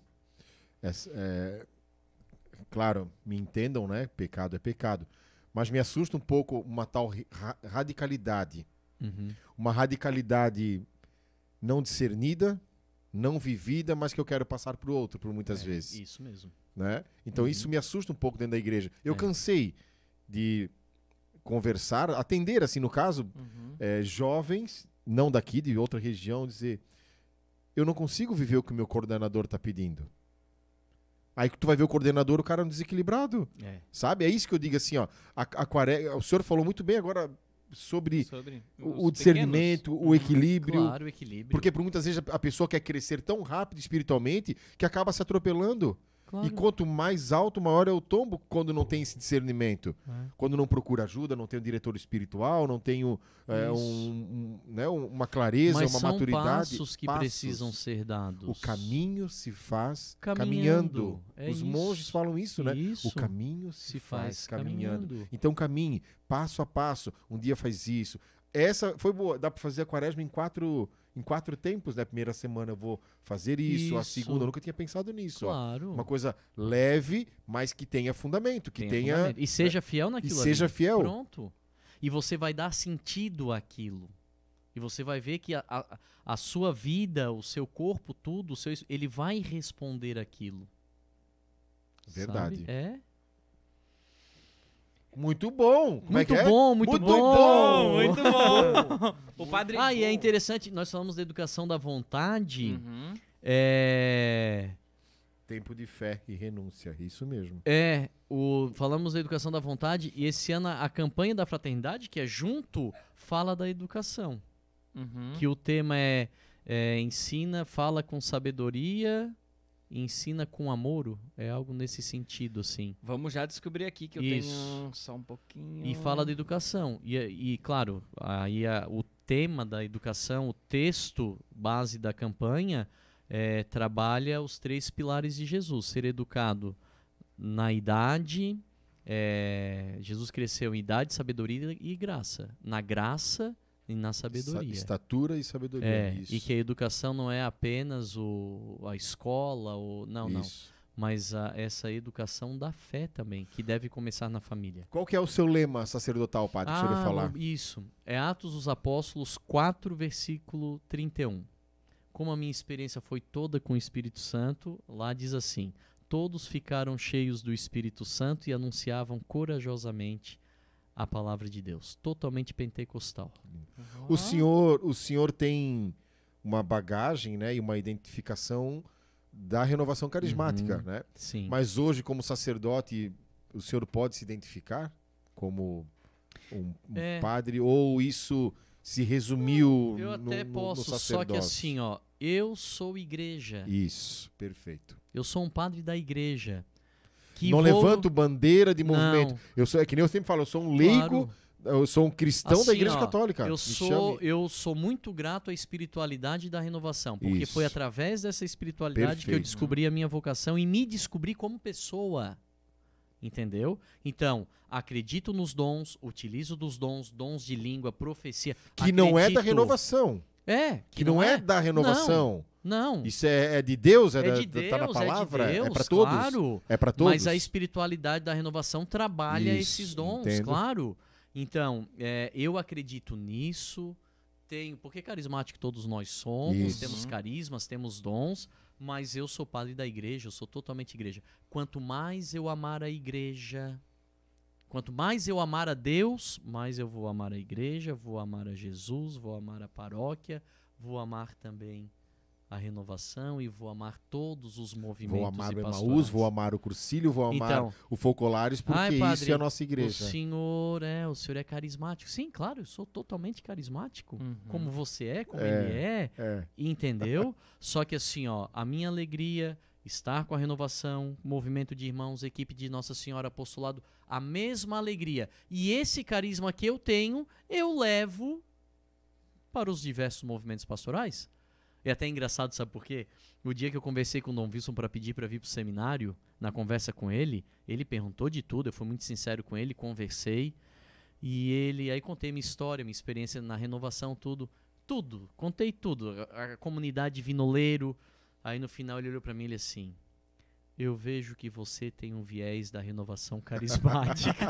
claro, me entendam, né? Pecado é pecado. Mas me assusta um pouco uma tal radicalidade. Uma radicalidade não discernida, não vivida, mas que eu quero passar para o outro, por muitas vezes. Isso mesmo. Né? Então isso me assusta um pouco dentro da igreja. Eu cansei de conversar, atender, assim, no caso, jovens, não daqui, de outra região, dizer, eu não consigo viver o que o meu coordenador está pedindo. Aí tu vai ver o coordenador, o cara é um desequilibrado. Sabe? É isso que eu digo assim, ó. O senhor falou muito bem agora sobre o discernimento, o equilíbrio. Claro, o equilíbrio. Porque por muitas vezes a pessoa quer crescer tão rápido espiritualmente que acaba se atropelando. Claro. E quanto mais alto, maior é o tombo quando não tem esse discernimento. Quando não procura ajuda, não tem um diretor espiritual, não tem uma clareza, Mas uma são maturidade. passos que precisam ser dados. O caminho se faz Caminhando. Os monges falam isso, né? Isso. O caminho se faz caminhando. Então caminhe, passo a passo. Um dia faz isso. Essa foi boa. Dá para fazer a quaresma em quatro tempos, né? Primeira semana eu vou fazer isso, a segunda eu nunca tinha pensado nisso. Claro. Ó. Uma coisa leve, mas que tenha fundamento, que tenha fundamento. E seja fiel naquilo ali. seja fiel. Pronto. E você vai dar sentido àquilo. E você vai ver que a sua vida, o seu corpo, tudo, ele vai responder àquilo. Verdade. Sabe? É. Muito bom! Como Muito é que bom, é? muito Muito bom. Muito bom! O padre... E é interessante, nós falamos da educação da vontade. Tempo de fé e renúncia, isso mesmo. Falamos da educação da vontade e esse ano a campanha da fraternidade, que é junto, fala da educação. Que o tema é ensina, fala com sabedoria, ensina com amor, é algo nesse sentido, assim. Vamos já descobrir aqui que eu tenho só um pouquinho. E fala da educação. E claro, aí o tema da educação, o texto base da campanha, trabalha os 3 pilares de Jesus. Ser educado na idade, Jesus cresceu em idade, sabedoria e graça. Na graça e na sabedoria. Estatura e sabedoria. Isso. E que a educação não é apenas a escola, não. Mas essa educação da fé também, que deve começar na família. Qual que é o seu lema sacerdotal, padre, que o senhor ia falar? Isso. É Atos dos Apóstolos 4, versículo 31. Como a minha experiência foi toda com o Espírito Santo, lá diz assim: todos ficaram cheios do Espírito Santo e anunciavam corajosamente a palavra de Deus. Totalmente pentecostal. O senhor tem uma bagagem, né, e uma identificação da renovação carismática, né? Sim. Mas hoje, como sacerdote, o senhor pode se identificar como um padre, ou isso se resumiu eu até no posso, sacerdócio? só que assim, eu sou igreja. Isso, perfeito. Eu sou um padre da igreja. Não levanto bandeira de movimento. É que nem eu sempre falo, eu sou um leigo, eu sou um cristão assim, da Igreja Católica. Eu sou muito grato à espiritualidade da renovação, porque foi através dessa espiritualidade que eu descobri a minha vocação e me descobri como pessoa. Entendeu? Então, acredito nos dons, utilizo dos dons de língua, profecia. Que não é da renovação. Que não é da renovação. Não. Isso é de Deus? De Deus, tá na palavra? É de Deus, para todos? Claro. É para todos? Mas a espiritualidade da renovação trabalha esses dons, claro. Então, eu acredito nisso, porque carismático todos nós somos, temos carismas, temos dons, mas eu sou padre da igreja, eu sou totalmente igreja. Quanto mais eu amar a igreja, quanto mais eu amar a Deus, mais eu vou amar a igreja, vou amar a Jesus, vou amar a paróquia, vou amar também a renovação e vou amar todos os movimentos. Vou amar e o pastorais. Emaús, vou amar o Cursilho, vou amar o Focolares, porque padre, isso é a nossa igreja. O senhor é carismático. Sim, claro, eu sou totalmente carismático. Como você é, como ele é. Entendeu? Só que assim, a minha alegria, estar com a renovação, movimento de irmãos, equipe de Nossa Senhora Apostolado, a mesma alegria. E esse carisma que eu tenho, eu levo para os diversos movimentos pastorais. É até engraçado, sabe por quê? No dia que eu conversei com o Dom Wilson para pedir para vir para o seminário, na conversa com ele perguntou de tudo, eu fui muito sincero com ele, conversei, e aí contei minha história, minha experiência na renovação, tudo, contei tudo, a comunidade vinoleiro. Aí no final ele olhou para mim e assim: eu vejo que você tem um viés da renovação carismática.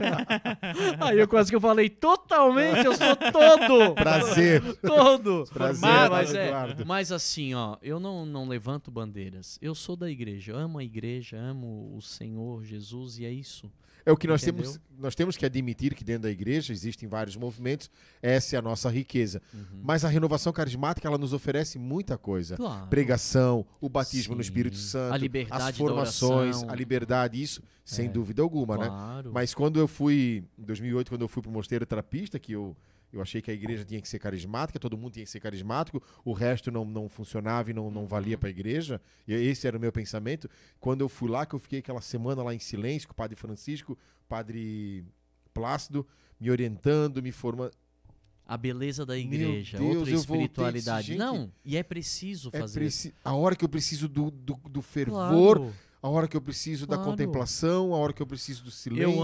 Aí eu quase que eu falei, totalmente, eu sou todo. Prazer. Todo. Prazer, mas assim, eu não levanto bandeiras. Eu sou da igreja, amo a igreja, amo o Senhor Jesus e é isso. É o que nós temos que admitir que dentro da igreja existem vários movimentos, essa é a nossa riqueza. Mas a renovação carismática, ela nos oferece muita coisa. Claro. Pregação, o batismo no Espírito Santo, a liberdade, as formações, da oração. A liberdade, isso sem dúvida alguma, claro. Né? Mas quando eu fui, em 2008, quando eu fui para o Mosteiro Trapista, que eu achei que a igreja tinha que ser carismática, todo mundo tinha que ser carismático, o resto não funcionava e não valia para a igreja. E esse era o meu pensamento. Quando eu fui lá, que eu fiquei aquela semana lá em silêncio com o Padre Francisco, Padre Plácido, me orientando, me formando. A beleza da igreja, Deus, outra espiritualidade. E é preciso fazer isso. A hora que eu preciso do fervor... Claro. A hora que eu preciso da contemplação, a hora que eu preciso do silêncio.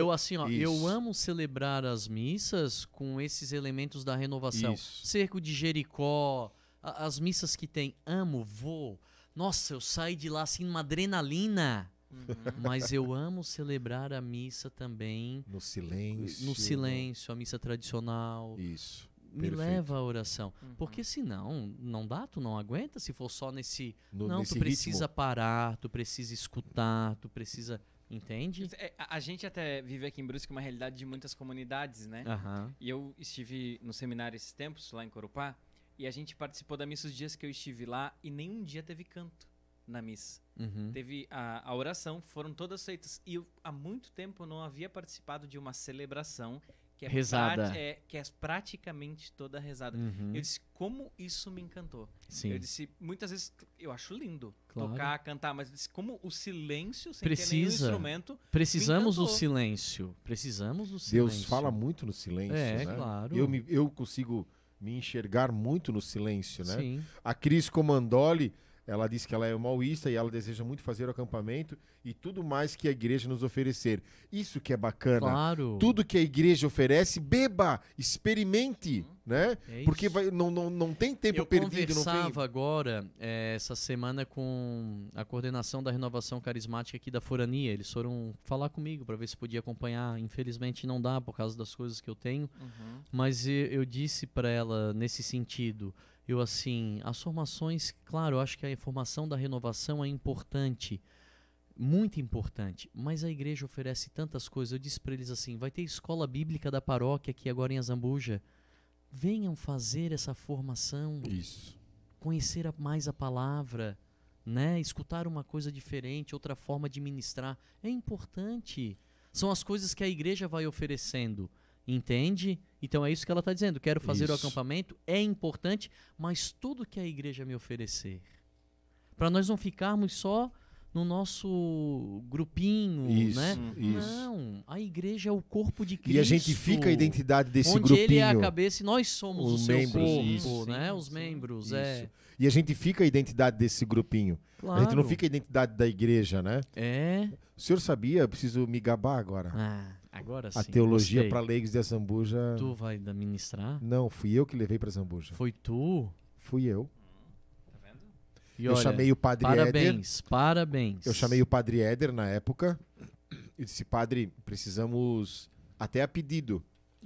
Eu amo celebrar as missas com esses elementos da renovação. Isso. Cerco de Jericó, as missas que tem, vou. Nossa, eu saí de lá assim numa adrenalina. Mas eu amo celebrar a missa também. No silêncio. No silêncio, a missa tradicional. Isso. Me leva à oração. Porque senão, não dá, tu não aguenta se for só nesse tu precisa ritmo. Parar, tu precisa escutar, tu precisa... Entende? A gente até vive aqui em Brusque uma realidade de muitas comunidades, né? E eu estive no seminário esses tempos, lá em Corupá, e a gente participou da missa os dias que eu estive lá e nenhum dia teve canto na missa. Teve a oração, foram todas feitas. E eu, há muito tempo, não havia participado de uma celebração que é rezada. Que é praticamente toda rezada. Eu disse, como isso me encantou. Sim. Eu disse, muitas vezes, eu acho lindo claro. Tocar, cantar, mas eu disse, como o silêncio, sem ter nenhum instrumento, Precisamos do silêncio. Deus fala muito no silêncio, né? Claro. Eu consigo me enxergar muito no silêncio, né? Sim. A Cris Comandoli, ela disse que ela é maoísta e ela deseja muito fazer o acampamento e tudo mais que a igreja nos oferecer. Isso que é bacana. Claro. Tudo que a igreja oferece, beba, experimente, né? É Porque isso. não tem tempo Eu perdido. Não conversava tem... agora, essa semana, com a coordenação da renovação carismática aqui da Forania. Eles foram falar comigo para ver se podia acompanhar. Infelizmente não dá por causa das coisas que eu tenho. Uhum. Mas eu disse para ela nesse sentido, as formações, claro, eu acho que a formação da renovação é importante, muito importante, mas a igreja oferece tantas coisas. Eu disse para eles assim, vai ter escola bíblica da paróquia aqui agora em Azambuja, venham fazer essa formação, Isso. conhecer mais a palavra, né? Escutar uma coisa diferente, outra forma de ministrar, é importante, são as coisas que a igreja vai oferecendo. Entende? Então é isso que ela está dizendo. Quero fazer o Isso. acampamento, é importante, mas tudo que a igreja me oferecer, para nós não ficarmos só no nosso grupinho, Isso, né? isso. Não, a igreja é o corpo de Cristo. E a gente fica a identidade desse onde grupinho. ele é a cabeça e nós somos Os o seu membros, corpo, isso. né? Sim, Os sim. membros, Isso. E a gente fica a identidade desse grupinho. Claro. A gente não fica a identidade da igreja, né? É. O senhor sabia? Eu preciso me gabar agora. Agora sim. A teologia gostei. para leigos de Azambuja. Tu vai ministrar? Não, fui eu que levei para Zambuja. Foi tu? Fui eu. Tá vendo? Eu E olha, chamei o Padre Éder. Parabéns. Eu chamei o Padre Éder na época. E disse, padre, precisamos, até a pedido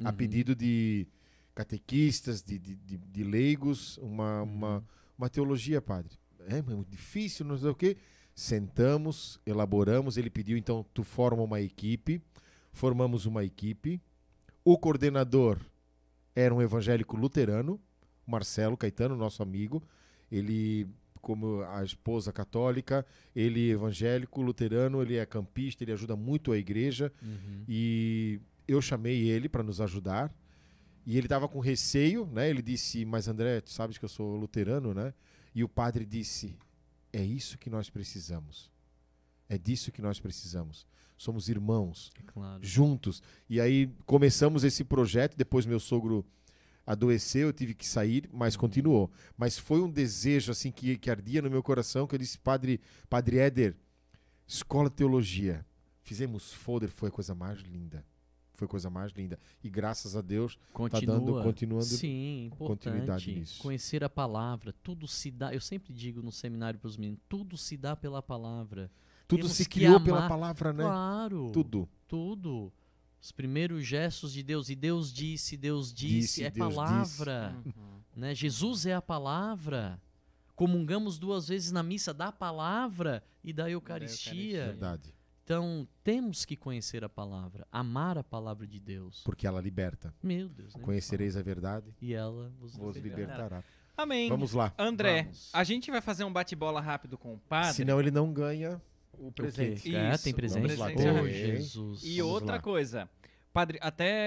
de catequistas, de leigos, uma teologia, padre. É muito difícil, não sei o quê. Sentamos, elaboramos, ele pediu, então, tu forma uma equipe. Formamos uma equipe. O coordenador era um evangélico luterano, Marcelo Caetano, nosso amigo. Ele, como a esposa católica, ele é evangélico, luterano, ele é campista, ele ajuda muito a igreja. E eu chamei ele para nos ajudar. E ele estava com receio, né? Ele disse, mas André, tu sabes que eu sou luterano, né? E o padre disse, é isso que nós precisamos. É disso que nós precisamos. Somos irmãos, Claro. juntos. E aí começamos esse projeto, depois meu sogro adoeceu, eu tive que sair, mas continuou. Mas foi um desejo assim que ardia no meu coração, que eu disse, Padre Éder, escola de teologia. Fizemos folder, foi a coisa mais linda. Foi a coisa mais linda. E graças a Deus continuando Sim, continuidade importante. nisso. Conhecer a palavra, tudo se dá. Eu sempre digo no seminário para os meninos, tudo se dá pela palavra. Tudo Temos se que criou amar. pela palavra, né? Claro. Tudo. Os primeiros gestos de Deus. E Deus disse, Disse, é Deus palavra. Né? Jesus é a palavra. Comungamos 2 vezes na missa da palavra e da Eucaristia. Verdade. Então, temos que conhecer a palavra, amar a palavra de Deus. Porque ela liberta. Meu Deus. Né? Conhecereis a verdade, E ela vos vos libertará. Amém. Vamos lá. André, Vamos. a gente vai fazer um bate-bola rápido com o padre. Senão ele não ganha o O presente. quê? É, Isso, tem presente? vamos lá, Oh, tem. Jesus. E Vamos outra lá. coisa, padre,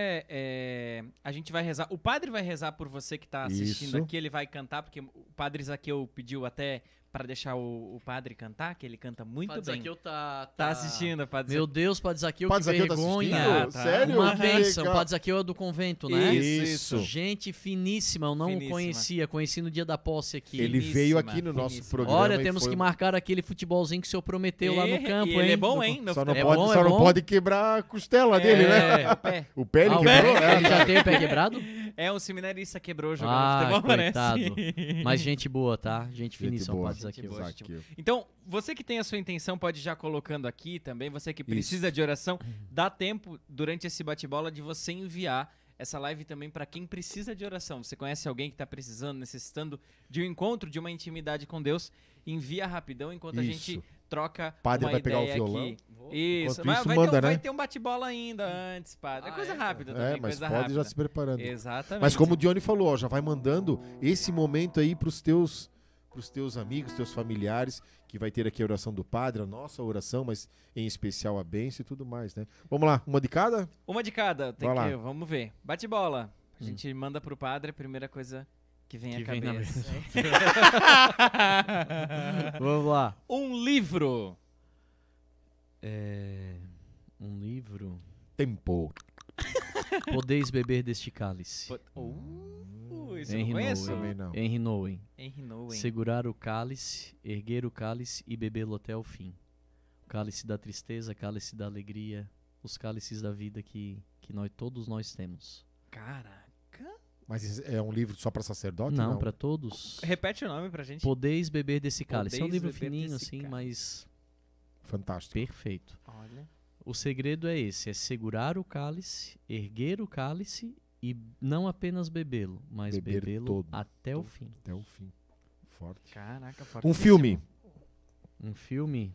até a gente vai rezar. O padre vai rezar por você que está assistindo Isso. aqui, ele vai cantar, porque o padre Zaqueu pediu até para deixar o padre cantar, que ele canta muito Padre bem. Zaqueu tá assistindo, padre Meu Deus, Padre Zaqueu, Padre que Zaqueu tá vergonha. assistindo? Tá. Sério? Uma Que bênção. legal. Padre Zaqueu é do convento, né? Isso. Gente finíssima, eu não Finíssima. o conhecia. Conheci no dia da posse aqui. Ele Finíssima, veio aqui no nosso finíssima. programa. Olha, e temos foi- que marcar aquele futebolzinho que o senhor prometeu lá no campo, e hein? ele é bom, hein? Só não, É pode, bom, só é não bom? pode quebrar a costela dele, né? É, o pé. O pé ele Ah, o quebrou? pé? Ele já tem o pé quebrado? É um seminarista quebrou jogando Ah, futebol, coitado. parece. Mas gente boa, tá? Gente Gente finíssima, boa. Padre Zaqueu. boa. Zaqueu. Então, você que tem a sua intenção, pode ir já colocando aqui também. Você que precisa de oração, dá tempo durante esse bate-bola de você enviar essa live também para quem precisa de oração. Você conhece alguém que está precisando, necessitando de um encontro, de uma intimidade com Deus? Envia rapidão enquanto a Isso. gente troca Padre uma vai pegar o ideia violão. aqui. Isso, Enquanto mas isso, vai, manda, vai né? ter um bate-bola ainda antes, padre. É coisa rápida É, também, mas coisa pode rápida. já se preparando. Exatamente. Mas como o Dione falou, ó, já vai mandando esse momento aí pros teus amigos, teus familiares, que vai ter aqui a oração do padre, a nossa oração, mas em especial a bênção e tudo mais, né? Vamos lá, uma de cada? Uma de cada, Vai lá. vamos ver. Bate-bola. A gente manda pro padre a primeira coisa que vem Que à vem na cabeça. Vamos lá. Um livro. Um livro. Tempo. Podeis beber deste cálice. Ui. Isso eu Henry não conheço. Também não. Henry Nouwen. Henry Nouwen. Segurar o cálice, erguer o cálice e bebê-lo até o fim. O cálice da tristeza, cálice da alegria, os cálices da vida que todos nós temos. Caraca. Mas isso é um livro só para sacerdote? Não, para todos. Repete o nome pra gente. Podeis beber desse cálice. É um Podeis livro beber fininho desse assim, cálice. mas Fantástico. perfeito. Olha. O segredo é esse, é segurar o cálice, erguer o cálice e não apenas bebê-lo, mas Beber bebê-lo todo. até o fim. Até o fim. Forte. Caraca, Um fortíssimo. filme. Um filme...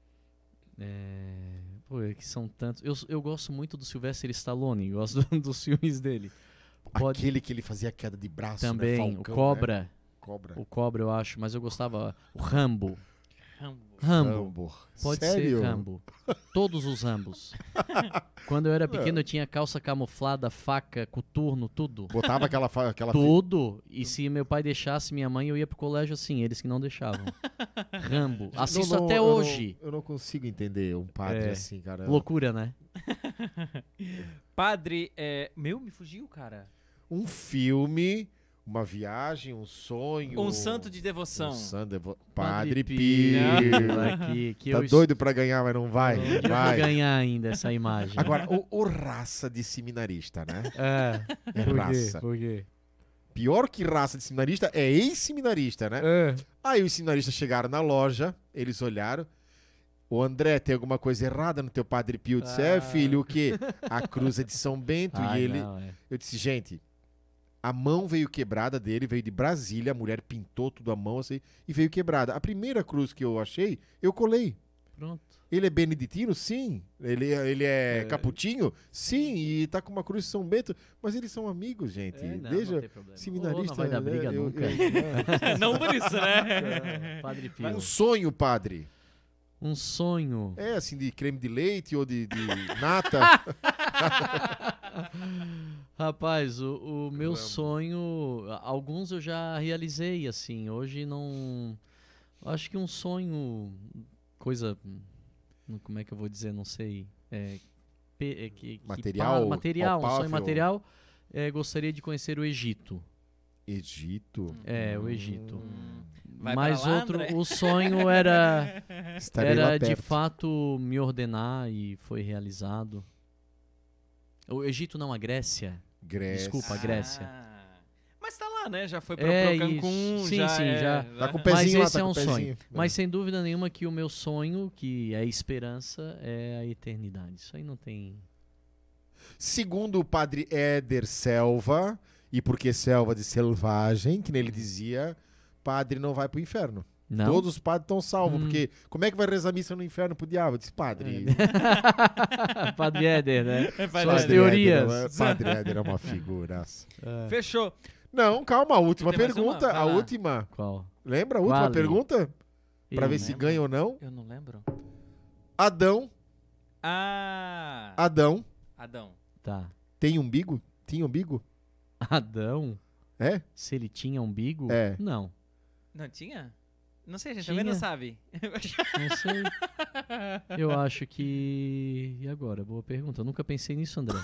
Pô, é que são tantos... Eu gosto muito do Sylvester Stallone, gosto dos filmes dele. Pode- Aquele que ele fazia queda de braço, Também, né? o Falcão, Cobra. Né? Cobra. O Cobra eu acho, mas eu gostava... O Rambo. Rambo. Rambo. Pode Sério? ser Rambo. Todos os Rambos. Quando eu era pequeno, eu tinha calça camuflada, faca, coturno, tudo. Botava aquela Tudo. E se meu pai deixasse minha mãe, eu ia pro colégio assim, eles que não deixavam. Rambo. Assisto Não, até eu hoje. eu não consigo entender um padre É. assim, cara. Loucura, né? Padre, me fugiu, cara. Um filme, uma viagem, um sonho. Um santo de devoção. Um santo Padre Padre Pio. Pio. Aqui, que Tá eu doido pra ganhar, mas não vai. Eu vou Vai. ganhar ainda essa imagem. Agora, o raça de seminarista, né? É, É por quê? raça. Por quê? Pior que raça de seminarista é ex-seminarista, né? É. Aí os seminaristas chegaram na loja, eles olharam. O André, tem alguma coisa errada no teu Padre Pio? Eu disse, filho, o quê? A cruz é de São Bento. Ah, e ele... não, é. Eu disse, gente, a mão veio quebrada dele, veio de Brasília, a mulher pintou tudo a mão assim, e veio quebrada. A primeira cruz que eu achei, eu colei. Pronto. Ele é beneditino? Sim. Ele é caputinho? Sim. E tá com uma cruz de São Bento. Mas eles são amigos, gente. É, não, Veja, não tem problema. seminarista... Não vai dar briga né, nunca. Não por isso, né? Padre Pio. Um sonho, padre. Um sonho. É, assim, de creme de leite ou de nata. Rapaz, o meu Vamos. sonho, alguns eu já realizei, assim, hoje não... Acho que um sonho, coisa, como é que eu vou dizer, não sei, Material, material, um sonho palpável. material, gostaria de conhecer o Egito, Egito. o Egito. Vai Mas pra lá, outro, André? o sonho era, Estarei lá era de perto. fato me ordenar e foi realizado. O Egito não, a Grécia. Grécia. Desculpa, a Grécia. Mas tá lá, né? Já foi pro É Cancún, isso. Sim, já sim, é- já. Tá com o Mas pezinho lá, esse tá é com um o pezinho. sonho. Mas sem dúvida nenhuma que o meu sonho, que é esperança, é a eternidade. Isso aí não tem... Segundo o padre Éder Selva, e porque selva de selvagem, que nele dizia, padre não vai pro inferno. Não? Todos os padres estão salvos, Hum. porque como é que vai rezar missa no inferno pro diabo? Eu disse, padre... Padre Éder, né? Vai Só lá, as Padre teorias. Éder, padre Éder é uma figuraça. Fechou. Não, calma, a última Tem mais pergunta. uma? Vai A lá. última. Qual? Lembra a última Qual? pergunta? Pra Ih, ver se lembro. ganha ou não. Eu não lembro. Adão, Adão. Tá. tem umbigo? Tinha umbigo? Adão, É? se ele tinha umbigo? É. Não. Não tinha? Não sei, a gente Tinha. também não sabe. Não sei. Eu acho que... E agora? Boa pergunta. Eu nunca pensei nisso, André.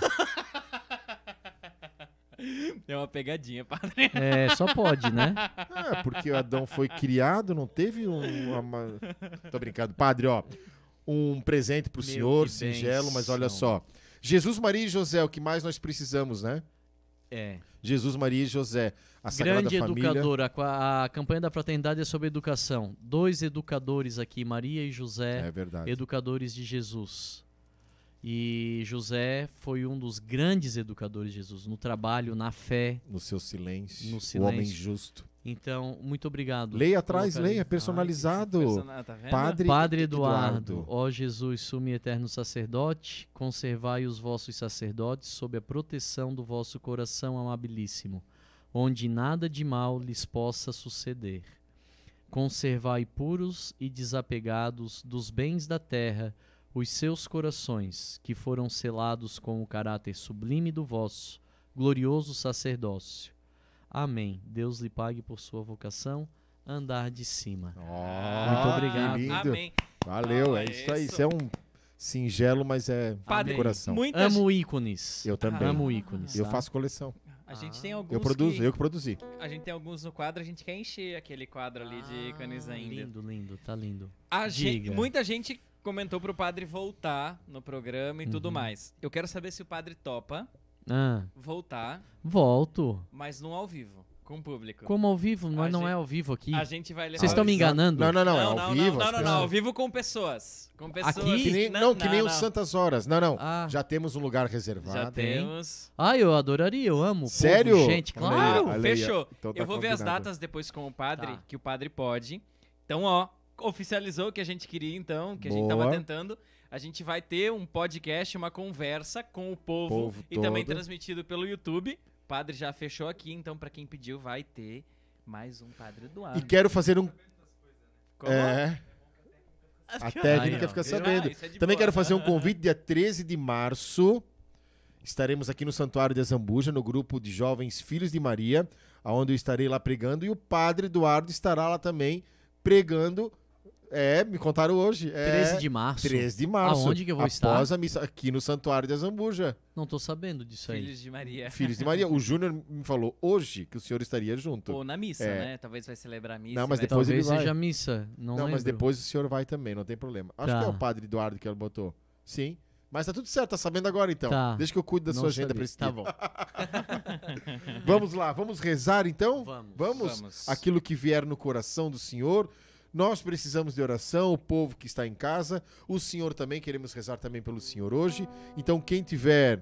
É uma pegadinha, padre. Só pode, né? Porque o Adão foi criado, não teve Tô brincando. Padre, ó, um presente pro Meu, senhor, que singelo, mas olha bênção. só. Jesus, Maria e José, o que mais nós precisamos, né? Jesus, Maria e José, a Sagrada Grande Família. educador. A campanha da fraternidade é sobre educação. 2 educadores aqui, Maria e José, É verdade. educadores de Jesus. E José foi um dos grandes educadores de Jesus, no trabalho, na fé. No seu silêncio, No o homem silêncio. justo. Então, muito obrigado. Leia atrás, pelo carinho. leia, personalizado. Tá vendo? Padre Eduardo, ó Jesus, sumo e eterno sacerdote, conservai os vossos sacerdotes sob a proteção do vosso coração amabilíssimo, onde nada de mal lhes possa suceder. Conservai puros e desapegados dos bens da terra os seus corações, que foram selados com o caráter sublime do vosso glorioso sacerdócio. Amém. Deus lhe pague por sua vocação, andar de cima. Muito obrigado. Que lindo. Amém. Valeu, Ah, é isso aí. isso. Isso é um singelo, mas é Padre, de coração. muita Amo ícones. Eu também. Amo ícones. Eu tá? faço coleção. A gente tem alguns Eu produzo, eu que produzi. A gente tem alguns no quadro, a gente quer encher aquele quadro ali de ícones ainda. Lindo, lindo, tá lindo. Muita gente comentou pro padre voltar no programa e tudo mais. Eu quero saber se o padre topa voltar, Volto. mas não ao vivo, com o público. Como ao vivo? Mas não é ao vivo aqui. A gente vai levar. Vocês estão me enganando? Não, é ao vivo. Não, ao vivo com pessoas. Com pessoas. Aqui? Que nem os Santas Horas. Não. Ah. Já temos um lugar reservado. Já temos. Eu adoraria, eu amo. o Sério? Povo, gente, claro. Olha aí, Fechou. então tá Eu vou ver as combinado. datas depois com o padre, Tá. que o padre pode. Então, oficializou o que a gente queria, então, que a gente tava Boa. tentando. A gente vai ter um podcast, uma conversa com o povo e todo. também transmitido pelo YouTube. O padre já fechou aqui, então, pra quem pediu, vai ter mais um Padre Eduardo. E quero fazer um... Como? A técnica Aí, ó. fica Viu? sabendo. Isso é de Também boa. quero fazer um convite dia 13 de março. Estaremos aqui no Santuário de Azambuja, no grupo de jovens Filhos de Maria, onde eu estarei lá pregando, e o Padre Eduardo estará lá também pregando. Me contaram hoje. 13 de março. 13 de março. Aonde que eu vou após estar? a missa, aqui no Santuário de Azambuja. Não tô sabendo disso aí. Filhos de Maria. Filhos de Maria. O Júnior me falou hoje que o senhor estaria junto. Ou na missa, É. né? Talvez vai celebrar a missa. Não, mas vai- depois Talvez ele vai. seja missa. Não, Não, mas lembro. depois o senhor vai também, não tem problema. Acho Tá. que é o Padre Eduardo que ela botou. Sim. Mas tá tudo certo, tá sabendo agora então. Tá. Deixa que eu cuido da Não sua agenda sabia. pra esse Tá dia. bom. Vamos lá, vamos rezar então? Vamos. Vamos. Aquilo que vier no coração do Senhor. Nós precisamos de oração, o povo que está em casa. O Senhor também, queremos rezar também pelo Senhor hoje. Então quem tiver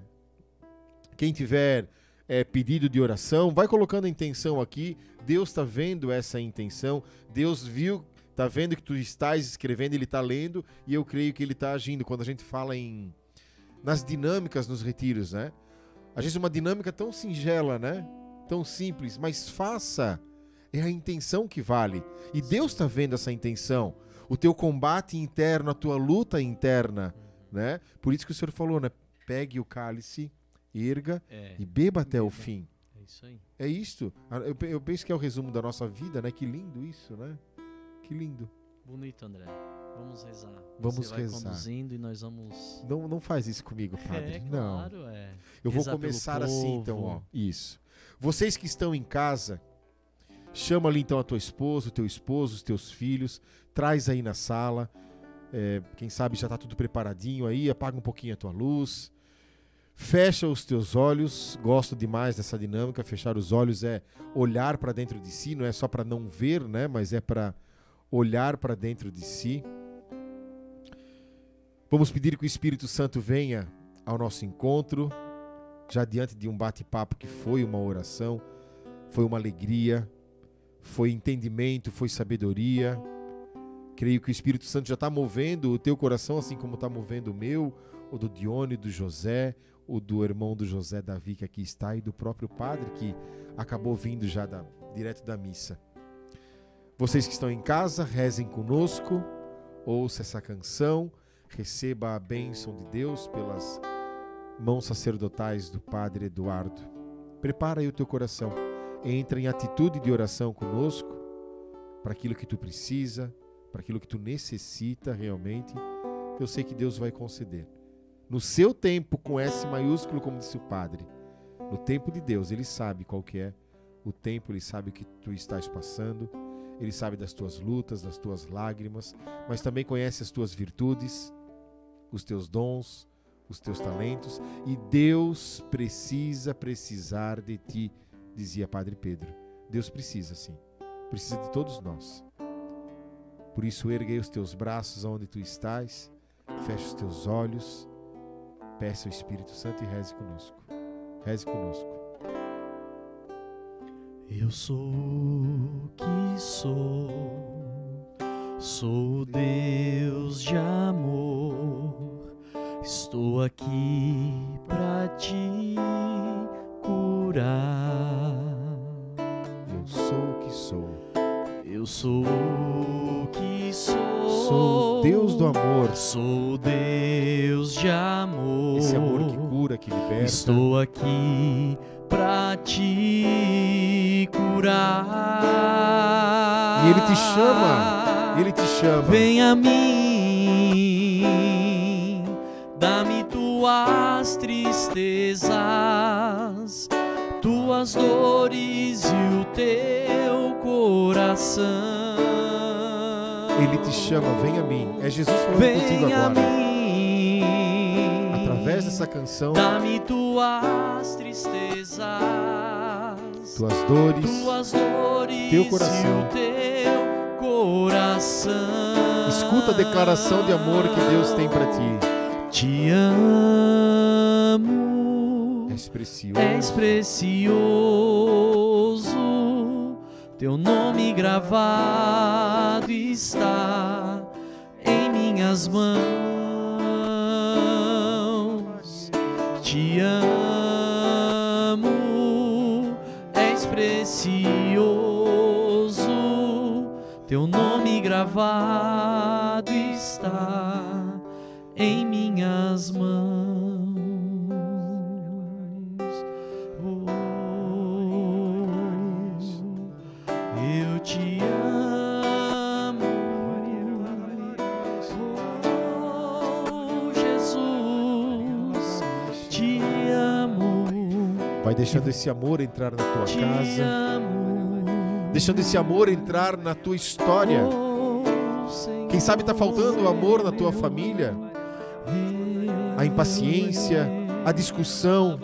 pedido de oração, vai colocando a intenção aqui. Deus está vendo essa intenção. Deus viu, está vendo que tu estás escrevendo, Ele está lendo e eu creio que Ele está agindo. Quando a gente fala nas dinâmicas nos retiros, né? Às vezes uma dinâmica tão singela, né? Tão simples, mas faça. É a intenção que vale. E Deus está vendo essa intenção. O teu combate interno, a tua luta interna, né? Por isso que o Senhor falou, né? Pegue o cálice, erga e beba até o fim. É isso aí. É isto. Eu penso que é o resumo da nossa vida, né? Que lindo isso, né? Que lindo. Bonito, André. Vamos rezar. Vamos Você vai rezar. conduzindo e nós vamos... Não faz isso comigo, padre. Não. Claro, Eu vou Rezar pelo começar assim, povo. então, ó. Isso. Vocês que estão em casa, chama ali então a tua esposa, o teu esposo, os teus filhos, traz aí na sala. Quem sabe já está tudo preparadinho aí, apaga um pouquinho a tua luz. Fecha os teus olhos. Gosto demais dessa dinâmica. Fechar os olhos é olhar para dentro de si, não é só para não ver, né? Mas é para olhar para dentro de si. Vamos pedir que o Espírito Santo venha ao nosso encontro, já diante de um bate-papo que foi uma oração, foi uma alegria, foi entendimento, foi sabedoria. Creio que o Espírito Santo já está movendo o teu coração, assim como está movendo o meu, o do Dione, do José, o do irmão do José Davi, que aqui está, e do próprio padre, que acabou vindo já direto da missa. Vocês que estão em casa, rezem conosco, ouça essa canção, receba a bênção de Deus pelas mãos sacerdotais do Padre Eduardo. Prepara aí o teu coração, entra em atitude de oração conosco, para aquilo que tu precisa, para aquilo que tu necessita realmente. Eu sei que Deus vai conceder. No seu tempo, com S maiúsculo, como disse o Padre, no tempo de Deus, Ele sabe qual que é o tempo, Ele sabe o que tu estás passando, Ele sabe das tuas lutas, das tuas lágrimas, mas também conhece as tuas virtudes, os teus dons, os teus talentos, e Deus precisar de ti, dizia Padre Pedro. Deus precisa, sim. Precisa de todos nós. Por isso, ergue os teus braços onde tu estás, fecha os teus olhos, peça ao Espírito Santo e reze conosco. Reze conosco. Eu sou o que sou Deus de amor, estou aqui pra te curar. Eu sou o que sou. Eu sou o que sou. Sou Deus do amor. Sou Deus de amor. Esse amor que cura, que liberta. Estou aqui pra te curar. E Ele te chama. Ele te chama. Vem a mim, dá-me tuas tristezas, tua tuas dores e o teu coração. Ele te chama, vem a mim. É Jesus falando Vem contigo a agora. mim, Através dessa canção, dá-me tuas tristezas, tuas dores, teu coração. e o teu coração. Escuta a declaração de amor que Deus tem para ti. Te amo, És precioso. és precioso, teu nome gravado está em minhas mãos. Te amo, és precioso, teu nome gravado está em minhas mãos. Oh, eu te amo, oh, Jesus, te amo. Vai deixando esse amor entrar na tua Te casa, amo, deixando esse amor entrar na tua história. oh, Senhor. Quem sabe está faltando o amor na tua família, a impaciência, a discussão,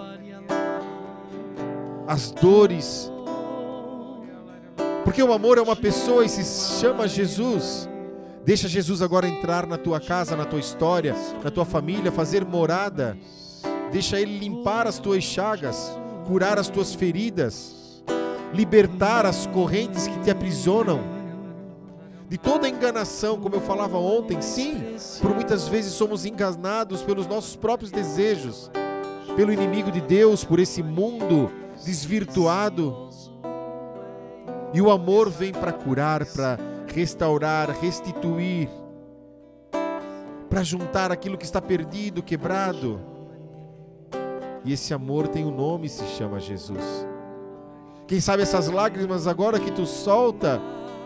as dores. Porque o amor é uma pessoa e se chama Jesus. Deixa Jesus agora entrar na tua casa, na tua história, na tua família, fazer morada. Deixa Ele limpar as tuas chagas, curar as tuas feridas, libertar as correntes que te aprisionam de toda enganação, como eu falava ontem. Sim, por muitas vezes somos enganados pelos nossos próprios desejos, pelo inimigo de Deus, por esse mundo desvirtuado. E o amor vem para curar, para restaurar, restituir, para juntar aquilo que está perdido, quebrado. E esse amor tem um nome, se chama Jesus. Quem sabe essas lágrimas agora que tu solta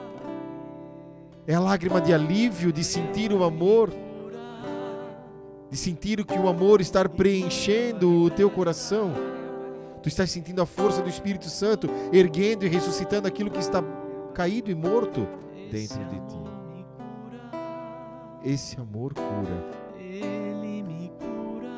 é a lágrima de alívio, de sentir o amor, de sentir que o amor está preenchendo o teu coração. Tu estás sentindo a força do Espírito Santo erguendo e ressuscitando aquilo que está caído e morto dentro de ti. Esse amor cura. Ele me cura.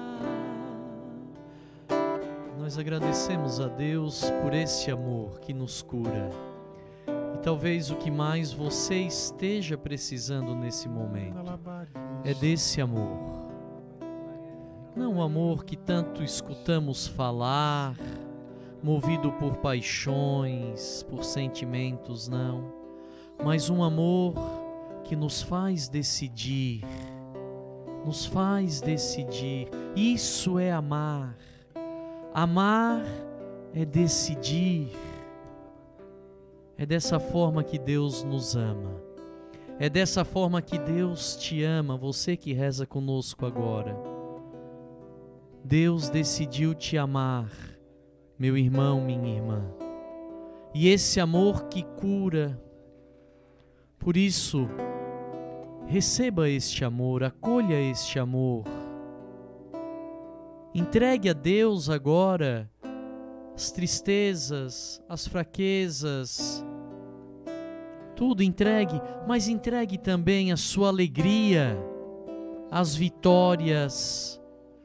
Nós agradecemos a Deus por esse amor que nos cura. E talvez o que mais você esteja precisando nesse momento é desse amor. Não o amor que tanto escutamos falar, movido por paixões, por sentimentos, não. Mas um amor que nos faz decidir. Nos faz decidir. Isso é amar. Amar é decidir. É dessa forma que Deus nos ama. É dessa forma que Deus te ama, você que reza conosco agora. Deus decidiu te amar, meu irmão, minha irmã. E esse amor que cura. Por isso, receba este amor, acolha este amor. Entregue a Deus agora as tristezas, as fraquezas, tudo entregue, mas entregue também a sua alegria, as vitórias.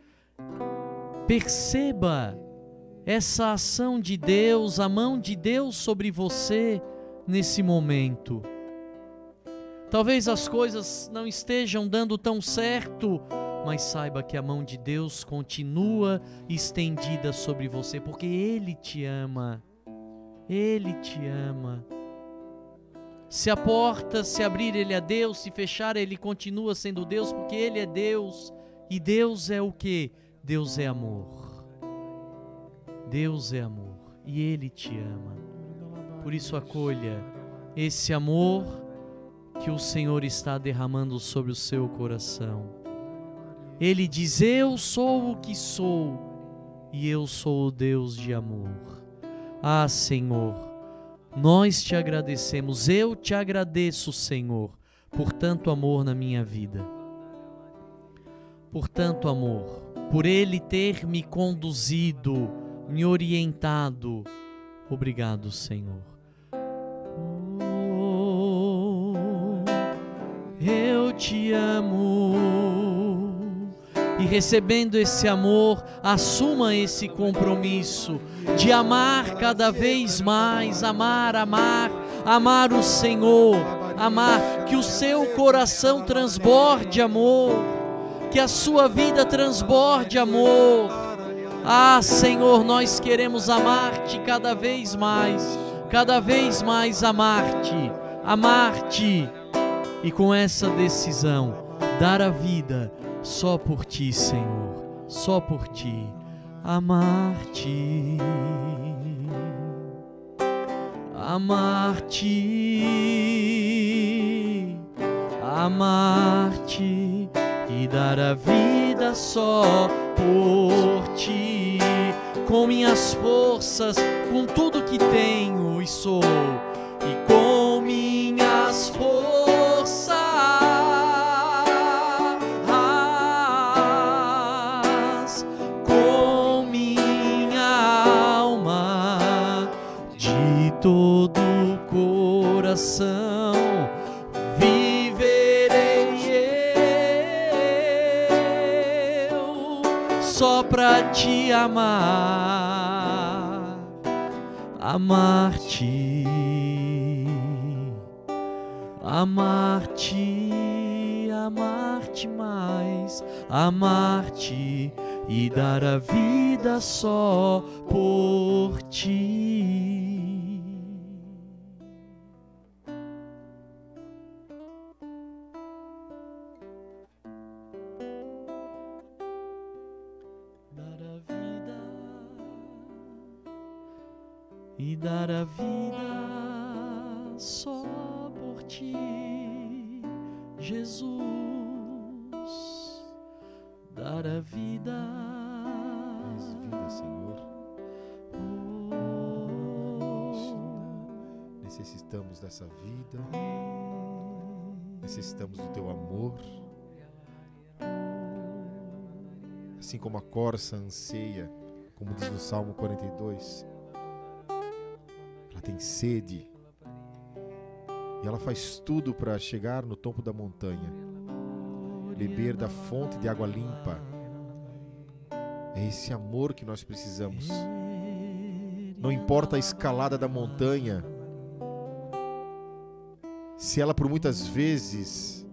Perceba essa ação de Deus, a mão de Deus sobre você nesse momento. Talvez as coisas não estejam dando tão certo, mas saiba que a mão de Deus continua estendida sobre você, porque Ele te ama. Ele te ama. Se a porta se abrir, Ele é Deus, se fechar, Ele continua sendo Deus, porque Ele é Deus. E Deus é o quê? Deus é amor. Deus é amor e Ele te ama. Por isso acolha esse amor que o Senhor está derramando sobre o seu coração. Ele diz: eu sou o que sou e eu sou o Deus de amor. Ah, Senhor, nós te agradecemos, eu te agradeço, Senhor, por tanto amor na minha vida. Por tanto amor, por Ele ter me conduzido, me orientado, Obrigado, Senhor. Eu te amo. E recebendo esse amor, assuma esse compromisso de amar cada vez mais, amar o Senhor, amar, que o seu coração transborde amor, que a sua vida transborde amor. Ah, Senhor, nós queremos amar-te cada vez mais amar-te, e com essa decisão, dar a vida só por ti, Senhor, só por ti, amar-te, e dar a vida só por ti, com minhas forças, com tudo que tenho e sou, e com minhas forças, com minha alma, de todo o coração, viverei eu só pra te amar-te, amar-te mais, amar-te e dar a vida só por ti. E dar a vida só por ti, Jesus, dar a vida. Mais vida, Senhor. Necessitamos dessa vida, necessitamos do teu amor, assim como a corça anseia, como diz no Salmo 42, ela tem sede e ela faz tudo para chegar no topo da montanha, beber da fonte de água limpa. É esse amor que nós precisamos. Não importa a escalada da montanha, se ela por muitas vezes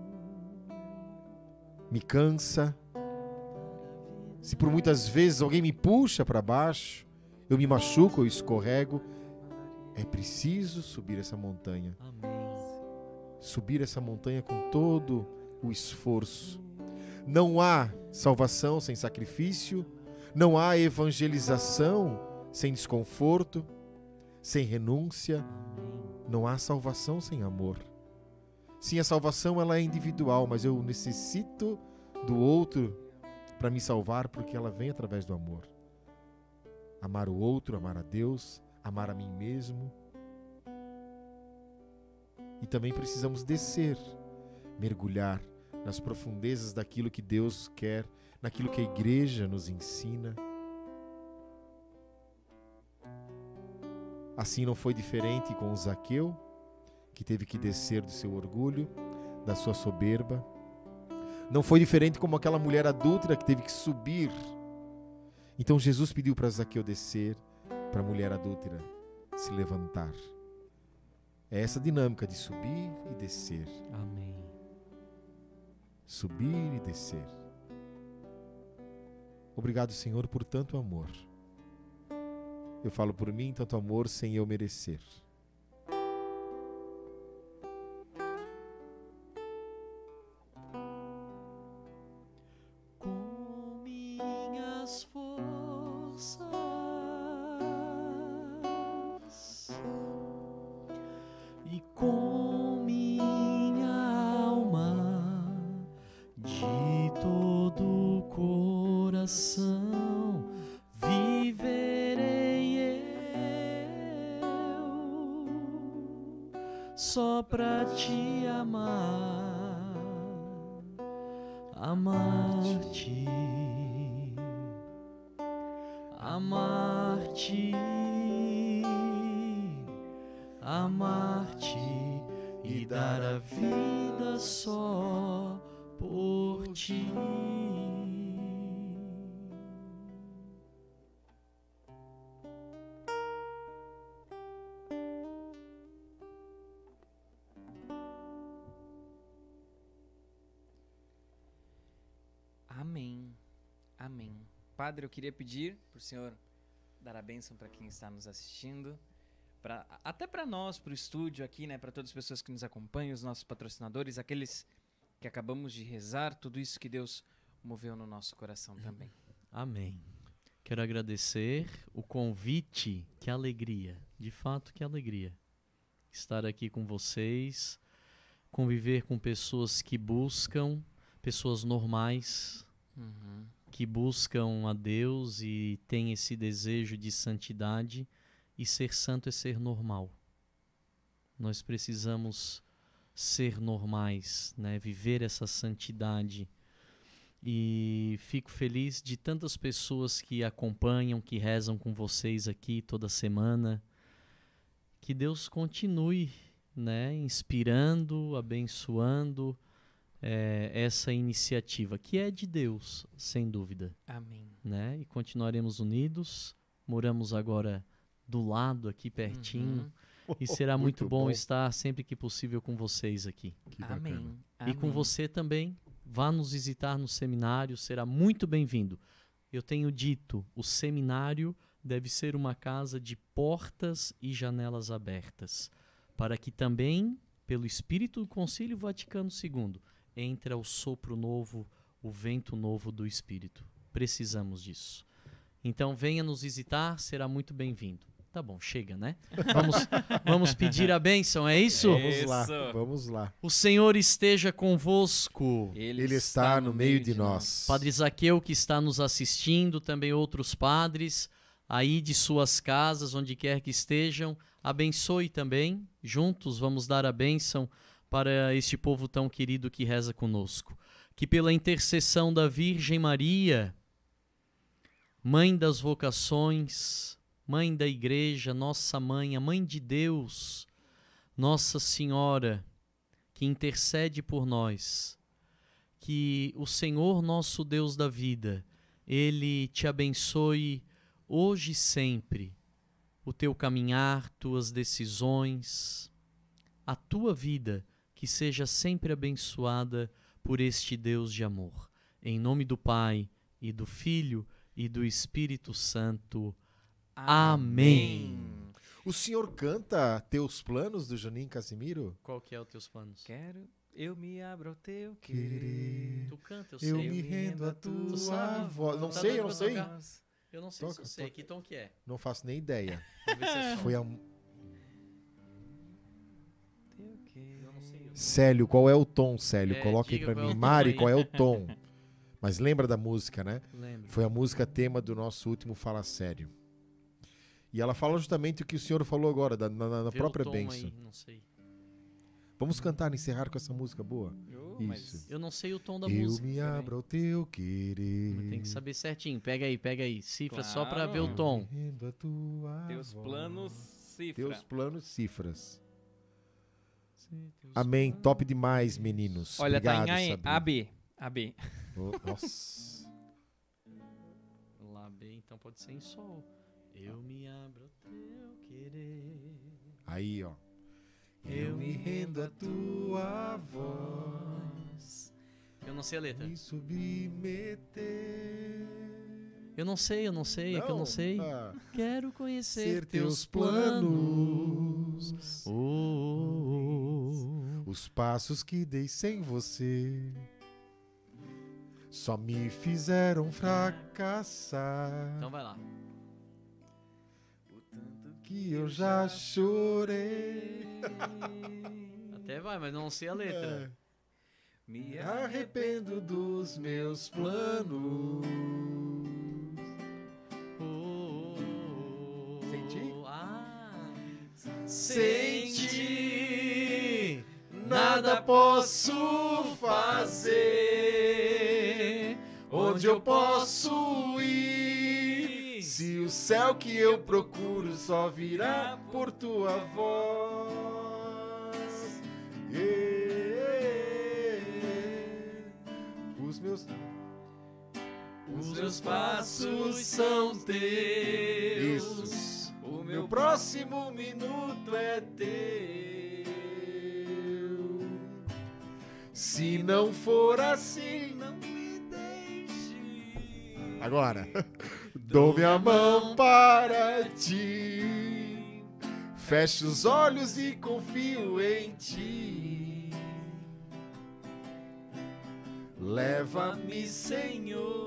me cansa, se por muitas vezes alguém me puxa para baixo, eu me machuco, eu escorrego, é preciso subir essa montanha. Subir essa montanha com todo o esforço. Não há salvação sem sacrifício, não há evangelização sem desconforto, sem renúncia, não há salvação sem amor. Sim, a salvação ela é individual, mas eu necessito do outro para me salvar, porque ela vem através do amor. Amar o outro, amar a Deus, amar a mim mesmo. E também precisamos descer, mergulhar nas profundezas daquilo que Deus quer, naquilo que a igreja nos ensina. Assim não foi diferente com o Zaqueu, que teve que descer do seu orgulho, da sua soberba. Não foi diferente como aquela mulher adúltera que teve que subir. Então Jesus pediu para Zaqueu descer, para a mulher adúltera se levantar. É essa dinâmica de subir e descer. Amém. Subir e descer. Obrigado, Senhor, por tanto amor. Eu falo por mim, tanto amor sem eu merecer. Com minhas forças e com minha alma, de todo o coração, viverei eu só pra te amar, amar-te, amar-te amar-te e dar a vida só por ti. Amém. Amém. Padre, eu queria pedir para o senhor dar a bênção para quem está nos assistindo, até para nós, para o estúdio aqui, né, para todas as pessoas que nos acompanham, os nossos patrocinadores, aqueles que acabamos de rezar, tudo isso que Deus moveu no nosso coração também. Amém. Quero agradecer o convite, que alegria, de fato que alegria, estar aqui com vocês, conviver com pessoas que buscam, pessoas normais, que buscam a Deus e têm esse desejo de santidade, e ser santo é ser normal. Nós precisamos ser normais, né? Viver essa santidade. E fico feliz de tantas pessoas que acompanham, que rezam com vocês aqui toda semana. Que Deus continue, né? Inspirando, abençoando essa iniciativa, que é de Deus, sem dúvida. Amém. Né? E continuaremos unidos. Moramos agora do lado, aqui pertinho. E será muito bom estar sempre que possível com vocês aqui. Que bacana. Amém. E com você também. Vá nos visitar no seminário, será muito bem-vindo. Eu tenho dito, o seminário deve ser uma casa de portas e janelas abertas, para que também, pelo Espírito do Concílio Vaticano II, entre o sopro novo, o vento novo do Espírito. Precisamos disso. Então venha nos visitar, será muito bem-vindo. Tá bom, chega, né? Vamos pedir a bênção, é isso? Vamos lá. O Senhor esteja convosco. Ele está no meio de nós. Padre Zaqueu, que está nos assistindo, também outros padres, aí de suas casas, onde quer que estejam, abençoe também. Juntos vamos dar a bênção para este povo tão querido que reza conosco. Que pela intercessão da Virgem Maria, Mãe das vocações, Mãe da Igreja, nossa Mãe, a Mãe de Deus, Nossa Senhora, que intercede por nós, que o Senhor, nosso Deus da vida, Ele te abençoe hoje e sempre, o teu caminhar, tuas decisões, a tua vida, que seja sempre abençoada por este Deus de amor. Em nome do Pai, e do Filho, e do Espírito Santo. Amém. O senhor canta Teus Planos, do Juninho Casimiro? Qual que é os teus planos? Quero, eu me abro ao teu querer. Tu canta, eu Eu sei. me rendo a Tu tua sabe? voz. Não Tá sei, dando eu não pra sei. tocar? Eu não sei Toca, se eu sei. toca. Que tom que é? Não faço nem ideia. Vamos ver se é som. Foi a... Teu querer. Eu não sei. Célio, qual é o tom, Célio? Coloca aí diga pra qual é mim. o tom Mari, aí. qual é o tom? Mas lembra da música, né? Lembro. Foi a música tema do nosso último Fala Sério. E ela fala justamente o que o senhor falou agora, na Vê própria o tom bênção. aí, não sei. Vamos cantar, encerrar com essa música boa? Mas Eu não sei o tom da Eu música. me abro ao teu querer. Tem que saber certinho. Pega aí. Cifra só pra Claro. ver o tom. Me rendo a tua teus voz. planos, cifra. Teus planos, cifras. Amém. Top demais, meninos. Olha, Obrigado, tá em Sabrina. AB. Oh, nossa. Lá B, então pode ser em sol. Eu me abro ao teu querer. Aí, ó. Eu me rendo a tua voz. Eu não sei a letra. Me submeter. Eu não sei, é que eu não sei. Ah, Quero conhecer ser teus teus planos. planos. Os passos que dei sem você só me fizeram fracassar. Então vai lá. Que eu já chorei. Até vai, mas não sei a letra. Me Arrependo dos meus planos. Senti? Sem Sem ti nada posso fazer. Onde eu posso ir Se o céu que eu procuro só virá por tua voz. Os meus passos são teus. Isso. O Meu próximo minuto é teu. Se não for assim, não me deixe. agora, dou minha mão para ti. Fecho os olhos e confio em ti. Leva-me, Senhor.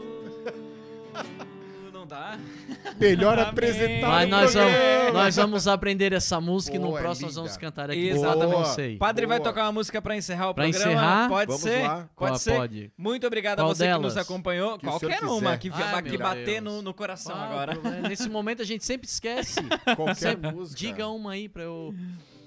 Não dá? Melhor Amém. apresentar Mas o nós programa. vamos aprender essa música e no Boa, próximo nós linda. vamos cantar aqui. Exatamente. Boa. Não sei. Padre vai Boa. tocar uma música pra encerrar o Pra programa. encerrar? Pode Vamos ser? lá. Pode ser? Pode. Muito obrigado a Qual você que delas? nos acompanhou. Que o senhor Qualquer uma quiser. que, Ai, que meu bater Deus. no coração Ah, agora. Nesse momento a gente sempre esquece. Qualquer Sempre música. diga uma aí pra eu...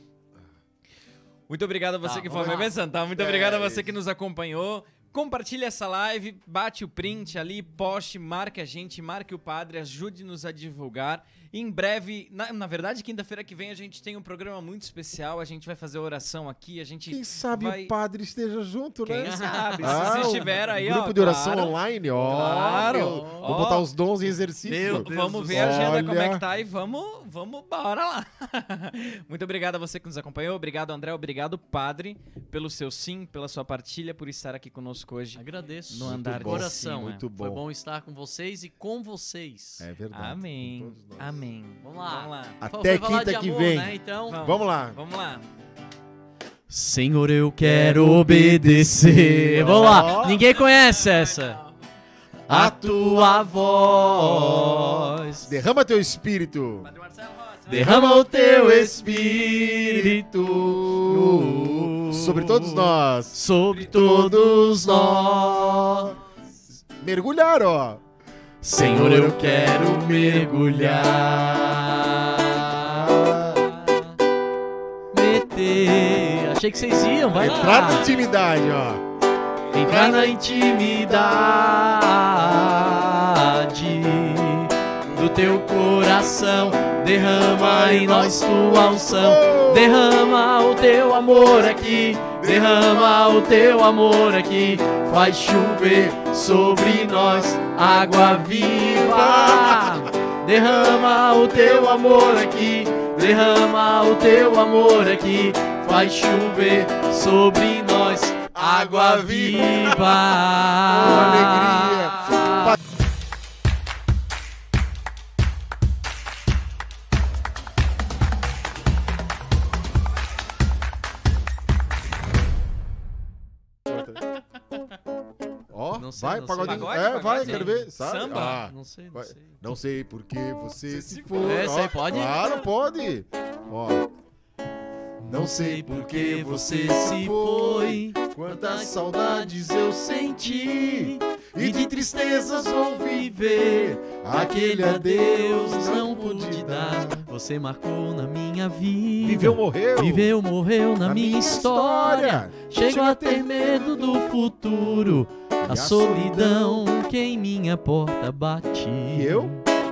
Muito obrigado a você Tá, que vamos foi lá. pensando, tá? Muito É obrigado a você isso. que nos acompanhou. Compartilhe essa live, bate o print ali, poste, marque a gente, marque o padre, ajude-nos a divulgar. Em breve, na verdade, quinta-feira que vem a gente tem um programa muito especial, a gente vai fazer oração aqui, a gente Quem sabe vai... o padre esteja junto, né? Quem sabe, Ah, se o estiver aí, ó. grupo de oração claro. online, ó. Claro. Meu, Ó. Vou botar os dons em exercício. Meu Deus Vamos do ver a céu. agenda como é Olha. que tá e vamos bora lá. Muito obrigado a você que nos acompanhou, obrigado André, obrigado Padre, pelo seu sim, pela sua partilha, por estar aqui conosco hoje. Agradeço. No andar de de coração. cima. Muito Foi bom. bom estar com vocês e com vocês. É verdade. Amém, Com todos nós. amém. Vamos lá. Vamos lá. Até Foi falar quinta de que amor, vem. Né? Então, Vamos lá. Vamos lá. Senhor, eu quero obedecer. Vamos lá. Ó. Ninguém conhece essa. A tua voz. Derrama teu espírito. Padre Marcelo Rossi. Derrama o teu espírito Sobre todos nós. sobre todos nós. Mergulhar, ó. Senhor, eu quero mergulhar. Meter. Achei que vocês iam, vai lá. Entrar na intimidade, ó. Entrar na intimidade do teu coração. Derrama em nós tua unção. Derrama o teu amor aqui. Derrama o teu amor aqui. Faz chover sobre nós água viva. Derrama o teu amor aqui. Derrama o teu amor aqui. Faz chover sobre nós água viva. alegria. Ó, Não sei, vai, não sei. pagodinho. Pagode, É, vai, pagode? quero ver. Sabe? Samba? Ah, Não sei, não vai. sei. Não sei por que você se foi. Essa aí Ó, pode? Claro, pode. Ó. Não sei por que você se foi. Quantas saudades eu senti. E de tristezas vou viver. Aquele adeus não pude dar. Você marcou na minha vida. Viveu, morreu. Viveu, morreu na minha história. Chego a ter medo do futuro. A solidão que em minha porta bate. E eu?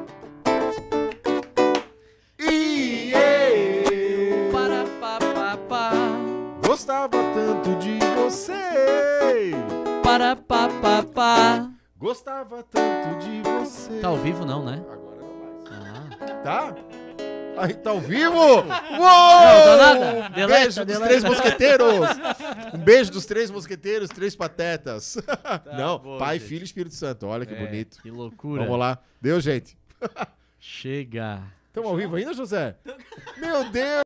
E eu Para pá, pá, pá. gostava tanto de você. Para pá, pá, pá. Gostava tanto de você. Tá ao vivo não, né? Agora não mais. Ah. Tá? Aí, tá ao vivo? Uou! Não dá nada. Deleta, Beijo dos deleta. três mosqueteiros. Um beijo dos três mosqueteiros, três patetas. Não, bom, Pai, gente. Filho e Espírito Santo. Olha que É, bonito. Que loucura. Vamos lá. Deu, gente. Chega. Estamos ao vivo ainda, José? Meu Deus.